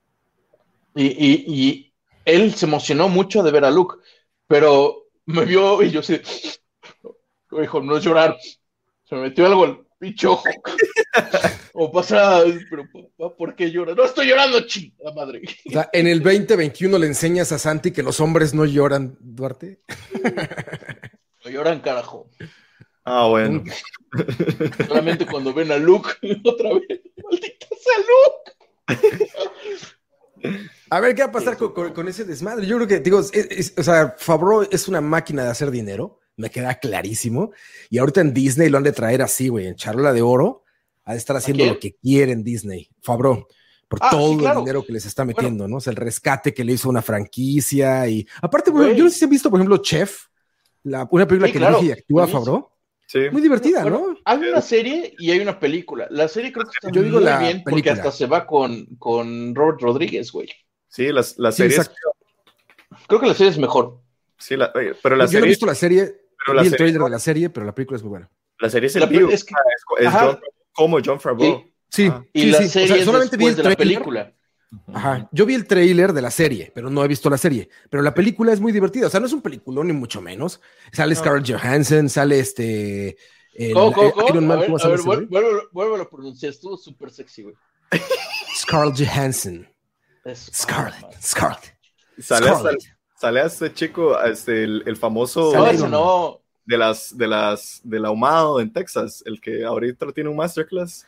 Y él se emocionó mucho de ver a Luke, pero me vio y yo sí, hijo, no es llorar. Se me metió algo al pinche ojo. O pasa, pero papá, ¿por qué llora? No estoy llorando, chingada madre. O sea, en el 2021 le enseñas a Santi que los hombres no lloran, Duarte. No lloran, carajo. Bueno. Solamente cuando ven a Luke otra vez. ¡Maldita sea Luke! A ver qué va a pasar con ese desmadre. Yo creo que, digo, o sea, Favreau es una máquina de hacer dinero. Me queda clarísimo. Y ahorita en Disney lo han de traer así, güey, en charola de oro. Ha de estar haciendo lo que quiere en Disney. Favreau. Por todo el dinero que les está metiendo, ¿no? O sea, el rescate que le hizo una franquicia. Y aparte, yo no sé si han visto, por ejemplo, Chef. Una película que dirige y actúa Favreau. Sí. Muy divertida, ¿no? Hay una serie y hay una película. La serie creo que está muy bien película. Porque hasta se va con Robert Rodríguez, güey. Sí, la serie es... Creo que la serie es mejor. Sí, pero la serie... Yo no he visto la serie, vi el trailer de la serie, pero la película es muy buena. La serie es el vivo. Es como Jon Favreau. Sí. Y la serie solamente vi el de la película. Ajá, yo vi el tráiler de la serie, pero no he visto la serie. Pero la película es muy divertida, o sea, no es un peliculón ni mucho menos. Sale Scarlett Johansson, sale Iron Man. A ver, vuelvo a pronunciar, estuvo súper sexy, güey. Scarlett Johansson. Scarlett. Sale a este chico, el famoso del ahumado en Texas, el que ahorita tiene un masterclass.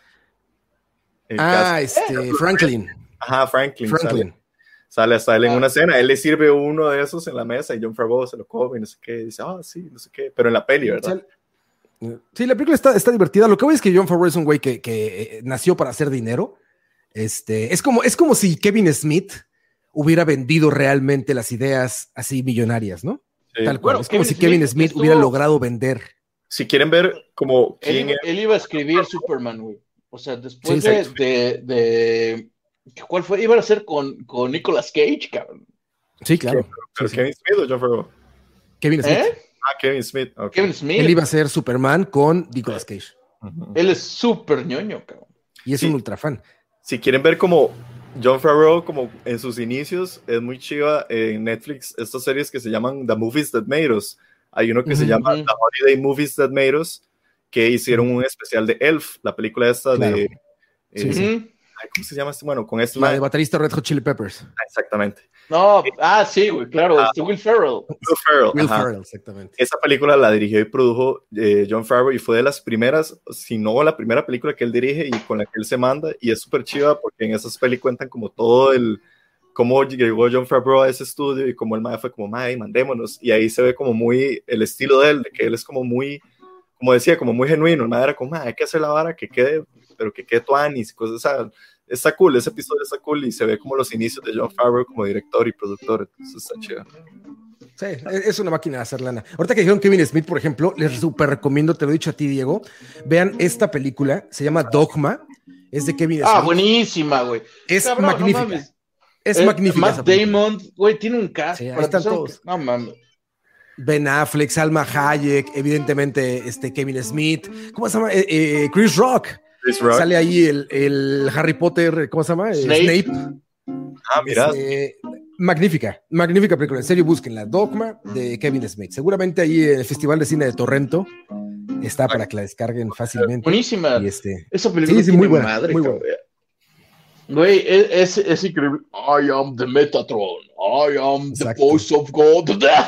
Franklin. Ajá, Franklin. Sale hasta él en una cena, él le sirve uno de esos en la mesa y Jon Favreau se lo come y no sé qué, y dice, sí, no sé qué, pero en la peli, ¿verdad? Sí, la película está divertida. Lo que voy es que Jon Favreau es un güey que nació para hacer dinero. Es como si Kevin Smith hubiera vendido realmente las ideas así millonarias, ¿no? Sí. Tal cual. Es como si Kevin Smith hubiera logrado vender. Si quieren ver como él iba a escribir Superman, güey. O sea, después de ¿cuál fue? Iba a ser con Nicolas Cage, cabrón. Sí, claro. ¿Pero Kevin Smith o Jon Favreau? Kevin Smith. Kevin Smith. Okay. Kevin Smith. Él iba a ser Superman con Nicolas Cage. Él es súper ñoño, cabrón. Y es un ultra fan. Si quieren ver como Jon Favreau, como en sus inicios, es muy chiva en Netflix, estas series que se llaman The Movies That Made Us. Hay uno que se llama The Holiday Movies That Made Us, que hicieron un especial de Elf, la película esta de... ¿Cómo se llama? Bueno, con este... La de baterista Red Hot Chili Peppers. Exactamente. No, sí, güey, claro, Will Ferrell. Will Ferrell, exactamente. Esa película la dirigió y produjo Jon Favreau y fue de las primeras, si no la primera película que él dirige y con la que él se manda, y es súper chiva porque en esas pelis cuentan como todo cómo llegó Jon Favreau a ese estudio y cómo el mae fue como, mae, mandémonos, y ahí se ve como muy el estilo de él, de que él es como muy, como decía, como muy genuino, el mae era como, mae, hay que hacer la vara que quede, pero que quede tuanis y cosas, o sea, está cool, ese episodio está cool y se ve como los inicios de Jon Favreau como director y productor, entonces está chido. Sí, es una máquina de hacer lana. Ahorita que dijeron Kevin Smith, por ejemplo, les súper recomiendo, te lo he dicho a ti, Diego, vean esta película, se llama Dogma, es de Kevin Smith. Buenísima, güey. Es magnífica. No es magnífica. Matt Damon, güey, tiene un cast. Sí, ahí están todos. No mames. Ben Affleck, Salma Hayek, evidentemente Kevin Smith, ¿cómo se llama? Chris Rock. Sale ahí el Harry Potter, ¿cómo se llama? Snape. Mira. Magnífica película. En serio, búsquenla. Dogma de Kevin Smith. Seguramente ahí en el Festival de Cine de Torrento está para que la descarguen fácilmente. Buenísima. Y esa película sí, muy buena. Madre, muy buena. Güey, es increíble. I am the Metatron. I am the voice of God.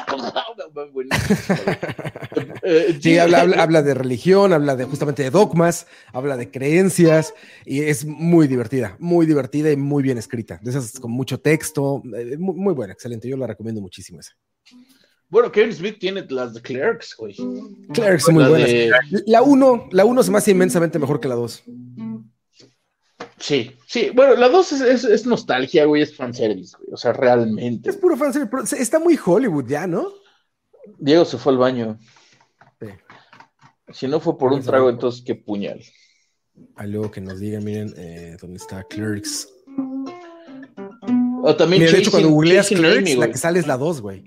Sí, habla de religión, habla justamente de dogmas, habla de creencias y es muy divertida y muy bien escrita. De esas con mucho texto, muy buena, excelente. Yo la recomiendo muchísimo esa. Bueno, Kevin Smith tiene las de Clerks, güey. Clerks son muy buenas. La 1 se me hace inmensamente mejor que la 2. Sí. Bueno, la 2 es nostalgia, güey, es fanservice, güey. O sea, realmente. Es puro fanservice, pero está muy Hollywood ya, ¿no? Diego se fue al baño. Sí. Si no fue por un trago, entonces qué puñal. Algo que nos digan, miren, ¿dónde está Clerks? O también mira, de hecho, cuando googleas Clerks, Amy, la que sale es la 2, güey.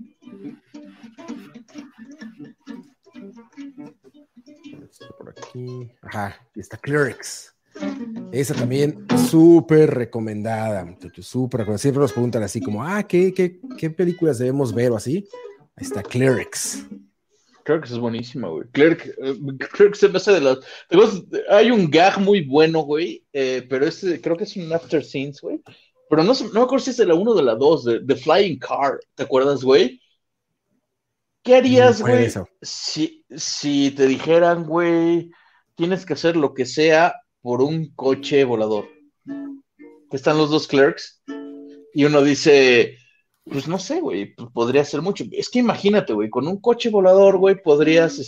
Por aquí. Ajá, aquí está Clerks. Esa también súper recomendada, muchachos, súper recomendada. Siempre nos preguntan así como, ¿qué películas debemos ver o así? Ahí está Clerks. Clerks es buenísima, güey. Clerks se me hace de las... Hay un gag muy bueno, güey, pero creo que es un after scenes, güey. Pero no me acuerdo si es de la 1 o de la 2, de Flying Car. ¿Te acuerdas, güey? ¿Qué harías, güey, si te dijeran, güey, tienes que hacer lo que sea por un coche volador? Que están los dos Clerks y uno dice, pues no sé, güey, pues podría ser mucho. Es que imagínate, güey, con un coche volador, güey, podrías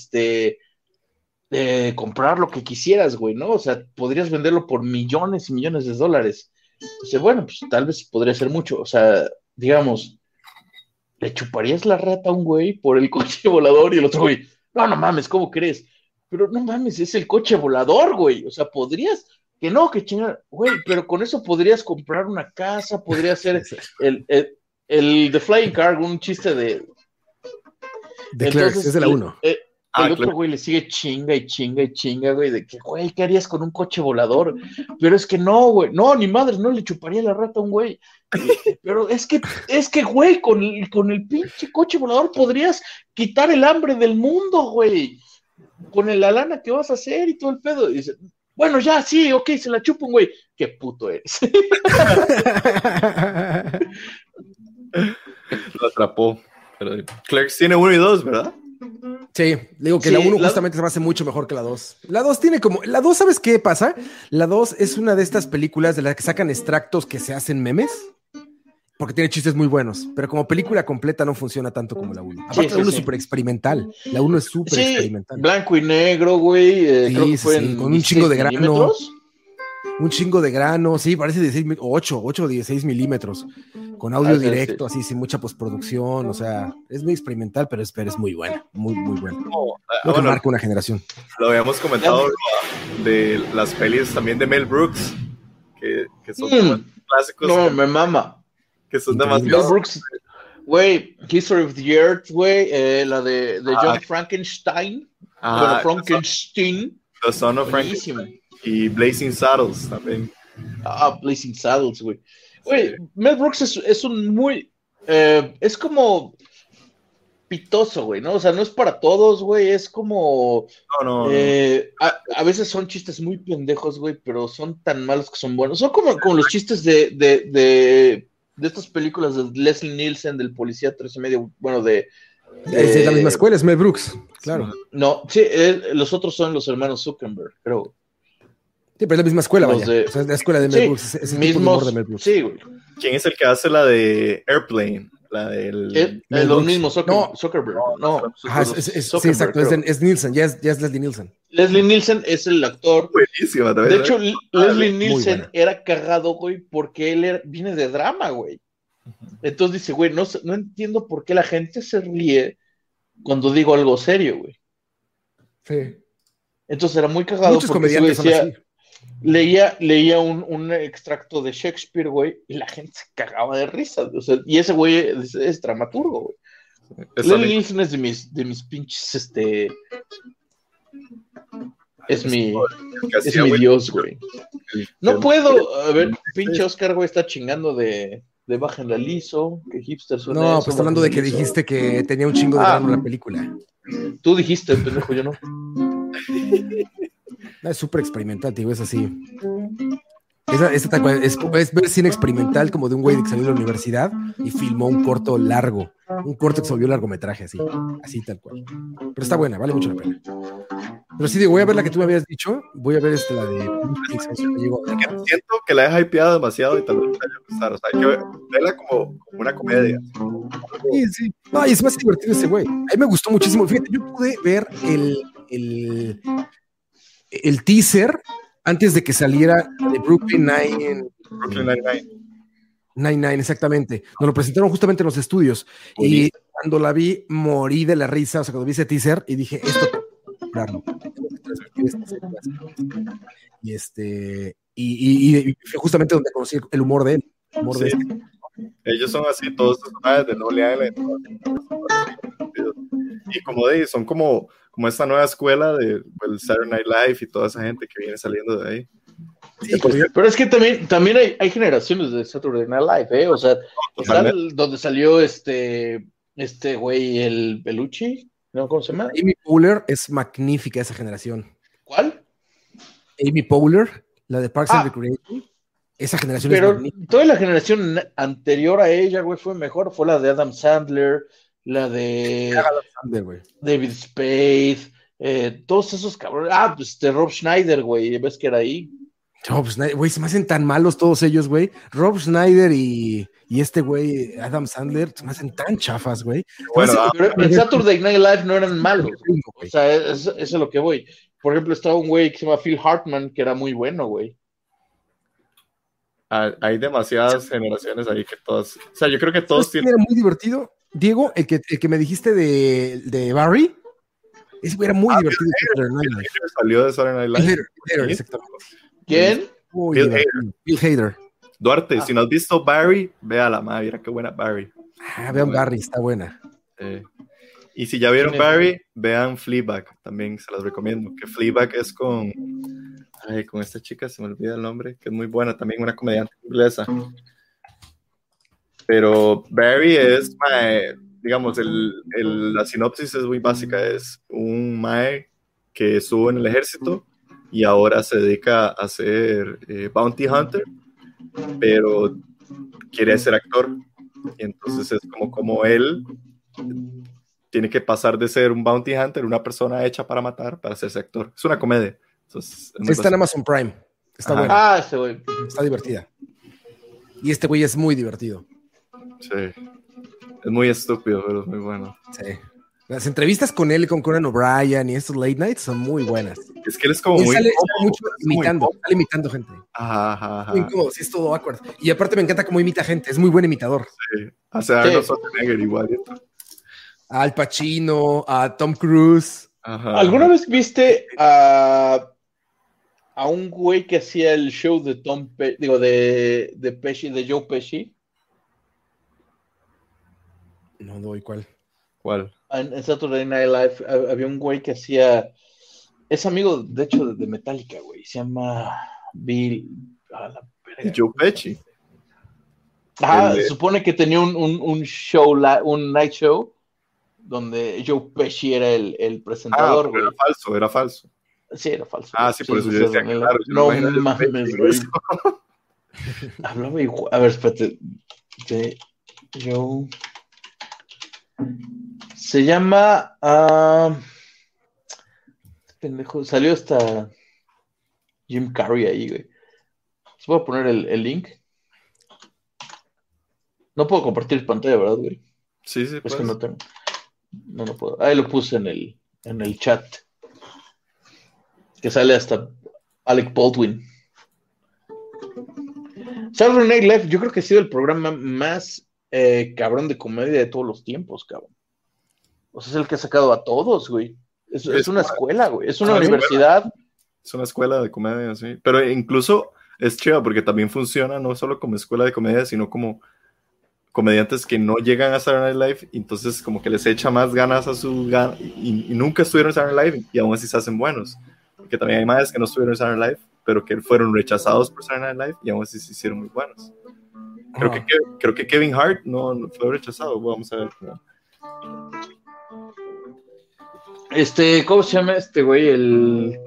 comprar lo que quisieras, güey, ¿no? O sea, podrías venderlo por millones y millones de dólares. Entonces, bueno, pues tal vez podría ser mucho. O sea, digamos, ¿le chuparías la rata a un güey por el coche volador? Y el otro güey, no mames, ¿cómo crees? Pero no mames, es el coche volador, güey. O sea, podrías, que chingar, güey, pero con eso podrías comprar una casa, podría ser el The Flying Car, un chiste de Clerks, es de la 1. El otro güey le sigue chinga, güey, de que, güey, ¿qué harías con un coche volador? Pero es que no, güey, no, ni madre, no le chuparía la rata a un güey. Pero es que, güey, con el pinche coche volador podrías quitar el hambre del mundo, güey. Con la lana que vas a hacer y todo el pedo. Y dice, bueno, ya, sí, ok, se la chupa un güey. Qué puto eres. Lo atrapó. Pero Clerks tiene 1 y 2, ¿verdad? Sí, digo que la 1 justamente se me hace mucho mejor que la 2. La 2 tiene como... La 2, ¿sabes qué pasa? La 2 es una de estas películas de las que sacan extractos que se hacen memes. Porque tiene chistes muy buenos, pero como película completa no funciona tanto como la 1. Aparte, la 1 es súper experimental. La 1 es súper experimental. Blanco y negro, güey. Creo que fue con un chingo de grano. Un chingo de grano, sí, parece 8 o 16 milímetros. Con audio directo, así, sin mucha postproducción. O sea, es muy experimental, pero es muy buena. Muy, muy buena. Lo que marca una generación. Lo habíamos comentado de las pelis también de Mel Brooks, que son como clásicos. No, me mama. Que son demasiado. Mel Brooks, güey, History of the Earth, güey, la de John Frankenstein. Frankenstein. The Son of Frankenstein. Y Blazing Saddles también. Blazing Saddles, güey. Güey, Mel Brooks es un muy... es como pitoso, güey, ¿no? O sea, no es para todos, güey, es como... No. A veces son chistes muy pendejos, güey, pero son tan malos que son buenos. Son como los chistes de estas películas de Leslie Nielsen, del Policía 3.5, bueno, Es de la misma escuela, es Mel Brooks, claro. No, sí, los otros son los hermanos Zuckerberg, creo. Sí, pero es la misma escuela, vaya. O sea, es la escuela de Mel Brooks, es el mismo humor de Mel Brooks. Sí, güey. ¿Quién es el que hace la de Airplane? La del... los mismos Zuckerberg. No. Sí, exacto, es Nielsen, ya es Leslie Nielsen. Leslie Nielsen es el actor. Buenísima también. De hecho, Leslie Nielsen era cagado, güey, porque él viene de drama, güey. Entonces dice, güey, no entiendo por qué la gente se ríe cuando digo algo serio, güey. Sí. Entonces era muy cagado. Muchos comediantes decía, son así. Leía un extracto de Shakespeare, güey, y la gente se cagaba de risa. O sea, y ese güey es dramaturgo, güey. Leslie Nielsen es de mis pinches, es mi dios, güey. No puedo, a ver, pinche Oscar, güey, está chingando de Bajen la Liso, que hipster suena. No, pues está hablando de que dijiste que tenía un chingo de drama en la película. Tú dijiste, pendejo, yo no. Es súper experimental, tío, es así. Es ver cine experimental como de un güey que salió de la universidad y filmó un corto largo. Un corto que se volvió largometraje, así tal cual. Pero está buena, vale mucho la pena. Pero sí, digo, voy a ver la que tú me habías dicho. Voy a ver la de... Siento que la he hypeado demasiado y tal vez me vaya a gustar. O sea, hay que verla como una comedia. Sí. No, y es más divertido ese güey. A mí me gustó muchísimo. Fíjate, yo pude ver el teaser antes de que saliera de Brooklyn Nine-Nine, exactamente. Nos lo presentaron justamente en los estudios. Y cuando la vi, morí de la risa. O sea, cuando vi ese teaser y dije, esto tengo que comprarlo. Y fue justamente donde conocí el humor de él. Ellos son así, todos los personajes de Lonely Island. Y como son como esta nueva escuela del Saturday Night Live y toda esa gente que viene saliendo de ahí. Sí, pero es que también hay generaciones de Saturday Night Live, ¿eh? O sea, está donde salió este güey, el Bellucci, ¿no? ¿Cómo se llama? Amy Poehler es magnífica esa generación. ¿Cuál? Amy Poehler, la de Parks and Recreation. Esa generación pero es magnífica. Toda la generación anterior a ella, güey, fue mejor. Fue la de Adam Sandler, la de David Spade, todos esos cabrones. Pues de Rob Schneider, güey, ves que era ahí. Rob Schneider, güey, se me hacen tan malos todos ellos, güey. Rob Schneider y este güey, Adam Sandler, se me hacen tan chafas, güey. Bueno, pero en Saturday Night Live no eran malos. O sea, eso es lo que voy. Por ejemplo, estaba un güey que se llama Phil Hartman, que era muy bueno, güey. Hay demasiadas generaciones ahí que todas... O sea, yo creo que todos tienen... Era muy divertido. Diego, el que me dijiste de Barry, ese güey era muy divertido. Salió de Saturday Night Live. Hader, exactamente. ¿Quién? Bill Hader. Duarte, si no has visto Barry, véala, madre, mira qué buena Barry. Vean Barry, está buena. Y si ya vieron Barry, vean Fleabag, también se las recomiendo. Que Fleabag es con esta chica, se me olvida el nombre, que es muy buena, también una comediante inglesa. Pero Barry es, digamos, la sinopsis es muy básica, es un mae que estuvo en el ejército y ahora se dedica a ser bounty hunter, pero quiere ser actor. Y entonces es como él tiene que pasar de ser un bounty hunter, una persona hecha para matar, para hacerse actor. Es una comedia. Entonces, está en Amazon Prime. Está buena. Ese güey. Está divertida. Y este güey es muy divertido. Sí. Es muy estúpido, pero es muy bueno. Sí. Las entrevistas con él y con Conan O'Brien y estos late nights son muy buenas. Es que él es como sale mucho imitando gente. Ajá. Muy incómodo, sí, es todo awkward. Y aparte me encanta cómo imita gente, es muy buen imitador. Sí. Hace a Arnold Schwarzenegger igual. A Al Pacino, a Tom Cruise. Ajá. ¿Alguna vez viste a un güey que hacía el show de de Pesci, de Joe Pesci? No doy, ¿cuál? ¿Cuál? En Saturday Night Live había un güey que hacía es amigo, de hecho, de Metallica, güey. Se llama Bill. Joe Pesci. Se supone que tenía un show, un night show, donde Joe Pesci era el presentador, güey. Era falso. Sí, era falso. Sí, por eso yo decía que claro. No mames, güey. Hablaba igual. A ver, espérate. Joe. Se llama. Pendejo. Salió hasta Jim Carrey ahí, güey. Les voy a poner el link. No puedo compartir pantalla, ¿verdad, güey? Sí, Es que no tengo. No puedo. Ahí lo puse en el chat. Que sale hasta Alec Baldwin. Saturday Night Live, yo creo que ha sido el programa más cabrón de comedia de todos los tiempos, cabrón. O sea, es el que ha sacado a todos, güey. Es una escuela, güey. Es una universidad. Es una escuela de comedia, sí. Pero incluso es chido porque también funciona no solo como escuela de comedia, sino como comediantes que no llegan a Saturday Night Live, y entonces como que les echa más ganas y nunca estuvieron en Saturday Night Live y aún así se hacen buenos. Porque también hay más que no estuvieron en Saturday Night Live, pero que fueron rechazados por Saturday Night Live y aún así se hicieron muy buenos. Creo que Kevin Hart no fue rechazado. Vamos a ver. ¿Cómo se llama este güey? El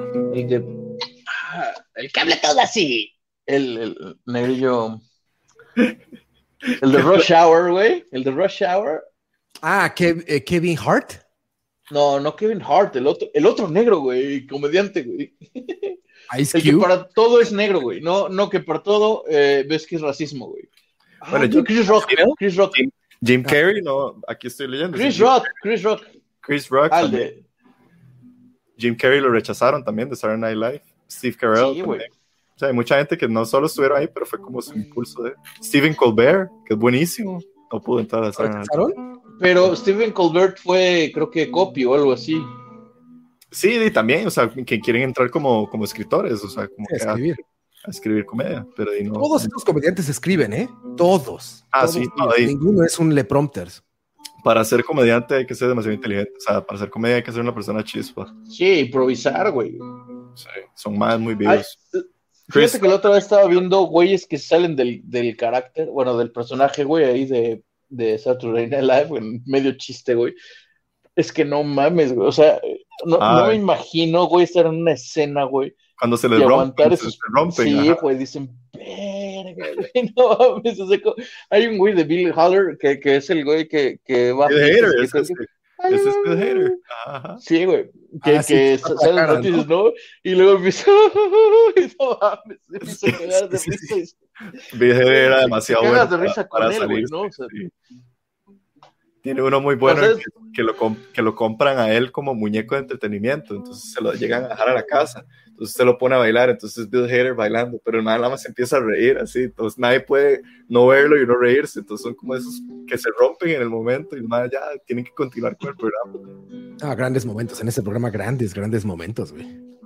que habla todo así. El negrillo. El de Rush Hour, güey. El de Rush Hour. Kevin Hart. No Kevin Hart, el otro negro, güey, comediante, güey. Ice el Cube. Que para todo es negro, güey. No, que para todo ves que es racismo, güey. Bueno, Chris Rock. Jim Carrey, no, aquí estoy leyendo. Chris Rock. Chris Rock. Jim Carrey lo rechazaron también de Saturday Night Live. Steve Carell. Sí, güey. O sea, hay mucha gente que no solo estuvieron ahí, pero fue como su impulso de Stephen Colbert, que es buenísimo. No pudo entrar a Saturday Night Live. Pero Stephen Colbert fue, creo que copy o algo así. Sí, y también, o sea, que quieren entrar como escritores, o sea, como sí, a escribir comedia. Pero no, todos estos comediantes escriben, ¿eh? Todos. Sí. Ninguno es un teleprompter. Para ser comediante hay que ser demasiado inteligente. O sea, para ser comedia hay que ser una persona chispa. Sí, improvisar, güey. Sí, son más muy vivos. Fíjate que la otra vez estaba viendo güeyes que salen del carácter, bueno, del personaje, güey, ahí de Saturday Night Live, en medio chiste, güey. Es que no mames, güey. O sea, no me imagino, güey, estar en una escena, güey. Cuando se les rompen. Sí, güey, dicen, verga, güey, no mames. O sea, hay un güey de Bill Hader que es el güey que va a... Ese es Bill Hader. Ajá. Sí, güey. Que sale en noticias, ¿no? Y luego empieza... no mames, empieza a cagar de risa. Bill Hader era demasiado bueno de risa para él, salir, ¿no? O sea, sí. Tiene uno muy bueno que lo compran a él como muñeco de entretenimiento, entonces se lo llegan a dejar a la casa, entonces se lo pone a bailar, entonces Bill Hader bailando, pero el man nada más se empieza a reír así, entonces nadie puede no verlo y no reírse, entonces son como esos que se rompen en el momento y el man ya tienen que continuar con el programa. Grandes momentos en ese programa, grandes momentos, güey.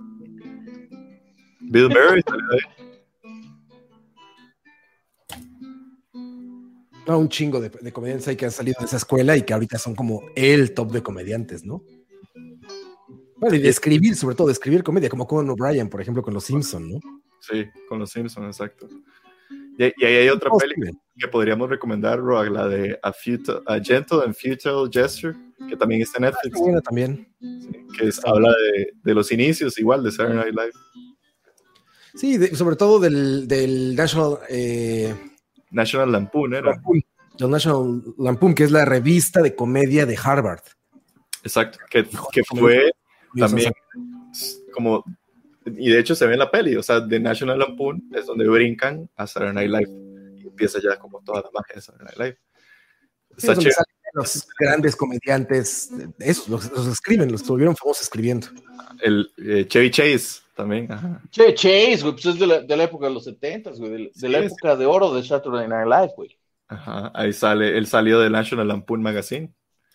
Bill Murray salió de ahí. Un chingo de comediantes ahí que han salido de esa escuela y que ahorita son como el top de comediantes, ¿no? Bueno, y de escribir, sobre todo de escribir comedia, como Conan O'Brien, por ejemplo, con Los Simpson, ¿no? Sí, con Los Simpson, exacto. Y ahí hay otra película que podríamos recomendar, Roa, la de A Gentle and Futile Gesture, que también está en Netflix. Buena también. Sí, que habla de los inicios, igual, de Saturday Night Live. Sí, sobre todo del National Lampoon, ¿era? El National Lampoon, que es la revista de comedia de Harvard. Exacto, que fue también como, y de hecho se ve en la peli, o sea, de National Lampoon es donde brincan a Saturday Night Live y empieza ya como toda la magia de Saturday Night Live. Sí, es donde salen los grandes comediantes, los escriben, los volvieron famosos escribiendo. El Chevy Chase también. Ajá. Chevy Chase, güey, pues es de la época de los 70s, güey, de la época de oro de Saturday Night Live, güey. Ajá, ahí él salió de National Lampoon Magazine.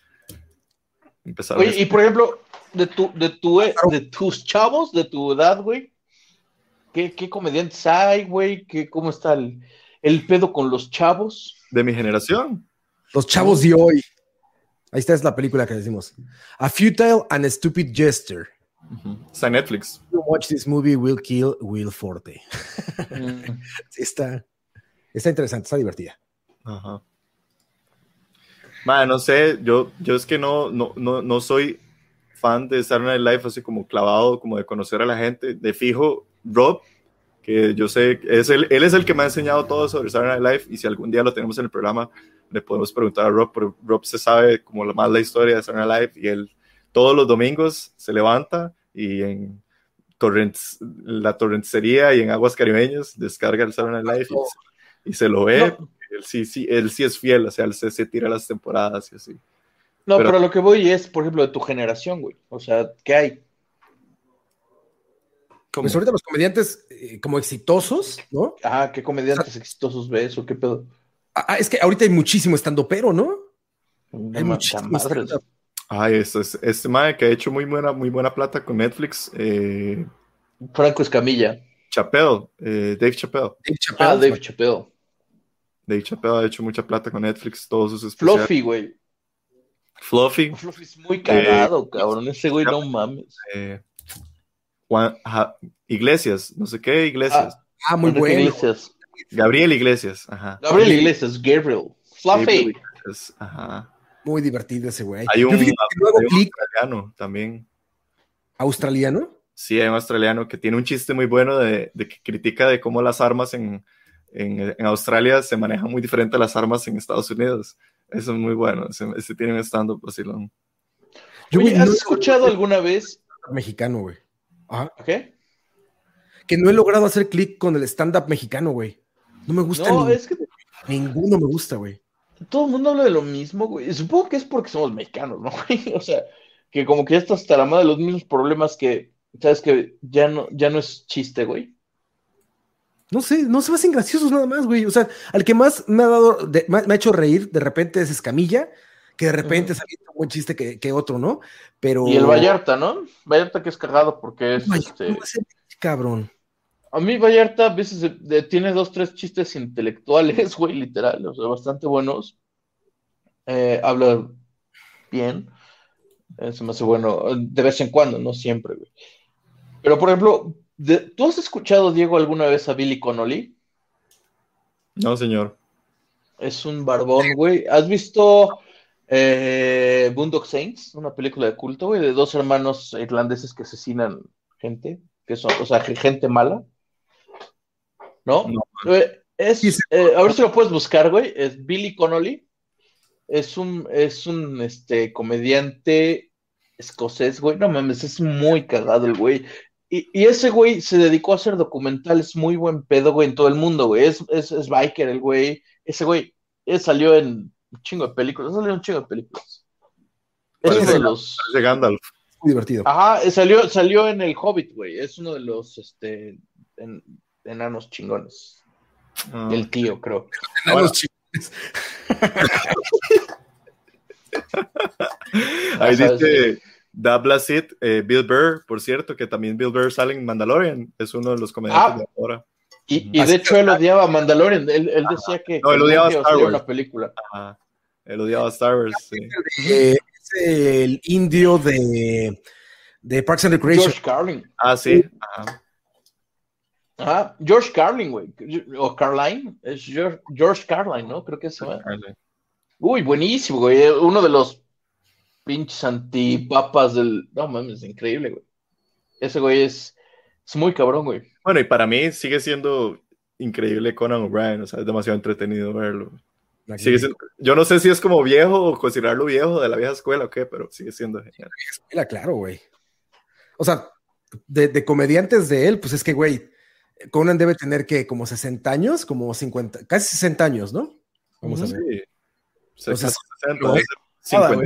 Oye, y por ejemplo, de tus chavos, de tu edad, güey, ¿qué comediantes hay, güey? ¿Cómo está el pedo con los chavos? De mi generación. Los chavos de hoy. Ahí está, es la película que decimos. A Futile and Stupid Gesture. Está en Netflix. Watch this movie will kill Will Forte. Sí, está interesante, está divertida. Ajá. Man, no sé, yo es que no soy fan de Saturday Night Live, así como clavado, como de conocer a la gente. De fijo, Rob, que yo sé, él es el que me ha enseñado todo sobre Saturday Night Live, y si algún día lo tenemos en el programa, le podemos preguntar a Rob, pero Rob se sabe como más la historia de Saturday Night Live, y él todos los domingos se levanta y en la torrentería y en aguas caribeñas descarga el Saturday Night Live y se lo ve. No. Él sí es fiel, o sea, él se tira las temporadas y así. No, pero lo que voy es, por ejemplo, de tu generación, güey. O sea, ¿qué hay? ¿Cómo? Pues ahorita los comediantes como exitosos, ¿no? Ajá, ¿qué comediantes exitosos ves o qué pedo? Es que ahorita hay muchísimo estando-pero, ¿no? Hay muchísimo stand-up. Ay, este mae que ha hecho muy buena plata con Netflix. Franco Escamilla. Chappelle, Dave Chappelle. Dave Chappelle. Dave Chappelle ha hecho mucha plata con Netflix, todos sus especiales. Fluffy, güey. Fluffy es muy cagado, cabrón. Ese güey no mames. Iglesias, no sé qué Iglesias. Muy bueno. Iglesias. Gabriel Iglesias, ajá. Gabriel Iglesias, Gabriel. Fluffy. Ajá. Muy divertido ese güey. Hay un australiano también. ¿Australiano? Sí, hay un australiano que tiene un chiste muy bueno de que critica de cómo las armas en Australia se manejan muy diferente a las armas en Estados Unidos. Eso es muy bueno. Ese tiene un stand-up vacilón. Oye, ¿has escuchado alguna vez? Mexicano, güey. Ajá. ¿Qué? Que no he logrado hacer clic con el stand-up mexicano, güey. No me gusta ninguno me gusta, güey. Todo el mundo habla de lo mismo, güey. Supongo que es porque somos mexicanos, ¿no, güey? O sea, que como que ya estás hasta la madre de los mismos problemas que, ¿sabes? Que ya no es chiste, güey. No sé, no se me hacen graciosos nada más, güey. O sea, al que más me ha hecho reír de repente es Escamilla, que de repente salió un buen chiste que otro, ¿no? Pero... Y el Vallarta, ¿no? Vallarta que es cagado porque es cabrón. A mí Vallarta a veces tiene 2-3 chistes intelectuales, güey, literal, o sea, bastante buenos. Habla bien. Se me hace bueno de vez en cuando, no siempre, güey. Pero, por ejemplo, ¿tú has escuchado, Diego, alguna vez a Billy Connolly? No, señor. Es un barbón, güey. ¿Has visto Boondock Saints? Una película de culto, güey, de 2 hermanos irlandeses que asesinan gente, que son, o sea, gente mala. ¿No? A ver si lo puedes buscar, güey. Es Billy Connolly. Es un comediante escocés, güey. No mames, es muy cagado el güey. Y ese güey se dedicó a hacer documentales muy buen pedo, güey, en todo el mundo, güey. Es biker el güey. Ese güey salió en un chingo de películas. Es uno de los... de Gandalf. Muy divertido. Ajá, salió en El Hobbit, güey. Es uno de los enanos chingones. El tío, creo. Enanos chingones. Ahí dice Dablasit, Bill Burr, por cierto, que también Bill Burr sale en Mandalorian. Es uno de los comediantes de ahora. Y de hecho él odiaba a Mandalorian. Él decía que él odiaba Star Wars. Una película. Ajá. Él odiaba Star Wars, sí. Es el indio de Parks and Recreation. George Carlin. Ah, sí. Ajá. George Carlin, güey. O Carline. Es George Carlin, ¿no? Creo que es. Uy, buenísimo, güey. Uno de los pinches antipapas del... No mames, increíble, güey. Ese güey es muy cabrón, güey. Bueno, y para mí sigue siendo increíble Conan O'Brien. O sea, es demasiado entretenido verlo. Yo no sé si es como viejo o considerarlo viejo de la vieja escuela o qué, pero sigue siendo genial. La vieja escuela, claro, güey. O sea, de comediantes de él, pues es que, güey, Conan debe tener que como 60 años, como 50, casi 60 años, ¿no? Vamos a ver. Sí. Entonces, 50.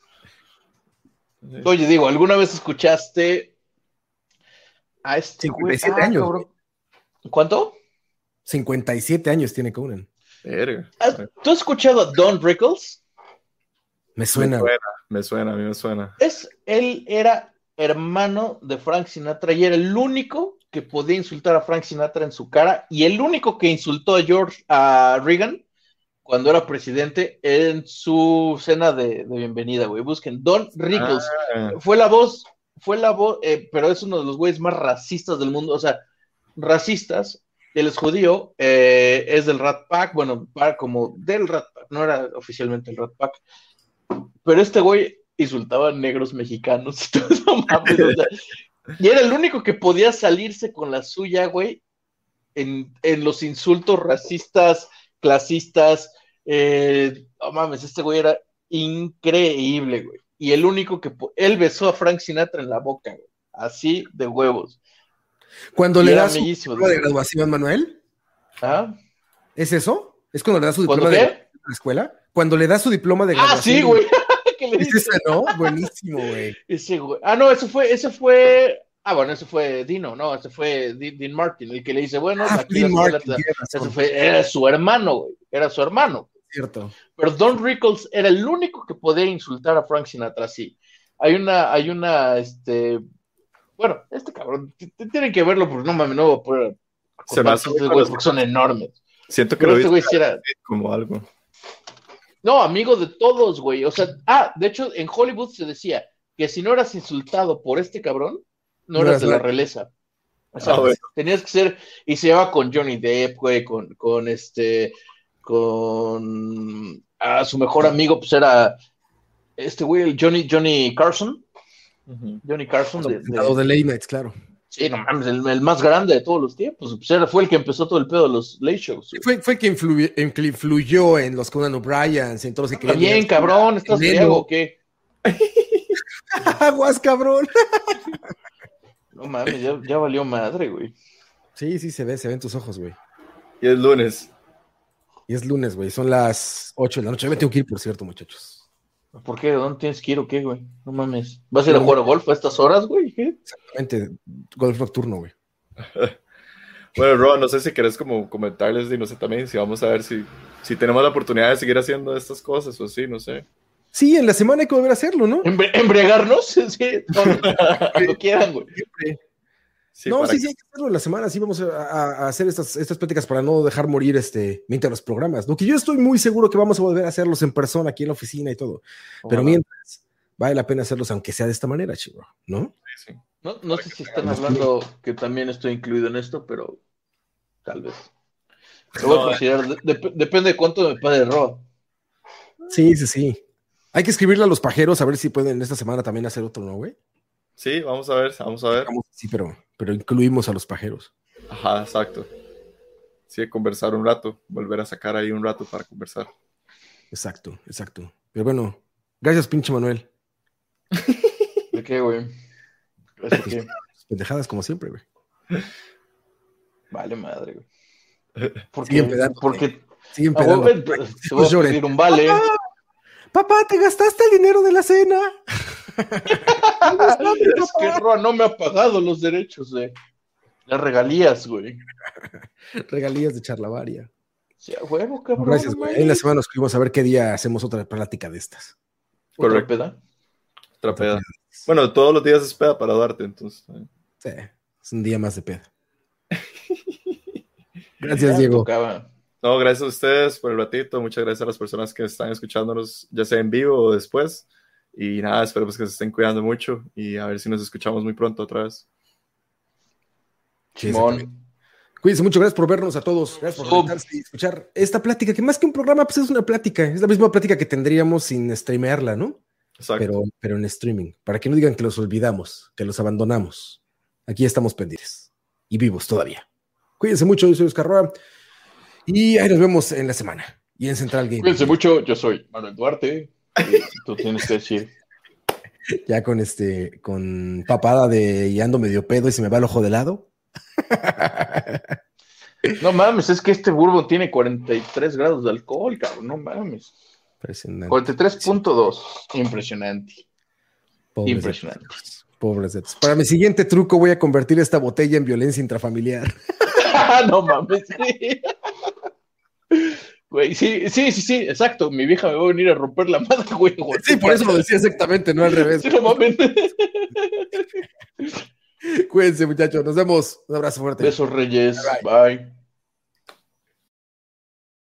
Oye, digo, ¿alguna vez escuchaste a este 57 años. Cabrón? ¿Cuánto? 57 años tiene Conan. ¿Tú has escuchado a Don Rickles? Me suena, a mí me suena. Él era hermano de Frank Sinatra y era el único que podía insultar a Frank Sinatra en su cara y el único que insultó a Reagan cuando era presidente en su cena de bienvenida, güey. Busquen Don Rickles. Fue la voz fue la voz, pero es uno de los güeyes más racistas del mundo, o sea, racistas. Él es judío, es del Rat Pack, bueno, como del Rat Pack, no era oficialmente el Rat Pack, pero este güey insultaba a negros mexicanos y todo eso, mames, o sea, y era el único que podía salirse con la suya, güey, en los insultos racistas, clasistas, oh mames, este güey era increíble, güey, y el único que, él besó a Frank Sinatra en la boca, güey, así de huevos. Cuando le das su diploma de graduación, Manuel. ¿Ah? ¿Es eso? ¿Es cuando le das su diploma de la escuela? Cuando le das su diploma de graduación. Ah, sí, güey. ¿Es ese, no? Buenísimo, güey. Ese güey. Ah, no, ese fue. Ah, bueno, ese fue Dino, no, ese fue Dean Martin, el que le dice, bueno, aquí Dean Martin, era su hermano, güey. Era su hermano. Cierto. Pero Don Rickles era el único que podía insultar a Frank Sinatra así. Hay una, bueno, este cabrón, tienen que verlo porque no mames, no porque son enormes. Siento que pero lo viste era como algo. No, amigo de todos, güey. O sea, de hecho, en Hollywood se decía que si no eras insultado por este cabrón, no eras de la realeza. O sea, bueno. Tenías que ser, y se llevaba con Johnny Depp, güey, con su mejor amigo, pues era este güey, Johnny Carson. Uh-huh. Johnny Carson de Late Nights, claro. Sí, no mames, el más grande de todos los tiempos. Pues fue el que empezó todo el pedo de los late shows. Fue el que influyó en los Conan O'Brien, en todos los que bien, cabrón, ¿estás ciego o qué? Aguas, cabrón. No mames, ya valió madre, güey. Sí, se ven tus ojos, güey. Y es lunes. Güey. Son las 8 de la noche. Yo me tengo que ir, por cierto, muchachos. ¿Por qué? ¿Dónde tienes que ir o qué, güey? No mames. ¿Vas a ir a jugar golf a estas horas, güey? ¿Qué? Exactamente. Golf nocturno, güey. Bueno, Ron, no sé si querés como comentarles y no sé también si vamos a ver si tenemos la oportunidad de seguir haciendo estas cosas o sí, no sé. Sí, en la semana hay que volver a hacerlo, ¿no? ¿Embriagarnos? Sí, cuando quieran, güey. Sí, no, sí, hay que hacerlo en la semana, sí vamos a hacer estas pláticas para no dejar morir mientras los programas, ¿no? Que yo estoy muy seguro que vamos a volver a hacerlos en persona, aquí en la oficina y todo, pero mientras, vale la pena hacerlos aunque sea de esta manera, chico, ¿no? Sí. No sé si están hablando que también estoy incluido en esto, pero tal vez. Lo voy a considerar, depende de cuánto me pague Roa. Sí. Hay que escribirle a los pajeros a ver si pueden esta semana también hacer otro, ¿no, güey? Sí, vamos a ver. Sí, pero incluimos a los pajeros. Ajá, exacto. Sí, conversar un rato, volver a sacar ahí un rato para conversar. Exacto. Pero bueno, gracias, pinche Manuel. ¿De qué, güey? Gracias, ¿qué? Pendejadas como siempre, güey. Vale, madre, güey. Siguen pedando. Porque te voy a pedir un vale. Papá, ¿te gastaste el dinero de la cena? Es que Roa no me ha pagado los derechos de las regalías, güey. Regalías de charlavaria. Sí, a huevo, cabrón. Gracias, güey. En la semana nos escribimos a ver qué día hacemos otra plática de estas. ¿Otra peda? Otra peda. Bueno, todos los días es peda para Duarte, entonces. Sí, es un día más de peda. Gracias, Diego. Tocaba. No, gracias a ustedes por el ratito. Muchas gracias a las personas que están escuchándonos, ya sea en vivo o después. Y nada, esperemos que se estén cuidando mucho y a ver si nos escuchamos muy pronto otra vez. Simón. Cuídense mucho, gracias por vernos a todos. Gracias por conectarse y escuchar esta plática, que más que un programa, pues es una plática. Es la misma plática que tendríamos sin streamearla, ¿no? Exacto. Pero en streaming. Para que no digan que los olvidamos, que los abandonamos. Aquí estamos pendientes y vivos todavía. Cuídense mucho, yo soy Oscar Roa. Y ahí nos vemos en la semana. Y en Central Game. Cuídense mucho, yo soy Manuel Duarte. Tú tienes que decir. Ya con papada de y ando medio pedo y se me va el ojo de lado. No mames, es que este bourbon tiene 43 grados de alcohol, cabrón. No mames. Impresionante. 43.2. Impresionante. Impresionante. Pobres dedos. Para mi siguiente truco voy a convertir esta botella en violencia intrafamiliar. No mames, sí. Güey, sí, exacto. Mi vieja me va a venir a romper la madre, güey. Sí, por eso lo decía exactamente, no al revés. Sí, no mames. Cuídense, muchachos. Nos vemos. Un abrazo fuerte. Besos, Reyes. Bye.